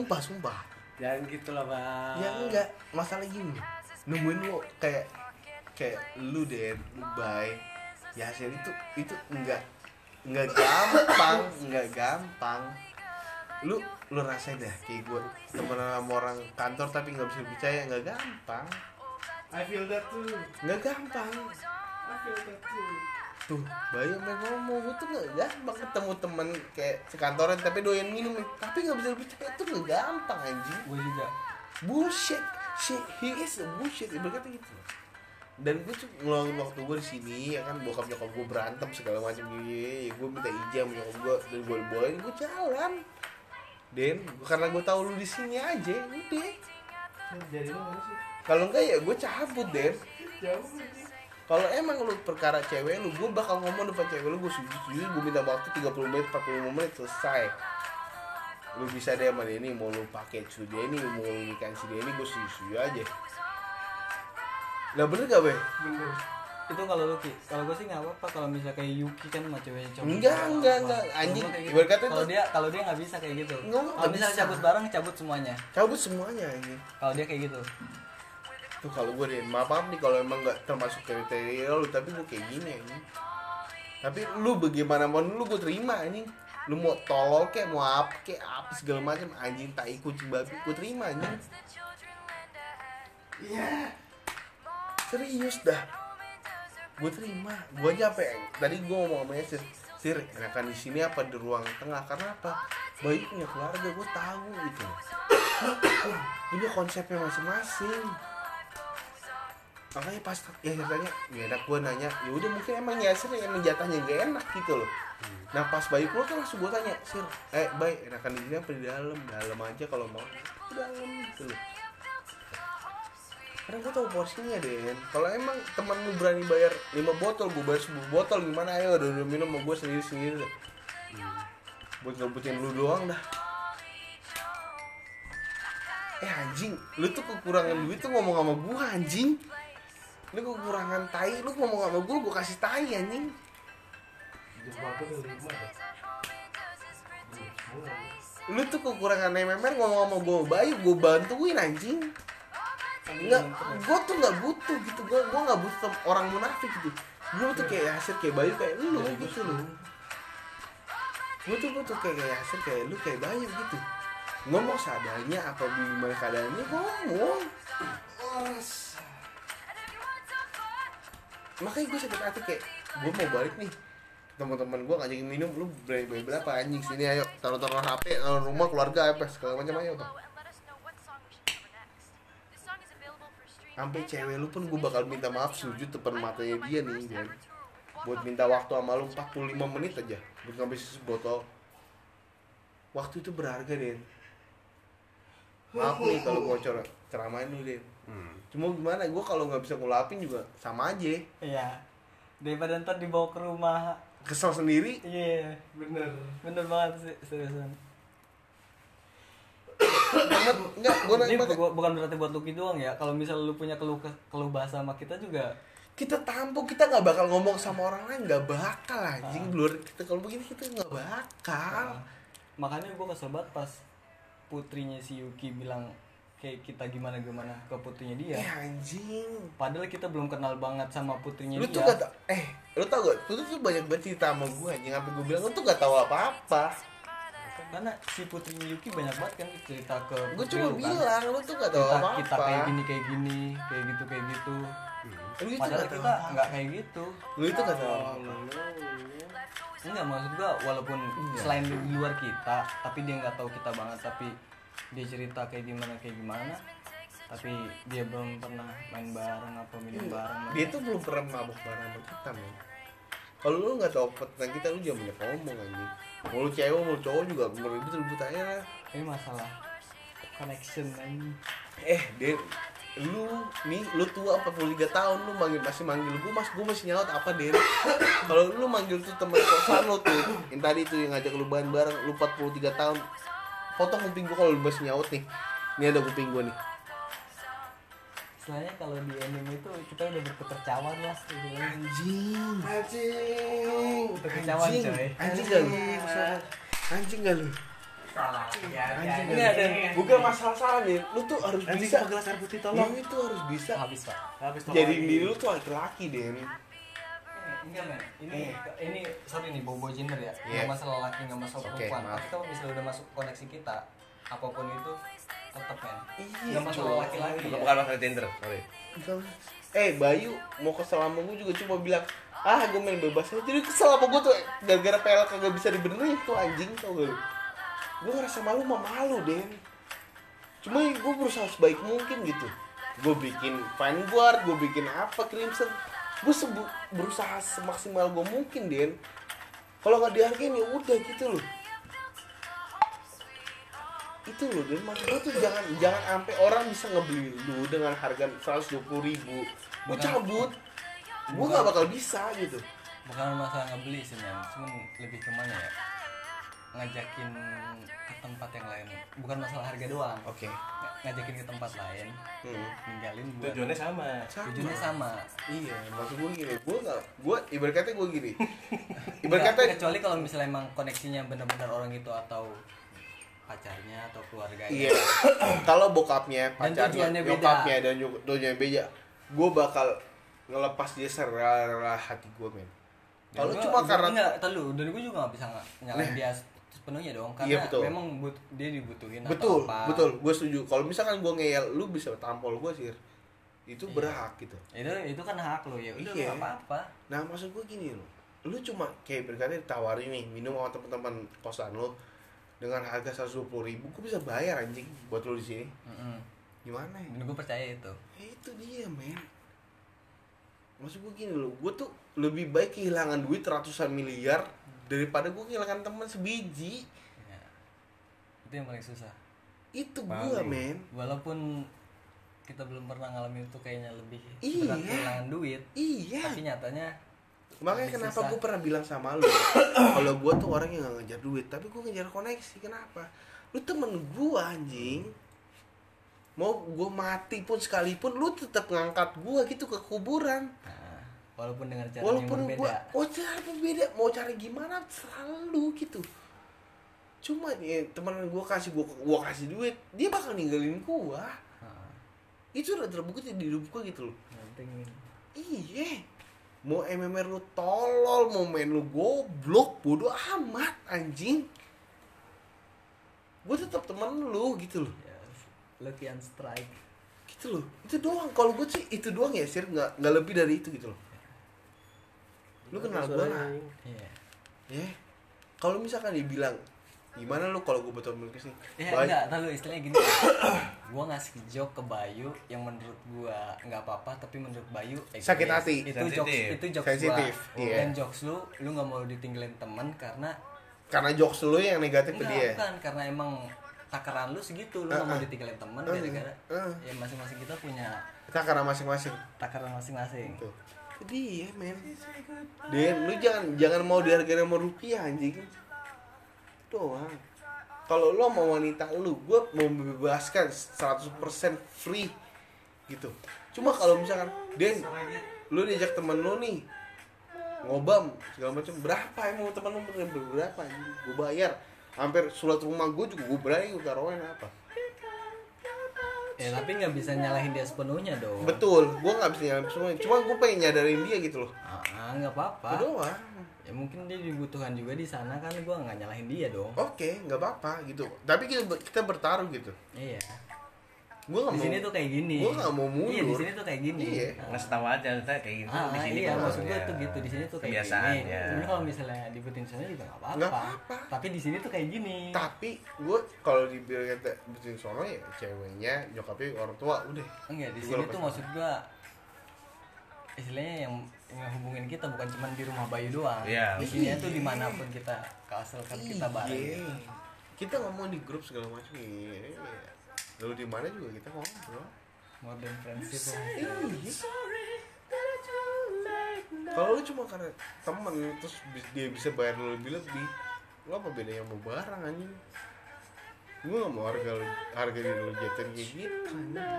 Sumpah. Jangan gitu lah Pak. Ya enggak, masalah gini. Nemuin lu kayak kayak lu Den, lu Bay, Yasir itu nggak gampang. Lu rasain dah kayak gue temenan sama orang kantor tapi nggak bisa percaya, nggak gampang. I feel that too. Nggak gampang. I feel that too. Tuh, Bayu main ngomong, gue tuh nggak gampang ketemu temen kayak sekantoran tapi doyan minum, tapi nggak bisa percaya, itu nggak gampang anjing. Gue juga. Bullshit, he is a bullshit, ibaratnya gitu. Dan gue tuh ngeluangin waktu gue di sini, ya kan bokap nyokap gue berantem segala macam gitu, ya gue minta izin sama nyokap gue dan gue bolehin gue jalan. Den, karena gue tahu lu di sini aja, udah. Jadi lu mana sih? Kalau enggak ya gue cabut, Den. Jauh lagi. Kalau emang lu perkara cewek lu, gue bakal ngomong depan cewek lu, gue setuju, gue minta waktu 30 menit, 45 menit selesai. Lu bisa deh sama dia ini, mau lu pakai cuci dia ini, mau lu nikahin si dia ini, gue setuju aja. Lah bener gak, Be? Bener. Itu kalau lu Ki, kalau gue sih nggak apa-apa kalau misalnya kayak Yuki kan sama ceweknya cowok. Enggak, anjing. Ibarat kata Kalau itu kalau dia nggak bisa kayak gitu. Nggak Kalau misalnya bisa. cabut bareng cabut semuanya. cabut semuanya anjing. Kalau dia kayak gitu. Tuh kalau gue deh, maaf nih kalau emang nggak termasuk kriteria lu, tapi gue kayak gini anjing. Tapi lu bagaimana mau lu gue terima anjing. Lu mau tolol kayak mau apa segala macam anjing, tai kucing babi gue terima anjing. Iya. Serius dah. Gue terima. Gue aja apa ya? Tadi gue ngomong sama Sir, enakan di sini apa di ruang tengah? Karena apa? Baiknya keluarga gue tahu itu. Punya konsepnya masing-masing. Makanya pas ya ceritanya gak enak, gue nanya, ya udah mungkin emang Yasir yang jatahnya gak enak gitu loh. Nah pas Bayu keluar kan langsung gue tanya, Sir, Bay, enakan di sini apa di dalam? Dalam aja kalau mau, di dalam gitu loh. Karena gue tau porsinya Den. Kalau emang teman lu berani bayar 5 botol, gue bayar 10 botol, gimana ayo udah minum sama gue sendiri-sendiri deh. Buat ngerebutin lu doang dah. Anjing, lu tuh kekurangan duit tuh ngomong sama gue anjing. Lu kekurangan tai, lu ngomong sama gue kasih tai anjing. Jumpa aku tuh 5 dah. Lu tuh kekurangan MMR ngomong sama gue Bayu, gue bantuin anjing. Enggak, gue tuh nggak butuh gitu, gue nggak butuh orang munafik gitu. Gue tuh kayak Yasir, kayak Bayu, kayak lu gitu loh. Gue tuh butuh kayak Yasir, kayak lu, kayak Bayu gitu. Ngomong seadanya, apa gimana keadaannya, ngomong. Makanya gue sakit hati kayak, gue mau balik nih. Teman-teman gue ngajakin minum, lu berani berapa anjing sini ayo, taruh HP, taruh rumah, keluarga apa segala macam ayo apa. Sampai cewek lu pun gue bakal minta maaf sujud depan matanya dia nih kan. Buat minta waktu sama lu 45 menit aja buat ngambil sebotol. Waktu itu berharga Den. Maaf nih kalau gue ceramain lu Den. Cuma gimana, gue kalau nggak bisa ngulapin juga sama aja. Iya. Daripada ntar dibawa ke rumah. Kesel sendiri. Iya. Bener. Bener banget sih seriusan. Enggak, gue Ini nanya bukan berarti buat Lucky doang ya. Kalau misal lu punya keluh bahasa sama kita juga. kita tampung, kita nggak bakal ngomong sama orang lain, nggak bakal anjing. Luar kita kalau begini kita nggak bakal. Makanya gue kesel banget pas putrinya si Yuki bilang kayak kita gimana ke putrinya dia. Anjing. Padahal kita belum kenal banget sama putrinya Lu dia. tuh gak tau, lu tau gak? Lu tuh banyak banget cerita sama gue anjing. Sampai gue bilang lu tuh gak tahu apa-apa. Karena si putrinya Yuki banyak banget kan cerita ke Gue putri cuma lu kan. bilang lu tuh gak tahu apa-apa. Kita kayak gini, kayak gitu. Lu itu Padahal gak tahu kita apa-apa. nggak kayak gitu. Lu itu gak tahu apa-apa. Enggak, maksud gua walaupun selain di luar kita, tapi dia nggak tahu kita banget, tapi dia cerita kayak gimana, tapi dia belum pernah main bareng apa minum bareng. Dia tuh belum pernah mabuk bareng sama kita men. Kalau lu gak tahu tentang kita, lu jangan banyak ngomong anjing. Mau lu cewek, mau lu cowok juga ribut aja lah. Ini masalah connection ini. Den, lu nih, lu tua 43 tahun, lu masih manggil gue masih nyaut apa Den? Kalau lu manggil tuh temen kosan lu tuh, yang tadi tuh yang ngajak lu bareng, lu 43 tahun, potong kuping gue kalau lu masih nyaut nih. Ini ada kuping gue nih. Soalnya kalau di anime itu kita udah bertukar cawan lah gitu kan. Anjing. Bertukar cawan coy. Anjing gak lu? Anjing gak lu? Salah. Anjing, Enggak ada. bukan masalah salah nih, lu tuh harus Anjing, bisa. cuma gelas air putih Lu tolong. itu harus bisa Habis pak. Habis tolong. jadi diri lu tuh laki-laki, Den. Enggak men, ini sorry nih bobo gender ya, Iya. nggak masalah laki nggak masalah Oke, perempuan. maaf. Tapi kalau misalnya udah masuk koneksi kita, apapun itu tetap men. Iya, Nggak masalah cuy. laki-laki ya. Bukan masalah Tinder, sorry. Bayu mau kesel sama gue juga cuma bilang, gue main bebas aja. Jadi kesel sama gue tuh gara-gara PL kagak bisa dibenerin tuh anjing, tau gak lu? Gue ngerasa malu mah malu, Den. Cuma gue berusaha sebaik mungkin gitu. Gue bikin Vanguard, gue bikin apa, Crimson. Gue berusaha semaksimal gue mungkin, Den. Kalau nggak dihargain ya udah gitu loh. Itu loh, Den. Maksud gue tuh jangan sampai orang bisa ngebeli lu dengan harga 120.000. Gue cabut. Gue nggak bakal bisa gitu. Bukan masalah ngebeli sih men, cuman lebih kemana ya, ngajakin ke tempat yang lain. Bukan masalah harga doang. Oke. Ngajakin ke tempat lain, ninggalin buat Tujuannya sama. tujuannya sama. Iya, maksud gue gini, gue ibarat kata gue gini. Ibarat Nggak, kata kecuali kalau misalnya emang koneksinya benar-benar orang itu atau pacarnya atau keluarganya. iya. Kalau bokapnya, Dan pacarnya, tujuannya beda. nyokapnya dan tujuannya beda, gue bakal ngelepas dia serela hati gue, men. Dan Kalau gua- cuma gua karena enggak, terlalu dan gue juga nggak bisa nyalain dia sepenuhnya dong, karena Iya, betul. memang dia dibutuhin betul, atau apa. betul, gue setuju. Kalau misalkan gue ngeyel, lu bisa tampol gue sih, itu Iya. berhak gitu. Itu kan hak lo ya, udah Iya. nggak apa-apa. Nah maksud gue gini loh, lu cuma kayak berkata ditawarin nih minum sama teman-teman kosan lu dengan harga 120.000, gue bisa bayar anjing buat lu di sini. Gimana ya? Dan gue percaya itu. Itu dia, men. Maksud gue gini loh, gue tuh lebih baik kehilangan duit ratusan miliar daripada gue kehilangan teman sebiji. Ya. Itu yang paling susah. Itu gue, Paling. men. Walaupun kita belum pernah ngalamin itu, kayaknya lebih Iya. berat kehilangan duit, Iya. tapi nyatanya Makanya lebih kenapa susah. gue pernah bilang sama lu, kalau gue tuh orang yang gak ngejar duit, tapi gue ngejar koneksi. Kenapa? Lu temen gue anjing. Mau gue mati pun sekalipun, lu tetap ngangkat gue gitu ke kuburan. nah, walaupun dengan cara yang Walaupun berbeda. gue, cara berbeda, mau cara gimana selalu gitu. Cuma ya, teman gue kasih duit, dia bakal ninggalin gue. Nah, Itu udah terbukti di hidup gue gitu loh. yang penting Iya. Mau MMR lu tolol, mau main lu goblok, bodoh amat anjing. Gue tetap temen lu gitu loh. ya, lucky and strike. Gitu loh. Itu doang. Kalau gue sih itu doang ya, Sir. Nggak lebih dari itu gitu loh. Lu kenal gue lah. Iya. Ya. Kalau misalkan dibilang gimana lu kalau gue betul-betul kesini? Ya Baik. enggak, tahu istilahnya gini. Gua ngasih joke ke Bayu yang menurut gua enggak apa-apa, tapi menurut Bayu Sakit hati. Itu Sensitif. jokes Sensitif, gua. iya. Dan jokes lu enggak mau ditinggalin teman karena Karena jokes lu yang negatif ke enggak, dia. bukan karena emang takaran lu segitu, lu enggak mau ditinggalin teman gara-gara ya masing-masing kita punya Kita karena masing-masing. takaran masing-masing. Tuh. Jadi ya, men. Den, lu jangan mau dihargai sama rupiah anjing. Doang. Kalau lo mau wanita lu, gue mau membebaskan 100% free gitu. Cuma kalau misalkan Den, lu diajak temen lu nih ngobam segala macam, berapa emang temen lu berapa? Gue bayar. Hampir surat rumah gue juga gue berani gue taruhin apa. Ya tapi nggak bisa nyalahin dia sepenuhnya dong. Betul, gue nggak bisa nyalain semuanya. Cuma gue pengen nyadarin dia gitu loh. Nggak apa-apa. Itu doang. Ya mungkin dia dibutuhkan juga di sana kan, gua nggak nyalahin dia dong. Oke, nggak apa-apa gitu. Tapi kita bertaruh gitu. Iya. Gue nggak Di mau. sini tuh kayak gini. Gue nggak mau mundur. Iya, di sini tuh kayak gini. Iya. Ngasih tahu aja saya kayak gitu di sini. Iya, kok. maksud gue Ya. tuh gitu. Di sini tuh kayak Kebiasaan, gini. ya. Sebenarnya kalau misalnya dibutuhin sana juga nggak apa-apa. Nggak apa-apa. Tapi di sini tuh kayak gini. Tapi gue kalau dibilang kata bikin sono ya ceweknya, nyokapnya, orang tua udah. Enggak, di Gua sini lepas tuh tangan. maksud gua istilahnya yang hubungin kita bukan cuma di rumah Bayu doang. Iya. Di sini tuh dimanapun kita keasalkan kita bareng. Iya. Kita ngomong di grup segala macam. Iya. Lalu di mana juga kita ngobrol. More than friendship. Iya. Kalau lu cuma karena temen terus dia bisa bayar lu lebih, lo apa bedanya mau barang anjing? Gue gak mau harga diri lu jatuhin kayak gitu.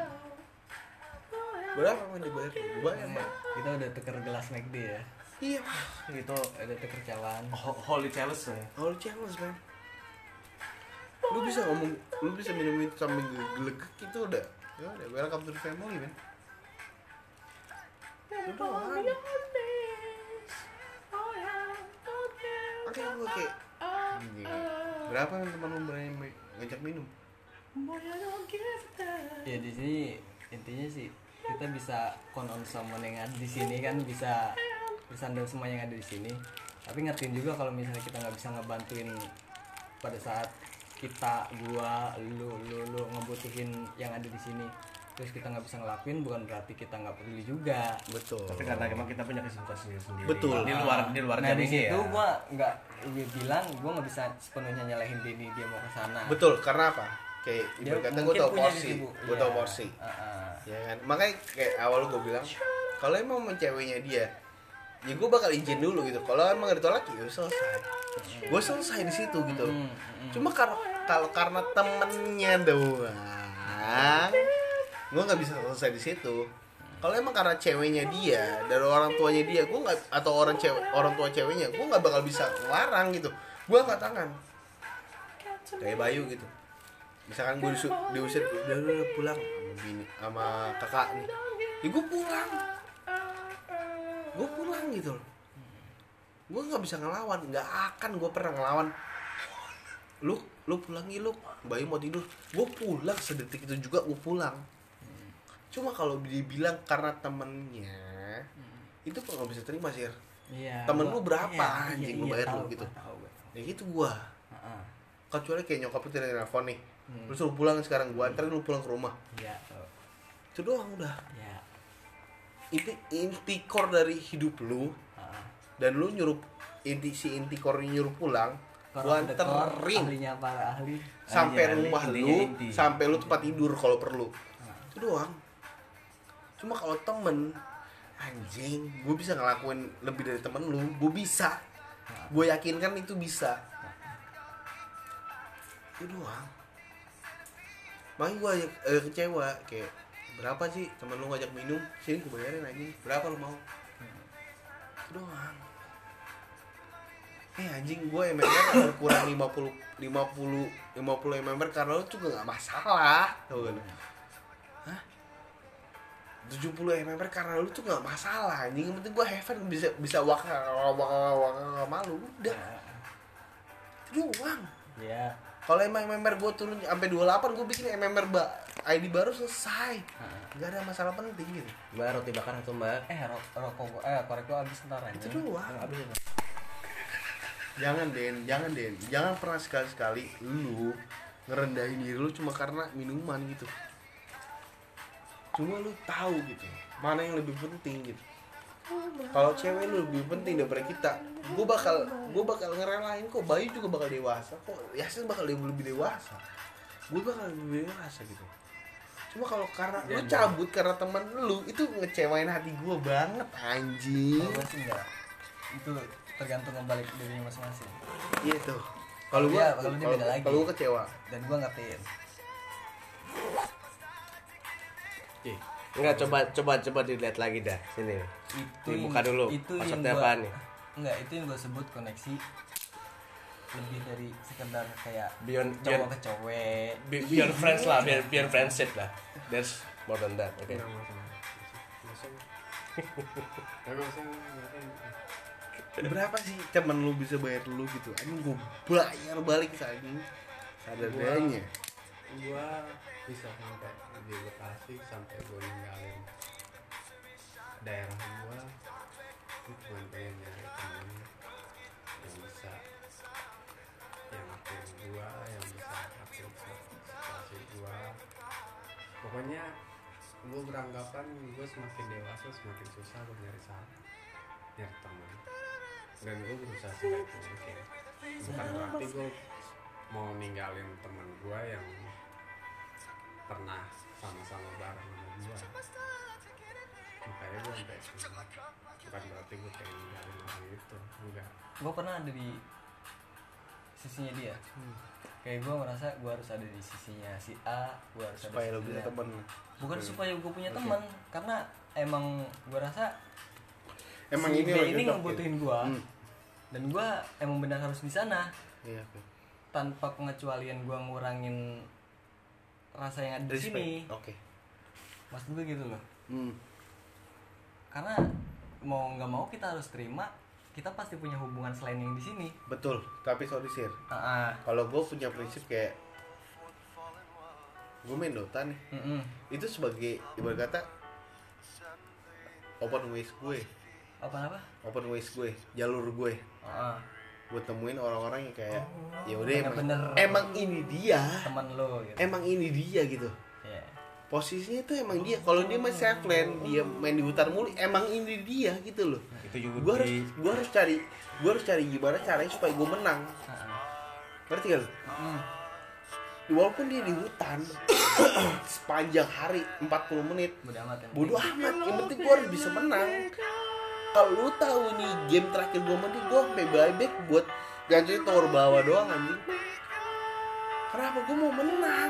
Berapa man dibayar? Gue bayar man. Kita udah tuker gelas McD ya. Iya. Itu Udah tuker cawan. holy challenge ya. All challenge man. lu bisa ngomong, lu bisa minum itu sambil gelegek itu udah welcome to the family men. Udah makanya gue kayak berapa kan teman lu berani ngajak minum? Ya di sini intinya sih kita bisa count on someone yang ada di sini kan, bisa bersandar semua yang ada di sini. Tapi ngertiin juga kalau misalnya kita nggak bisa ngebantuin pada saat kita, gua, lu ngebutuhin yang ada di sini, terus kita nggak bisa ngelakuin, bukan berarti kita nggak peduli juga. Betul. Tapi karena emang kita punya kesibukan sendiri. Betul. Di luar Nah jam di ini situ ya. gua nggak bilang gua nggak bisa sepenuhnya nyalahin Denny dia mau ke sana. Betul, karena apa? Kayak Dia ibarat kata gue mungkin tau punya porsi, kesibu- gue iya. tau porsi. Ya kan? Makanya kayak awal gue bilang, kalau emang mau ceweknya dia, ya gue bakal izin dulu gitu. Kalau emang gak ditolak, ya selesai. Gue selesai di situ gitu. Cuma kalau karena temennya doang, gue nggak bisa selesai di situ. Kalau emang karena ceweknya dia, dari orang tuanya dia, gue nggak, atau orang tua ceweknya, gue nggak bakal bisa ngelarang gitu. Gue angkat tangan. Kayak Bayu gitu, misalkan gue diusir udah pulang sama bini sama kakak nih, ya gue pulang gitu loh. Gue nggak bisa ngelawan, nggak akan gue pernah ngelawan. Lu pulang lu, Bayu mau tidur, gue pulang sedetik itu juga gue pulang. Cuma kalau dibilang karena temennya, itu kok nggak bisa terima sih. Iya, Temen lu berapa iya, anjing iya, lu bayar tahu, lu gitu. tahu. Ya gitu gue. Kecuali kayak nyokap itu dari telepon nih, lu suruh pulang sekarang, gue anterin lu pulang ke rumah. Iya, tahu. Itu doang udah. Iya. Inti core dari hidup lu, dan lu nyuruh inti core nyuruh pulang, gua anterin Ahlinya para ahli. sampai Ahli, rumah intinya lu, inti. sampai lu tempat tidur kalau perlu. Itu doang. Cuma kalau temen, anjing, gue bisa ngelakuin lebih dari temen lu, gue bisa. Gue yakinkan itu bisa. Itu doang. Makanya gue kecewa, kayak berapa sih temen lu ngajak minum, sini gue bayarin anjing, berapa lu mau? Itu doang. Anjing, gue MMR kurang 50 MMR karena lu juga gak masalah, tau gak lu? Hah? 70 MMR karena lu tuh gak masalah anjing, yang penting gue have fun, bisa waka malu, udah. Itu doang. Iya. Kalau emang MMR gue turun sampai 28, gue bikin MMR ID baru selesai. Gak ada masalah penting gitu. Mbak roti bakar atau Mbak? Rokok gua korek gua habis ntar aja. Itu doang. Habis ya. Jangan Den, jangan pernah sekali-sekali lu ngerendahin diri lu cuma karena minuman gitu. Cuma lu tahu gitu, mana yang lebih penting gitu. Kalau cewek lu lebih penting daripada kita, gue bakal ngerelain kok. Bayu juga bakal dewasa kok, Yasin bakal lebih dewasa, gue bakal lebih dewasa gitu. Cuma kalau karena lu cabut karena teman lu, itu ngecewain hati gue banget anjing. Kalau gua sih enggak. Itu tergantung ngebalik diri masing-masing. Iya tuh. Kalau gue, kalau dia beda lagi. kalau gue kecewa. Dan gua ngertiin. Enggak, coba dilihat lagi dah sini. Dibuka dulu. Itu yang maksudnya apaan nih? Enggak, itu yang gua sebut koneksi lebih dari sekedar kayak Beyond cowok ke cowok. beyond friends lah, beyond friendship lah. There's more than that. Oke. Berapa sih temen lu bisa bayar lu gitu? Anjing gue bayar balik anjing. Sadarnya. Gua bisa sampai di Bekasi, sampai gua ninggalin daerah gua. Itu cuma pengen nyari temen yang bisa, yang ngakuin gua, yang bisa ngakuin situasi gua. Pokoknya gua beranggapan gua semakin dewasa semakin susah gua nyari teman. Dan gue berusaha sebaik mungkin. Bukan berarti gue mau ninggalin teman gue yang pernah sama-sama bareng sama gue. Makanya gue sampai sini. Bukan berarti gue pengen ninggalin orang itu, enggak. Gue pernah ada di sisinya dia. Kayak gue merasa gue harus ada di sisinya si A, gue harus Supaya ada lu di punya sisinya. temen. Bukan supaya gue punya teman, karena emang gue rasa Emang si ini B lagi ini cocok, ngebutuhin gue, Hmm. dan gue emang benar harus di sana. Iya. Oke. tanpa pengecualian gue ngurangin rasa yang ada di sini. Oke. Maksud gue gitu loh. Hmm. Karena mau nggak mau kita harus terima, kita pasti punya hubungan selain yang di sini. Betul, tapi sorry sir. Kalau gue punya prinsip kayak gue main Dota nih, itu sebagai ibarat kata open ways gue. Apa? Open ways gue, jalur gue. Gue temuin orang-orang yang kayak ya udah emang ini dia. Teman lo gitu. Emang ini dia gitu. Yeah. Posisinya itu emang dia. Kalau dia main safe lane, dia main di hutan mulu, emang ini dia gitu loh. Itu juga Gue harus cari gimana caranya supaya gue menang. Ngerti gak lo? Walaupun dia di hutan sepanjang hari 40 menit, bodo amat. Yang penting gue harus bisa menang. Kalau lu tahu nih game terakhir gue mandi, gue sampai buyback buat gantiin tower bawah doang anjing. Kenapa? Gue mau menang.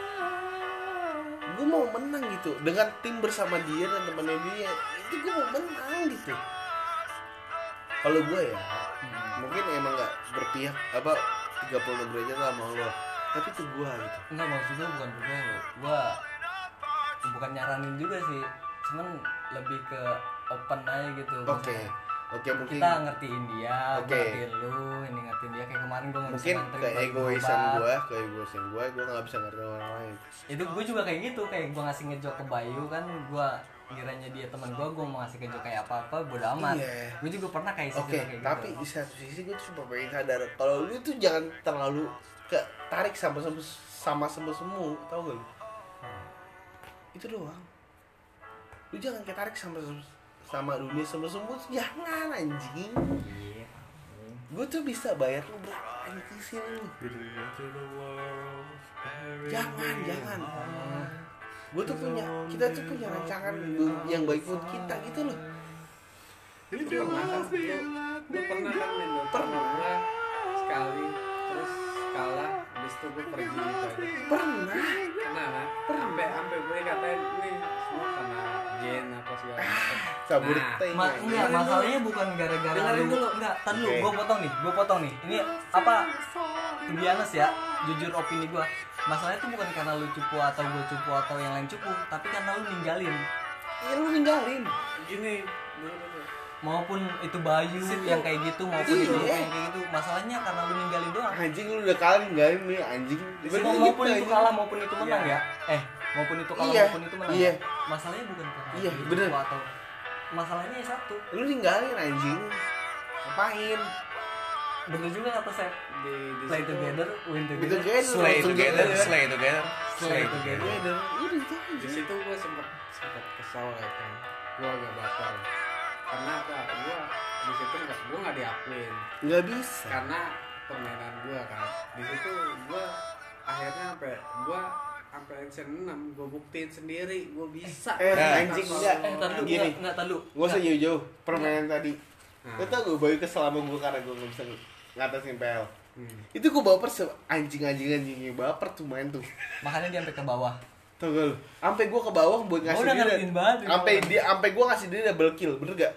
Gue mau menang gitu. Dengan tim bersama dia dan temannya dia, itu gue mau menang gitu. Kalau gue ya, mungkin emang gak berpihak 36 derajat sama Allah. Tapi itu gue gitu. Enggak, maksud gue bukan berpihak lo. Gue bukan nyaranin juga sih. Cuman lebih ke open aja gitu. Oke, mungkin kita ngertiin dia, ngertiin lu, ini ngertiin dia kayak kemarin gue nggak bisa mungkin nganterin keegoisan gue nggak bisa ngertiin orang lain. Itu gue juga kayak gitu, kayak gue ngasih ngejok ke Bayu kan, gue kiranya dia teman gue mau ngasih ngejok kayak apa bodo amat. Gue juga pernah kayak kayak tapi gitu. Di satu sisi gue tuh super pengen sadar kalau lu tuh jangan terlalu ketarik sama semu, tau gak lu? Itu doang. Lu jangan ketarik sama dunia semu jangan anjing. Gue tuh bisa bayar lu berapa anjing sih lu. Jangan. Kita tuh punya rancangan yang baik buat kita gitu loh. Lu pernah kan main Dota sama gua sekali, terus kalah, habis itu gue pergi gitu aja. Pernah Kan? Sampai gue katain nih semua karena gen apa segala macam. cabur enggak, masalahnya bukan gara-gara dengerin lu. dulu. Enggak, tar dulu, gue potong nih. Ini apa? To be honest ya, jujur opini gue. Masalahnya itu bukan karena lu cupu atau gue cupu atau yang lain cupu, tapi karena lu ninggalin. Iya lu ninggalin. Gini, Maupun itu Bayu yang kayak gitu, maupun itu yang kayak gitu. Masalahnya karena lu ninggalin doang. Anjing lu udah kalah ninggalin nih anjing. Maupun itu kalah maupun itu menang ya. Maupun itu kalah maupun itu menang. Iya. Masalahnya bukan karena Iya, itu bener. atau masalahnya satu. Lu ninggalin anjing. Ngapain? Bener juga kata saya. di Play situ- together, win together. Slay together. Slay together. Udah itu di aja. situ gue sempet kesal kayak kan, gue agak baper karena apa, gue di situ nggak diakuin Nggak bisa. karena permainan gue kan. Di situ gue akhirnya sampai action 6 gue buktiin sendiri gue bisa. Anjing enggak. Gini. Enggak tahu. Gak usah jauh-jauh permainan tadi. Nah. Lo tau gue Bayu kesel sama gue karena gue gak bisa ngatasin PL. Hmm. Itu gue baper anjing-anjingnya baper tuh main tuh. Makanya dia sampai ke bawah. Tau gak lu? Sampai gue ke bawah buat ngasih udah dia. ngertiin banget di Sampai gue ngasih dia double kill, bener gak?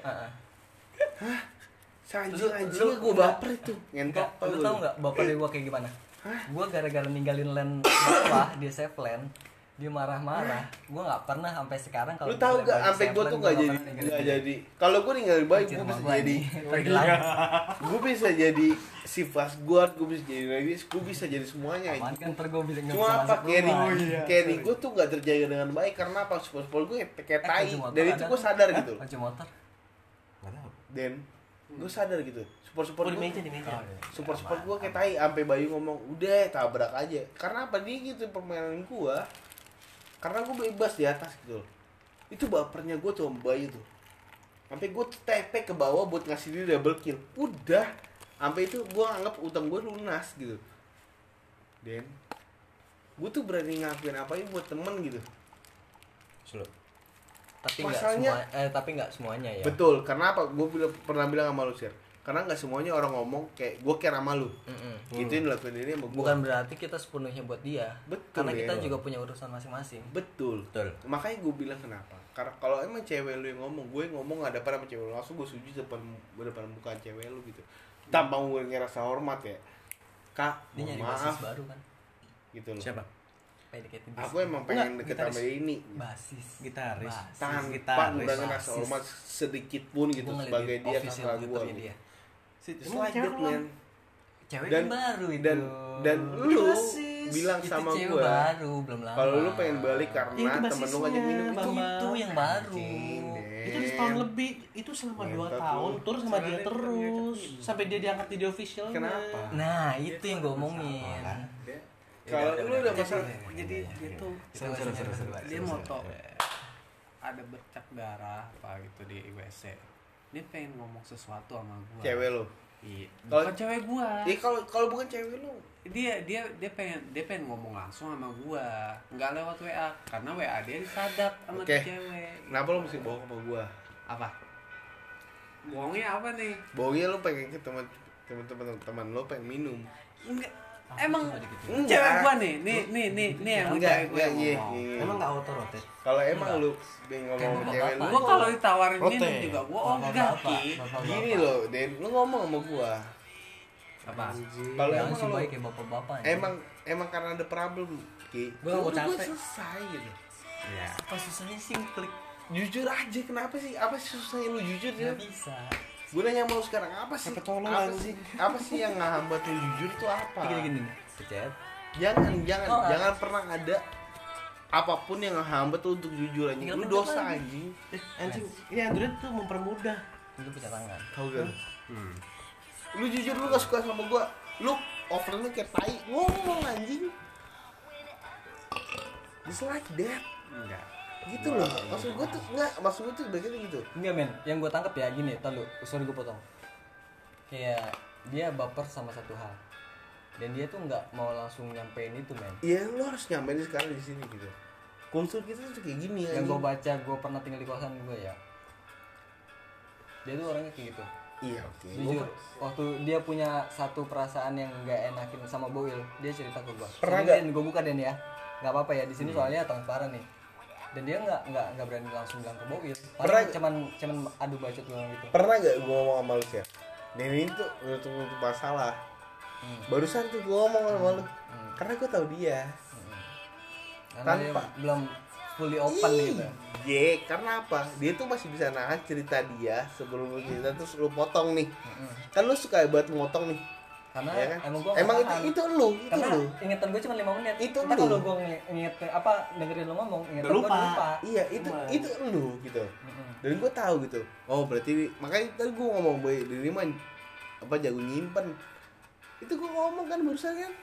Anjing-anjingnya gue baper itu. Ngentok. Lu tau nggak bapak dia gua kayak gimana? Gua gara-gara ninggalin lane bawah dia save lane, dia marah-marah. Gua nggak pernah sampai sekarang kalau Lu tau misalnya gak? Bayu Sampai save gue lane, tuh gua gak nggak pernah ninggalin dia. jadi. Kalau gue ninggalin Bayu, Anjir, gue bisa sama gua jadi. anjing. Pergi lagi. Gue bisa jadi si fast guard, gue bisa jadi Ravis, gue bisa jadi semuanya. Apaan kan ntar gua bisa nggak Cuma bisa apa masuk carry rumah. carry gue tuh gak terjaga dengan baik karena apa support gue kayak tai kunci motor dan itu ada gue kan? sadar gitu Kunci motor. dan gue sadar gitu support Di gue meja. support gue kayak tai sampai Bayu ngomong udah tabrak aja karena apa dia gitu permainan gue karena gue bebas di atas gitu loh. Itu bapernya gue tuh sama Bayu tuh sampai gue TP ke bawah buat ngasih dia double kill udah sampai itu gue anggap utang gue lunas gitu dan gue tuh berani ngakuin apa ini buat temen gitu. Tapi Masalahnya- nggak semuanya ya. Betul, karena apa? Gue pernah bilang sama lu, Sir. Karena nggak semuanya orang ngomong kayak gue care sama lu. Itu yang dilakuin ini sama gue. Bukan berarti kita sepenuhnya buat dia. Betul, Karena kita ya. juga punya urusan masing-masing. Betul. Makanya gue bilang kenapa? Karena kalau emang cewek lu yang ngomong, gue ngomong ada apa sama cewek lu, langsung gue setuju depan muka cewek lu gitu. Tanpa gue ngerasa hormat ya. Kak, Dia nyari mohon basis maaf baru kan. gitu loh. Siapa? Pengen deketin Aku emang pengen deket gitaris. sama ini basis. Gitaris. Basis. tanpa udah ngerasa basis. hormat sedikit pun gitu Gua ngeliatin sebagai dia official kakak gue. Twitternya dia. Just like that, man. Cewek Dan- yang baru itu. Dan lu Basis. bilang itu sama cewek gue baru belum lama. kalau lu pengen balik Itu karena temen lu basisnya, ngajak minum Bang. itu yang baru. Itu udah setahun lebih, itu selama 2 Ngentot tahun lu. terus sama dia terus sampai dia diangkat di officialnya. Kenapa? Nah, itu yang gue omongin. Kalau lu udah masalah Jadi itu Seru. dia moto ada bercak darah apa gitu di WC. Dia pengen ngomong sesuatu sama gua. cewek lu. Iya. Kalau- Bukan cewek gua. Iya kalau bukan cewek lu. Dia pengen ngomong langsung sama gua, nggak lewat WA karena WA dia disadap sama Oke. tuh cewek. Kenapa lu mesti bohong sama gua? Apa? Bohongnya apa nih? Bohongnya lu pengen ke teman lu pengen minum. Enggak. Emang Enggak. cewek gua nih emang Enggak, cewek gua yang iya, ngomong. iya. Emang nggak auto rotate? Kalau emang lu pengen ngomong sama Kayak cewek lu, bapak-bapak. Gua kalau ditawarin Rote. minum juga gua ogah ki. gini loh, Den, lu ngomong sama gua. Apa? Kalau Jangan emang sih lu baik kayak bapak-bapak. emang karena ada problem, Ki. Gua nggak mau udah capek. selesai gitu. Ya. apa susahnya sih klik Jujur aja, kenapa sih? Apa sih susahnya lu jujur ya? nggak bisa. Gue nanya sama lu sekarang, apa sih? Sampai tolol Apa anjing. sih? Apa sih yang ngehambat lu jujur tuh apa? Gini nih, percaya. Jangan Oh, jangan pernah ada apapun yang ngehambat lu untuk jujur anjing. Tinggal Lu pencet dosa lagi. anjing. Anjing, ini Android tuh mempermudah. Itu pencet tangan. Tahu gak? Lu jujur lu gak suka sama gua. Lu offline lu kayak tai. Ngomong anjing. Just like that. Enggak. Gitu loh. Maksud gua tuh enggak, maksud gua tuh begini gitu. Enggak men, yang gue tangkap ya gini, tar lu, sorry gue potong. Kayak dia baper sama satu hal, dan dia tuh nggak mau langsung nyampein itu men. Iya, lu harus nyampein sekarang di sini gitu. Kultur kita tuh kayak gini Yang gue anjing. baca, gue pernah tinggal di kosan gue ya. Dia tuh orangnya kayak gitu. Iya, oke. Jujur, waktu dia punya satu perasaan yang nggak enakin sama Boil, dia cerita ke gue. Pernah nggak? Gue buka Den ya, nggak apa-apa ya. Di sini soalnya transparan nih. Dan dia nggak berani langsung bilang ke Boil. Pernah- Cuman adu bacot doang gitu. Pernah gak gua ngomong sama lu sih? Dan ini tuh nutup masalah. Barusan tuh gua ngomong sama lu. Karena gua tahu dia. Karena dia Tanpa- belum fully open gitu. Iya, karena apa? Dia tuh masih bisa nahan cerita dia sebelum lu cerita terus lu potong nih. Kan lu suka banget motong nih. Karena Ya kan? emang gue Emang itu lu, itu karena lu. ingetan gue cuma 5 menit. Itu Ntar lu. kalau gue inget apa dengerin lo ngomong, ingetan gue Lupa. lupa. Iya, itu lu gitu. Dan gua tahu gitu. Oh, berarti makanya tadi gua ngomong boy, dari mana apa jago nyimpen. Itu gua ngomong kan barusan kan.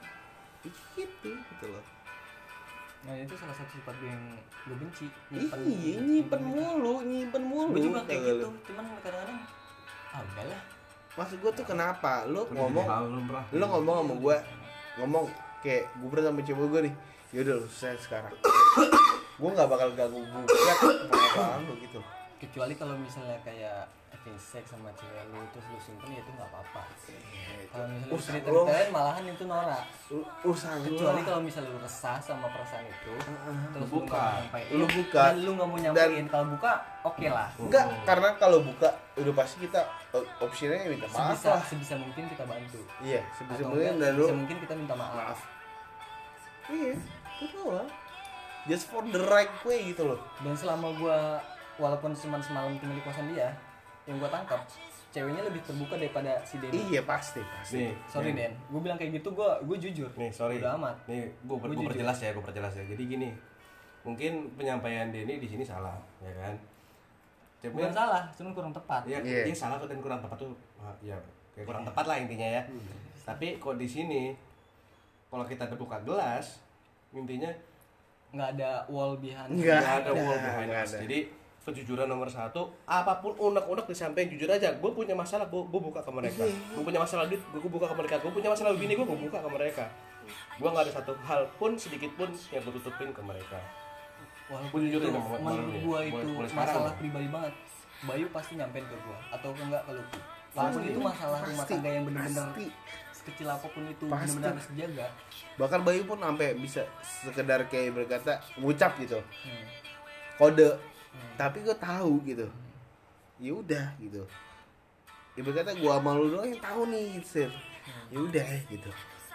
Gitu loh. Nah itu salah satu sifat gue yang gue benci. Iya, nyimpen mulu. Gue juga kayak Tau gak gitu, lu? cuman kadang-kadang udahlah. Maksud gua tuh kenapa? Lu ngomong sama gua, ngomong kayak gue pernah sama cewek gua nih. Yaudah lu selesai sekarang. Gua nggak bakal ganggu gugat apa lu gitu. Kecuali kalau misalnya kayak having sex sama cewek lu terus lu simpen ya itu nggak apa-apa. Kalau misalnya Urusan cerita-ceritain malahan itu norak. Urusan Kecuali kalau misalnya lu resah sama perasaan itu, terus lu buka. nggak mau nyampein, Lu buka. dan lu nggak mau nyampein. Kalau buka, oke lah. enggak, karena kalau buka udah pasti kita opsinya minta maaf lah. Sebisa mungkin kita bantu. Iya, sebisa Atau mungkin enggak, dan lu sebisa mungkin kita minta maaf. iya, itu doang. Just for the right way gitu loh. Dan selama gua walaupun cuma semalam tinggal di kosan dia, yang gua tangkap ceweknya lebih terbuka daripada si Denny. Iya, pasti. Nih, Sorry Den, gua bilang kayak gitu gua jujur. Nih, sorry. Udah amat. Nih, gue Gua jujur. perjelas ya. Jadi gini, mungkin penyampaian Denny di sini salah, ya kan? Bukan salah, cuma kurang tepat. Ya, Iya. ini salah dan kurang tepat tuh, ya kayak kurang tepat lah intinya ya. Tapi kok di sini, kalau kita buka gelas, intinya Nggak ada wall behind. Nggak nggak ada ada, wall behind nggak us. ada. Jadi kejujuran nomor 1, apapun unek-unek disampaikan jujur aja. Gue punya masalah, gue buka ke mereka. Gue punya masalah duit, gue buka ke mereka. Gue punya masalah bini, gue buka ke mereka. Gue nggak ada satu hal pun sedikit pun yang gue tutupin ke mereka. Walaupun Gua jujur itu nih, ngomong menurut malam gua nih. itu Mulai sekarang masalah nih. pribadi banget. Bayu pasti nyampein ke gua atau enggak ke Lucky. Walaupun itu masalah rumah Pasti, tangga yang bener-bener pasti. sekecil apapun itu Pasti. bener-bener harus dijaga. Bahkan Bayu pun sampai bisa sekedar kayak berkata ngucap gitu. Kode. Tapi gue tahu gitu. Ya udah gitu. ibarat kata gua sama lu doang yang tahu nih Sir. Ya udah gitu.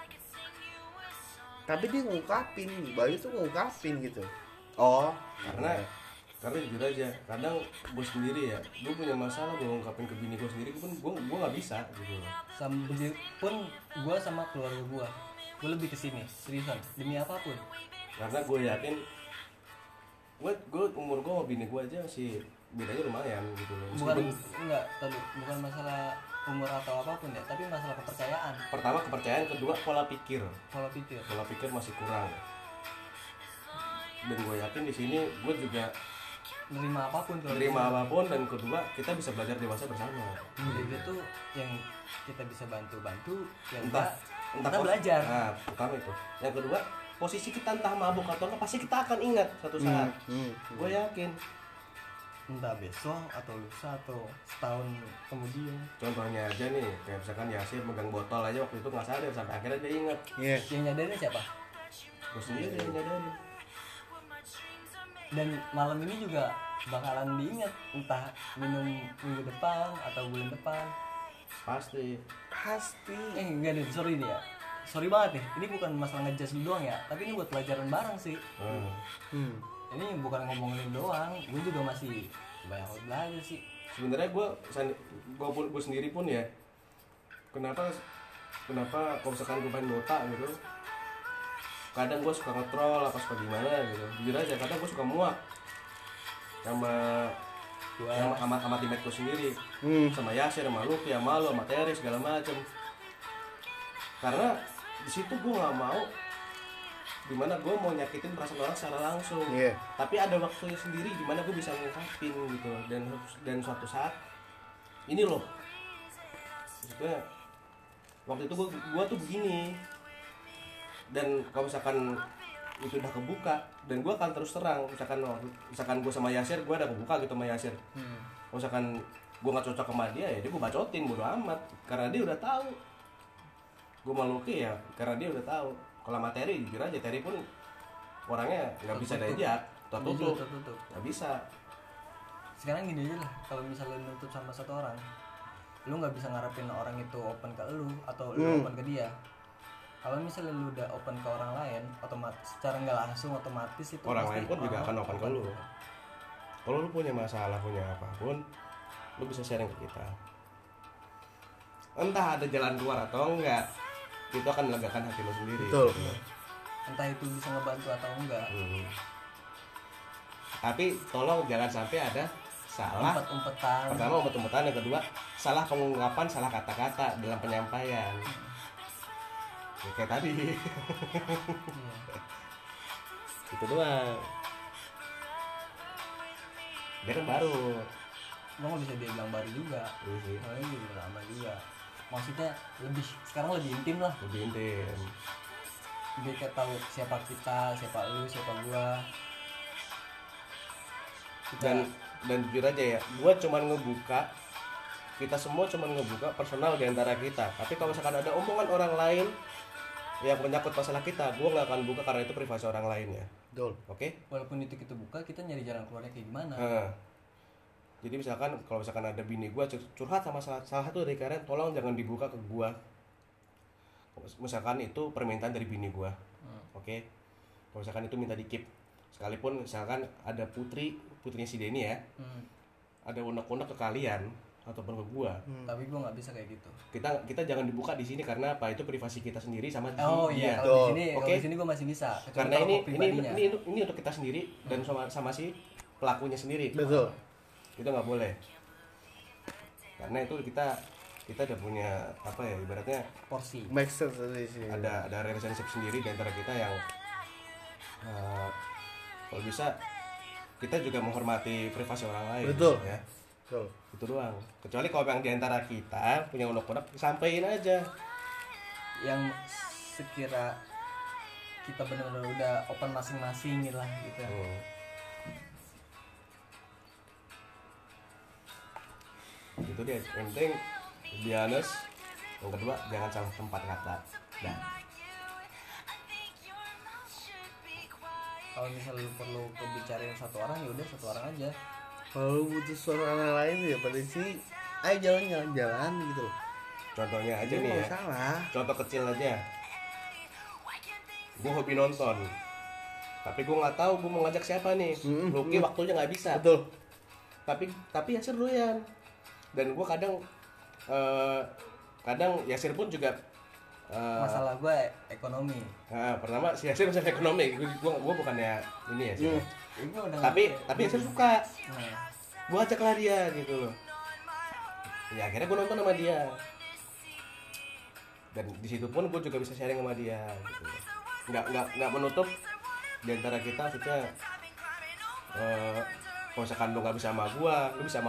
Tapi dia ngungkapin, Bayu tuh ngungkapin gitu. Oh, karena jujur aja kadang gue sendiri ya gue punya masalah gue ngungkapin ke bini gue sendiri gue nggak bisa gitu loh. Pun gue sama keluarga gue lebih kesini seriusan demi apapun. Karena gue yakin gue umur gue sama bini gue aja sih bedanya lumayan gitu loh. Bukan masalah umur atau apapun ya, tapi masalah kepercayaan. Pertama kepercayaan, kedua pola pikir masih kurang. Dan gue yakin di sini gue juga nerima apapun, dan kedua kita bisa belajar dewasa bersama. Jadi itu yang kita bisa bantu yang entah kita belajar. Nah, pertama itu. Yang kedua, posisi kita entah mabuk atau enggak pasti kita akan ingat satu saat. Gue yakin. Entah besok atau lusa atau setahun kemudian. Contohnya aja nih, kayak misalkan Yasir megang botol aja waktu itu nggak sadar sampai akhirnya dia ingat. Iya. Yang nyadarin siapa? Gue sendiri yang nyadarin. Dan malam ini juga bakalan diingat, entah minum minggu depan atau bulan depan. Pasti. Enggak deh, sorry nih ya, sorry banget nih, ini bukan masalah ngejudge lu doang ya, tapi ini buat pelajaran bareng sih. Ini bukan ngomongin doang, gue juga masih banyak belajar sih. Sebenarnya gue sendiri pun ya, kenapa kalau misalkan gue main Dota gitu, kadang gue suka nge-troll apa suka gimana gitu. Jujur aja kadang gue suka muak sama teammate gue sendiri, sama Yasir, sama Luffy, sama lo, sama Terry segala macem. Karena di situ gue nggak mau, dimana gue mau nyakitin perasaan orang secara langsung. Tapi ada waktunya sendiri dimana gue bisa ngungkapin gitu. Dan suatu saat ini loh, maksudnya waktu itu gue tuh begini. Dan kalau misalkan itu udah kebuka dan gue akan terus terang, misalkan gue sama Yasir, gue ada kebuka gitu sama Yasir. Kalau misalkan gue nggak cocok sama dia, ya dia gue bacotin bodo amat karena dia udah tahu. Gue maluki ya karena dia udah tahu. Kalau materi jujur aja, Terry pun orangnya nggak bisa diajak, tertutup, nggak bisa. Sekarang gini aja lah, kalau misalnya lu nutup sama satu orang, lu nggak bisa ngarepin orang itu open ke lu atau lu open ke dia. Kalau misalnya lu udah open ke orang lain, otomatis secara nggak langsung otomatis itu orang lain pun juga akan open ke lu. Kalau lu punya masalah, punya apapun, lu bisa sharing ke kita. Entah ada jalan keluar atau enggak, itu akan melegakan hati lu sendiri. Betul. Entah itu bisa ngebantu atau enggak. Tapi tolong jangan sampai ada salah. Umpet-umpetan. Pertama umpet-umpetan, yang kedua salah pengungkapan, salah kata-kata dalam penyampaian. Ya, kayak tadi. Itu doang. Dia kan baru. Lo nggak bisa dia bilang baru juga. Soalnya juga udah lama juga. Maksudnya sekarang lebih intim lah. Lebih intim. Dia kayak tahu siapa kita, siapa lu, siapa gua. Dan jujur aja ya, gua cuman ngebuka, kita semua cuman ngebuka personal di antara kita. Tapi kalau misalkan ada omongan orang lain yang menyangkut masalah kita, gue nggak akan buka karena itu privasi orang lain ya. Betul. Oke? Walaupun itu kita buka, kita nyari jalan keluarnya kayak gimana. Jadi kalau misalkan ada bini gue curhat sama salah satu dari kalian, tolong jangan dibuka ke gue. Misalkan itu permintaan dari bini gue, oke? Kalau misalkan itu minta di-keep, sekalipun misalkan ada putrinya si Denny ya, ada unek-unek ke kalian ataupun ke gua. Tapi gua nggak bisa kayak gitu. Kita jangan dibuka di sini karena apa? Itu privasi kita sendiri sama dia. Oh iya, kalau di sini gua masih bisa. Karena ini untuk kita sendiri dan sama si pelakunya sendiri. Betul. Itu nggak boleh. Karena itu kita udah punya apa ya, ibaratnya porsi. Make sense di sini. Ada relationship sendiri di antara kita yang kalau bisa kita juga menghormati privasi orang lain. Betul. Ya. Betul. Itu doang. Kecuali kalau yang diantara kita punya unek-unek, sampein aja. Yang sekira kita benar-benar udah open masing-masing lah gitu. Itu dia. Yang penting be honest. Yang kedua jangan salah tempat kata. Dah. Kalau misalnya lu perlu kebicarain satu orang, ya udah satu orang aja. Kalau butuh suara orang lain ya paling sih ayo jalan-jalan gitu loh. Contohnya aja Jadi nih nggak ya, salah. contoh kecil aja. Gue hobi nonton, tapi gue nggak tahu gue mau ngajak siapa nih. Lucky waktunya nggak bisa. Betul. Tapi Yasir doyan. Dan gue kadang Yasir pun juga Masalah gue ekonomi. pertama si Yasir masalah ekonomi. Gue bukannya ini ya sih. Ini udah Tapi Yasir suka. Nah, Gue ajaklah dia gitu loh. Ya akhirnya gue nonton sama dia. Dan di situ pun gue juga bisa sharing sama dia gitu. Nggak menutup di antara kita, maksudnya kalau misalkan lu nggak bisa sama gue, lu bisa sama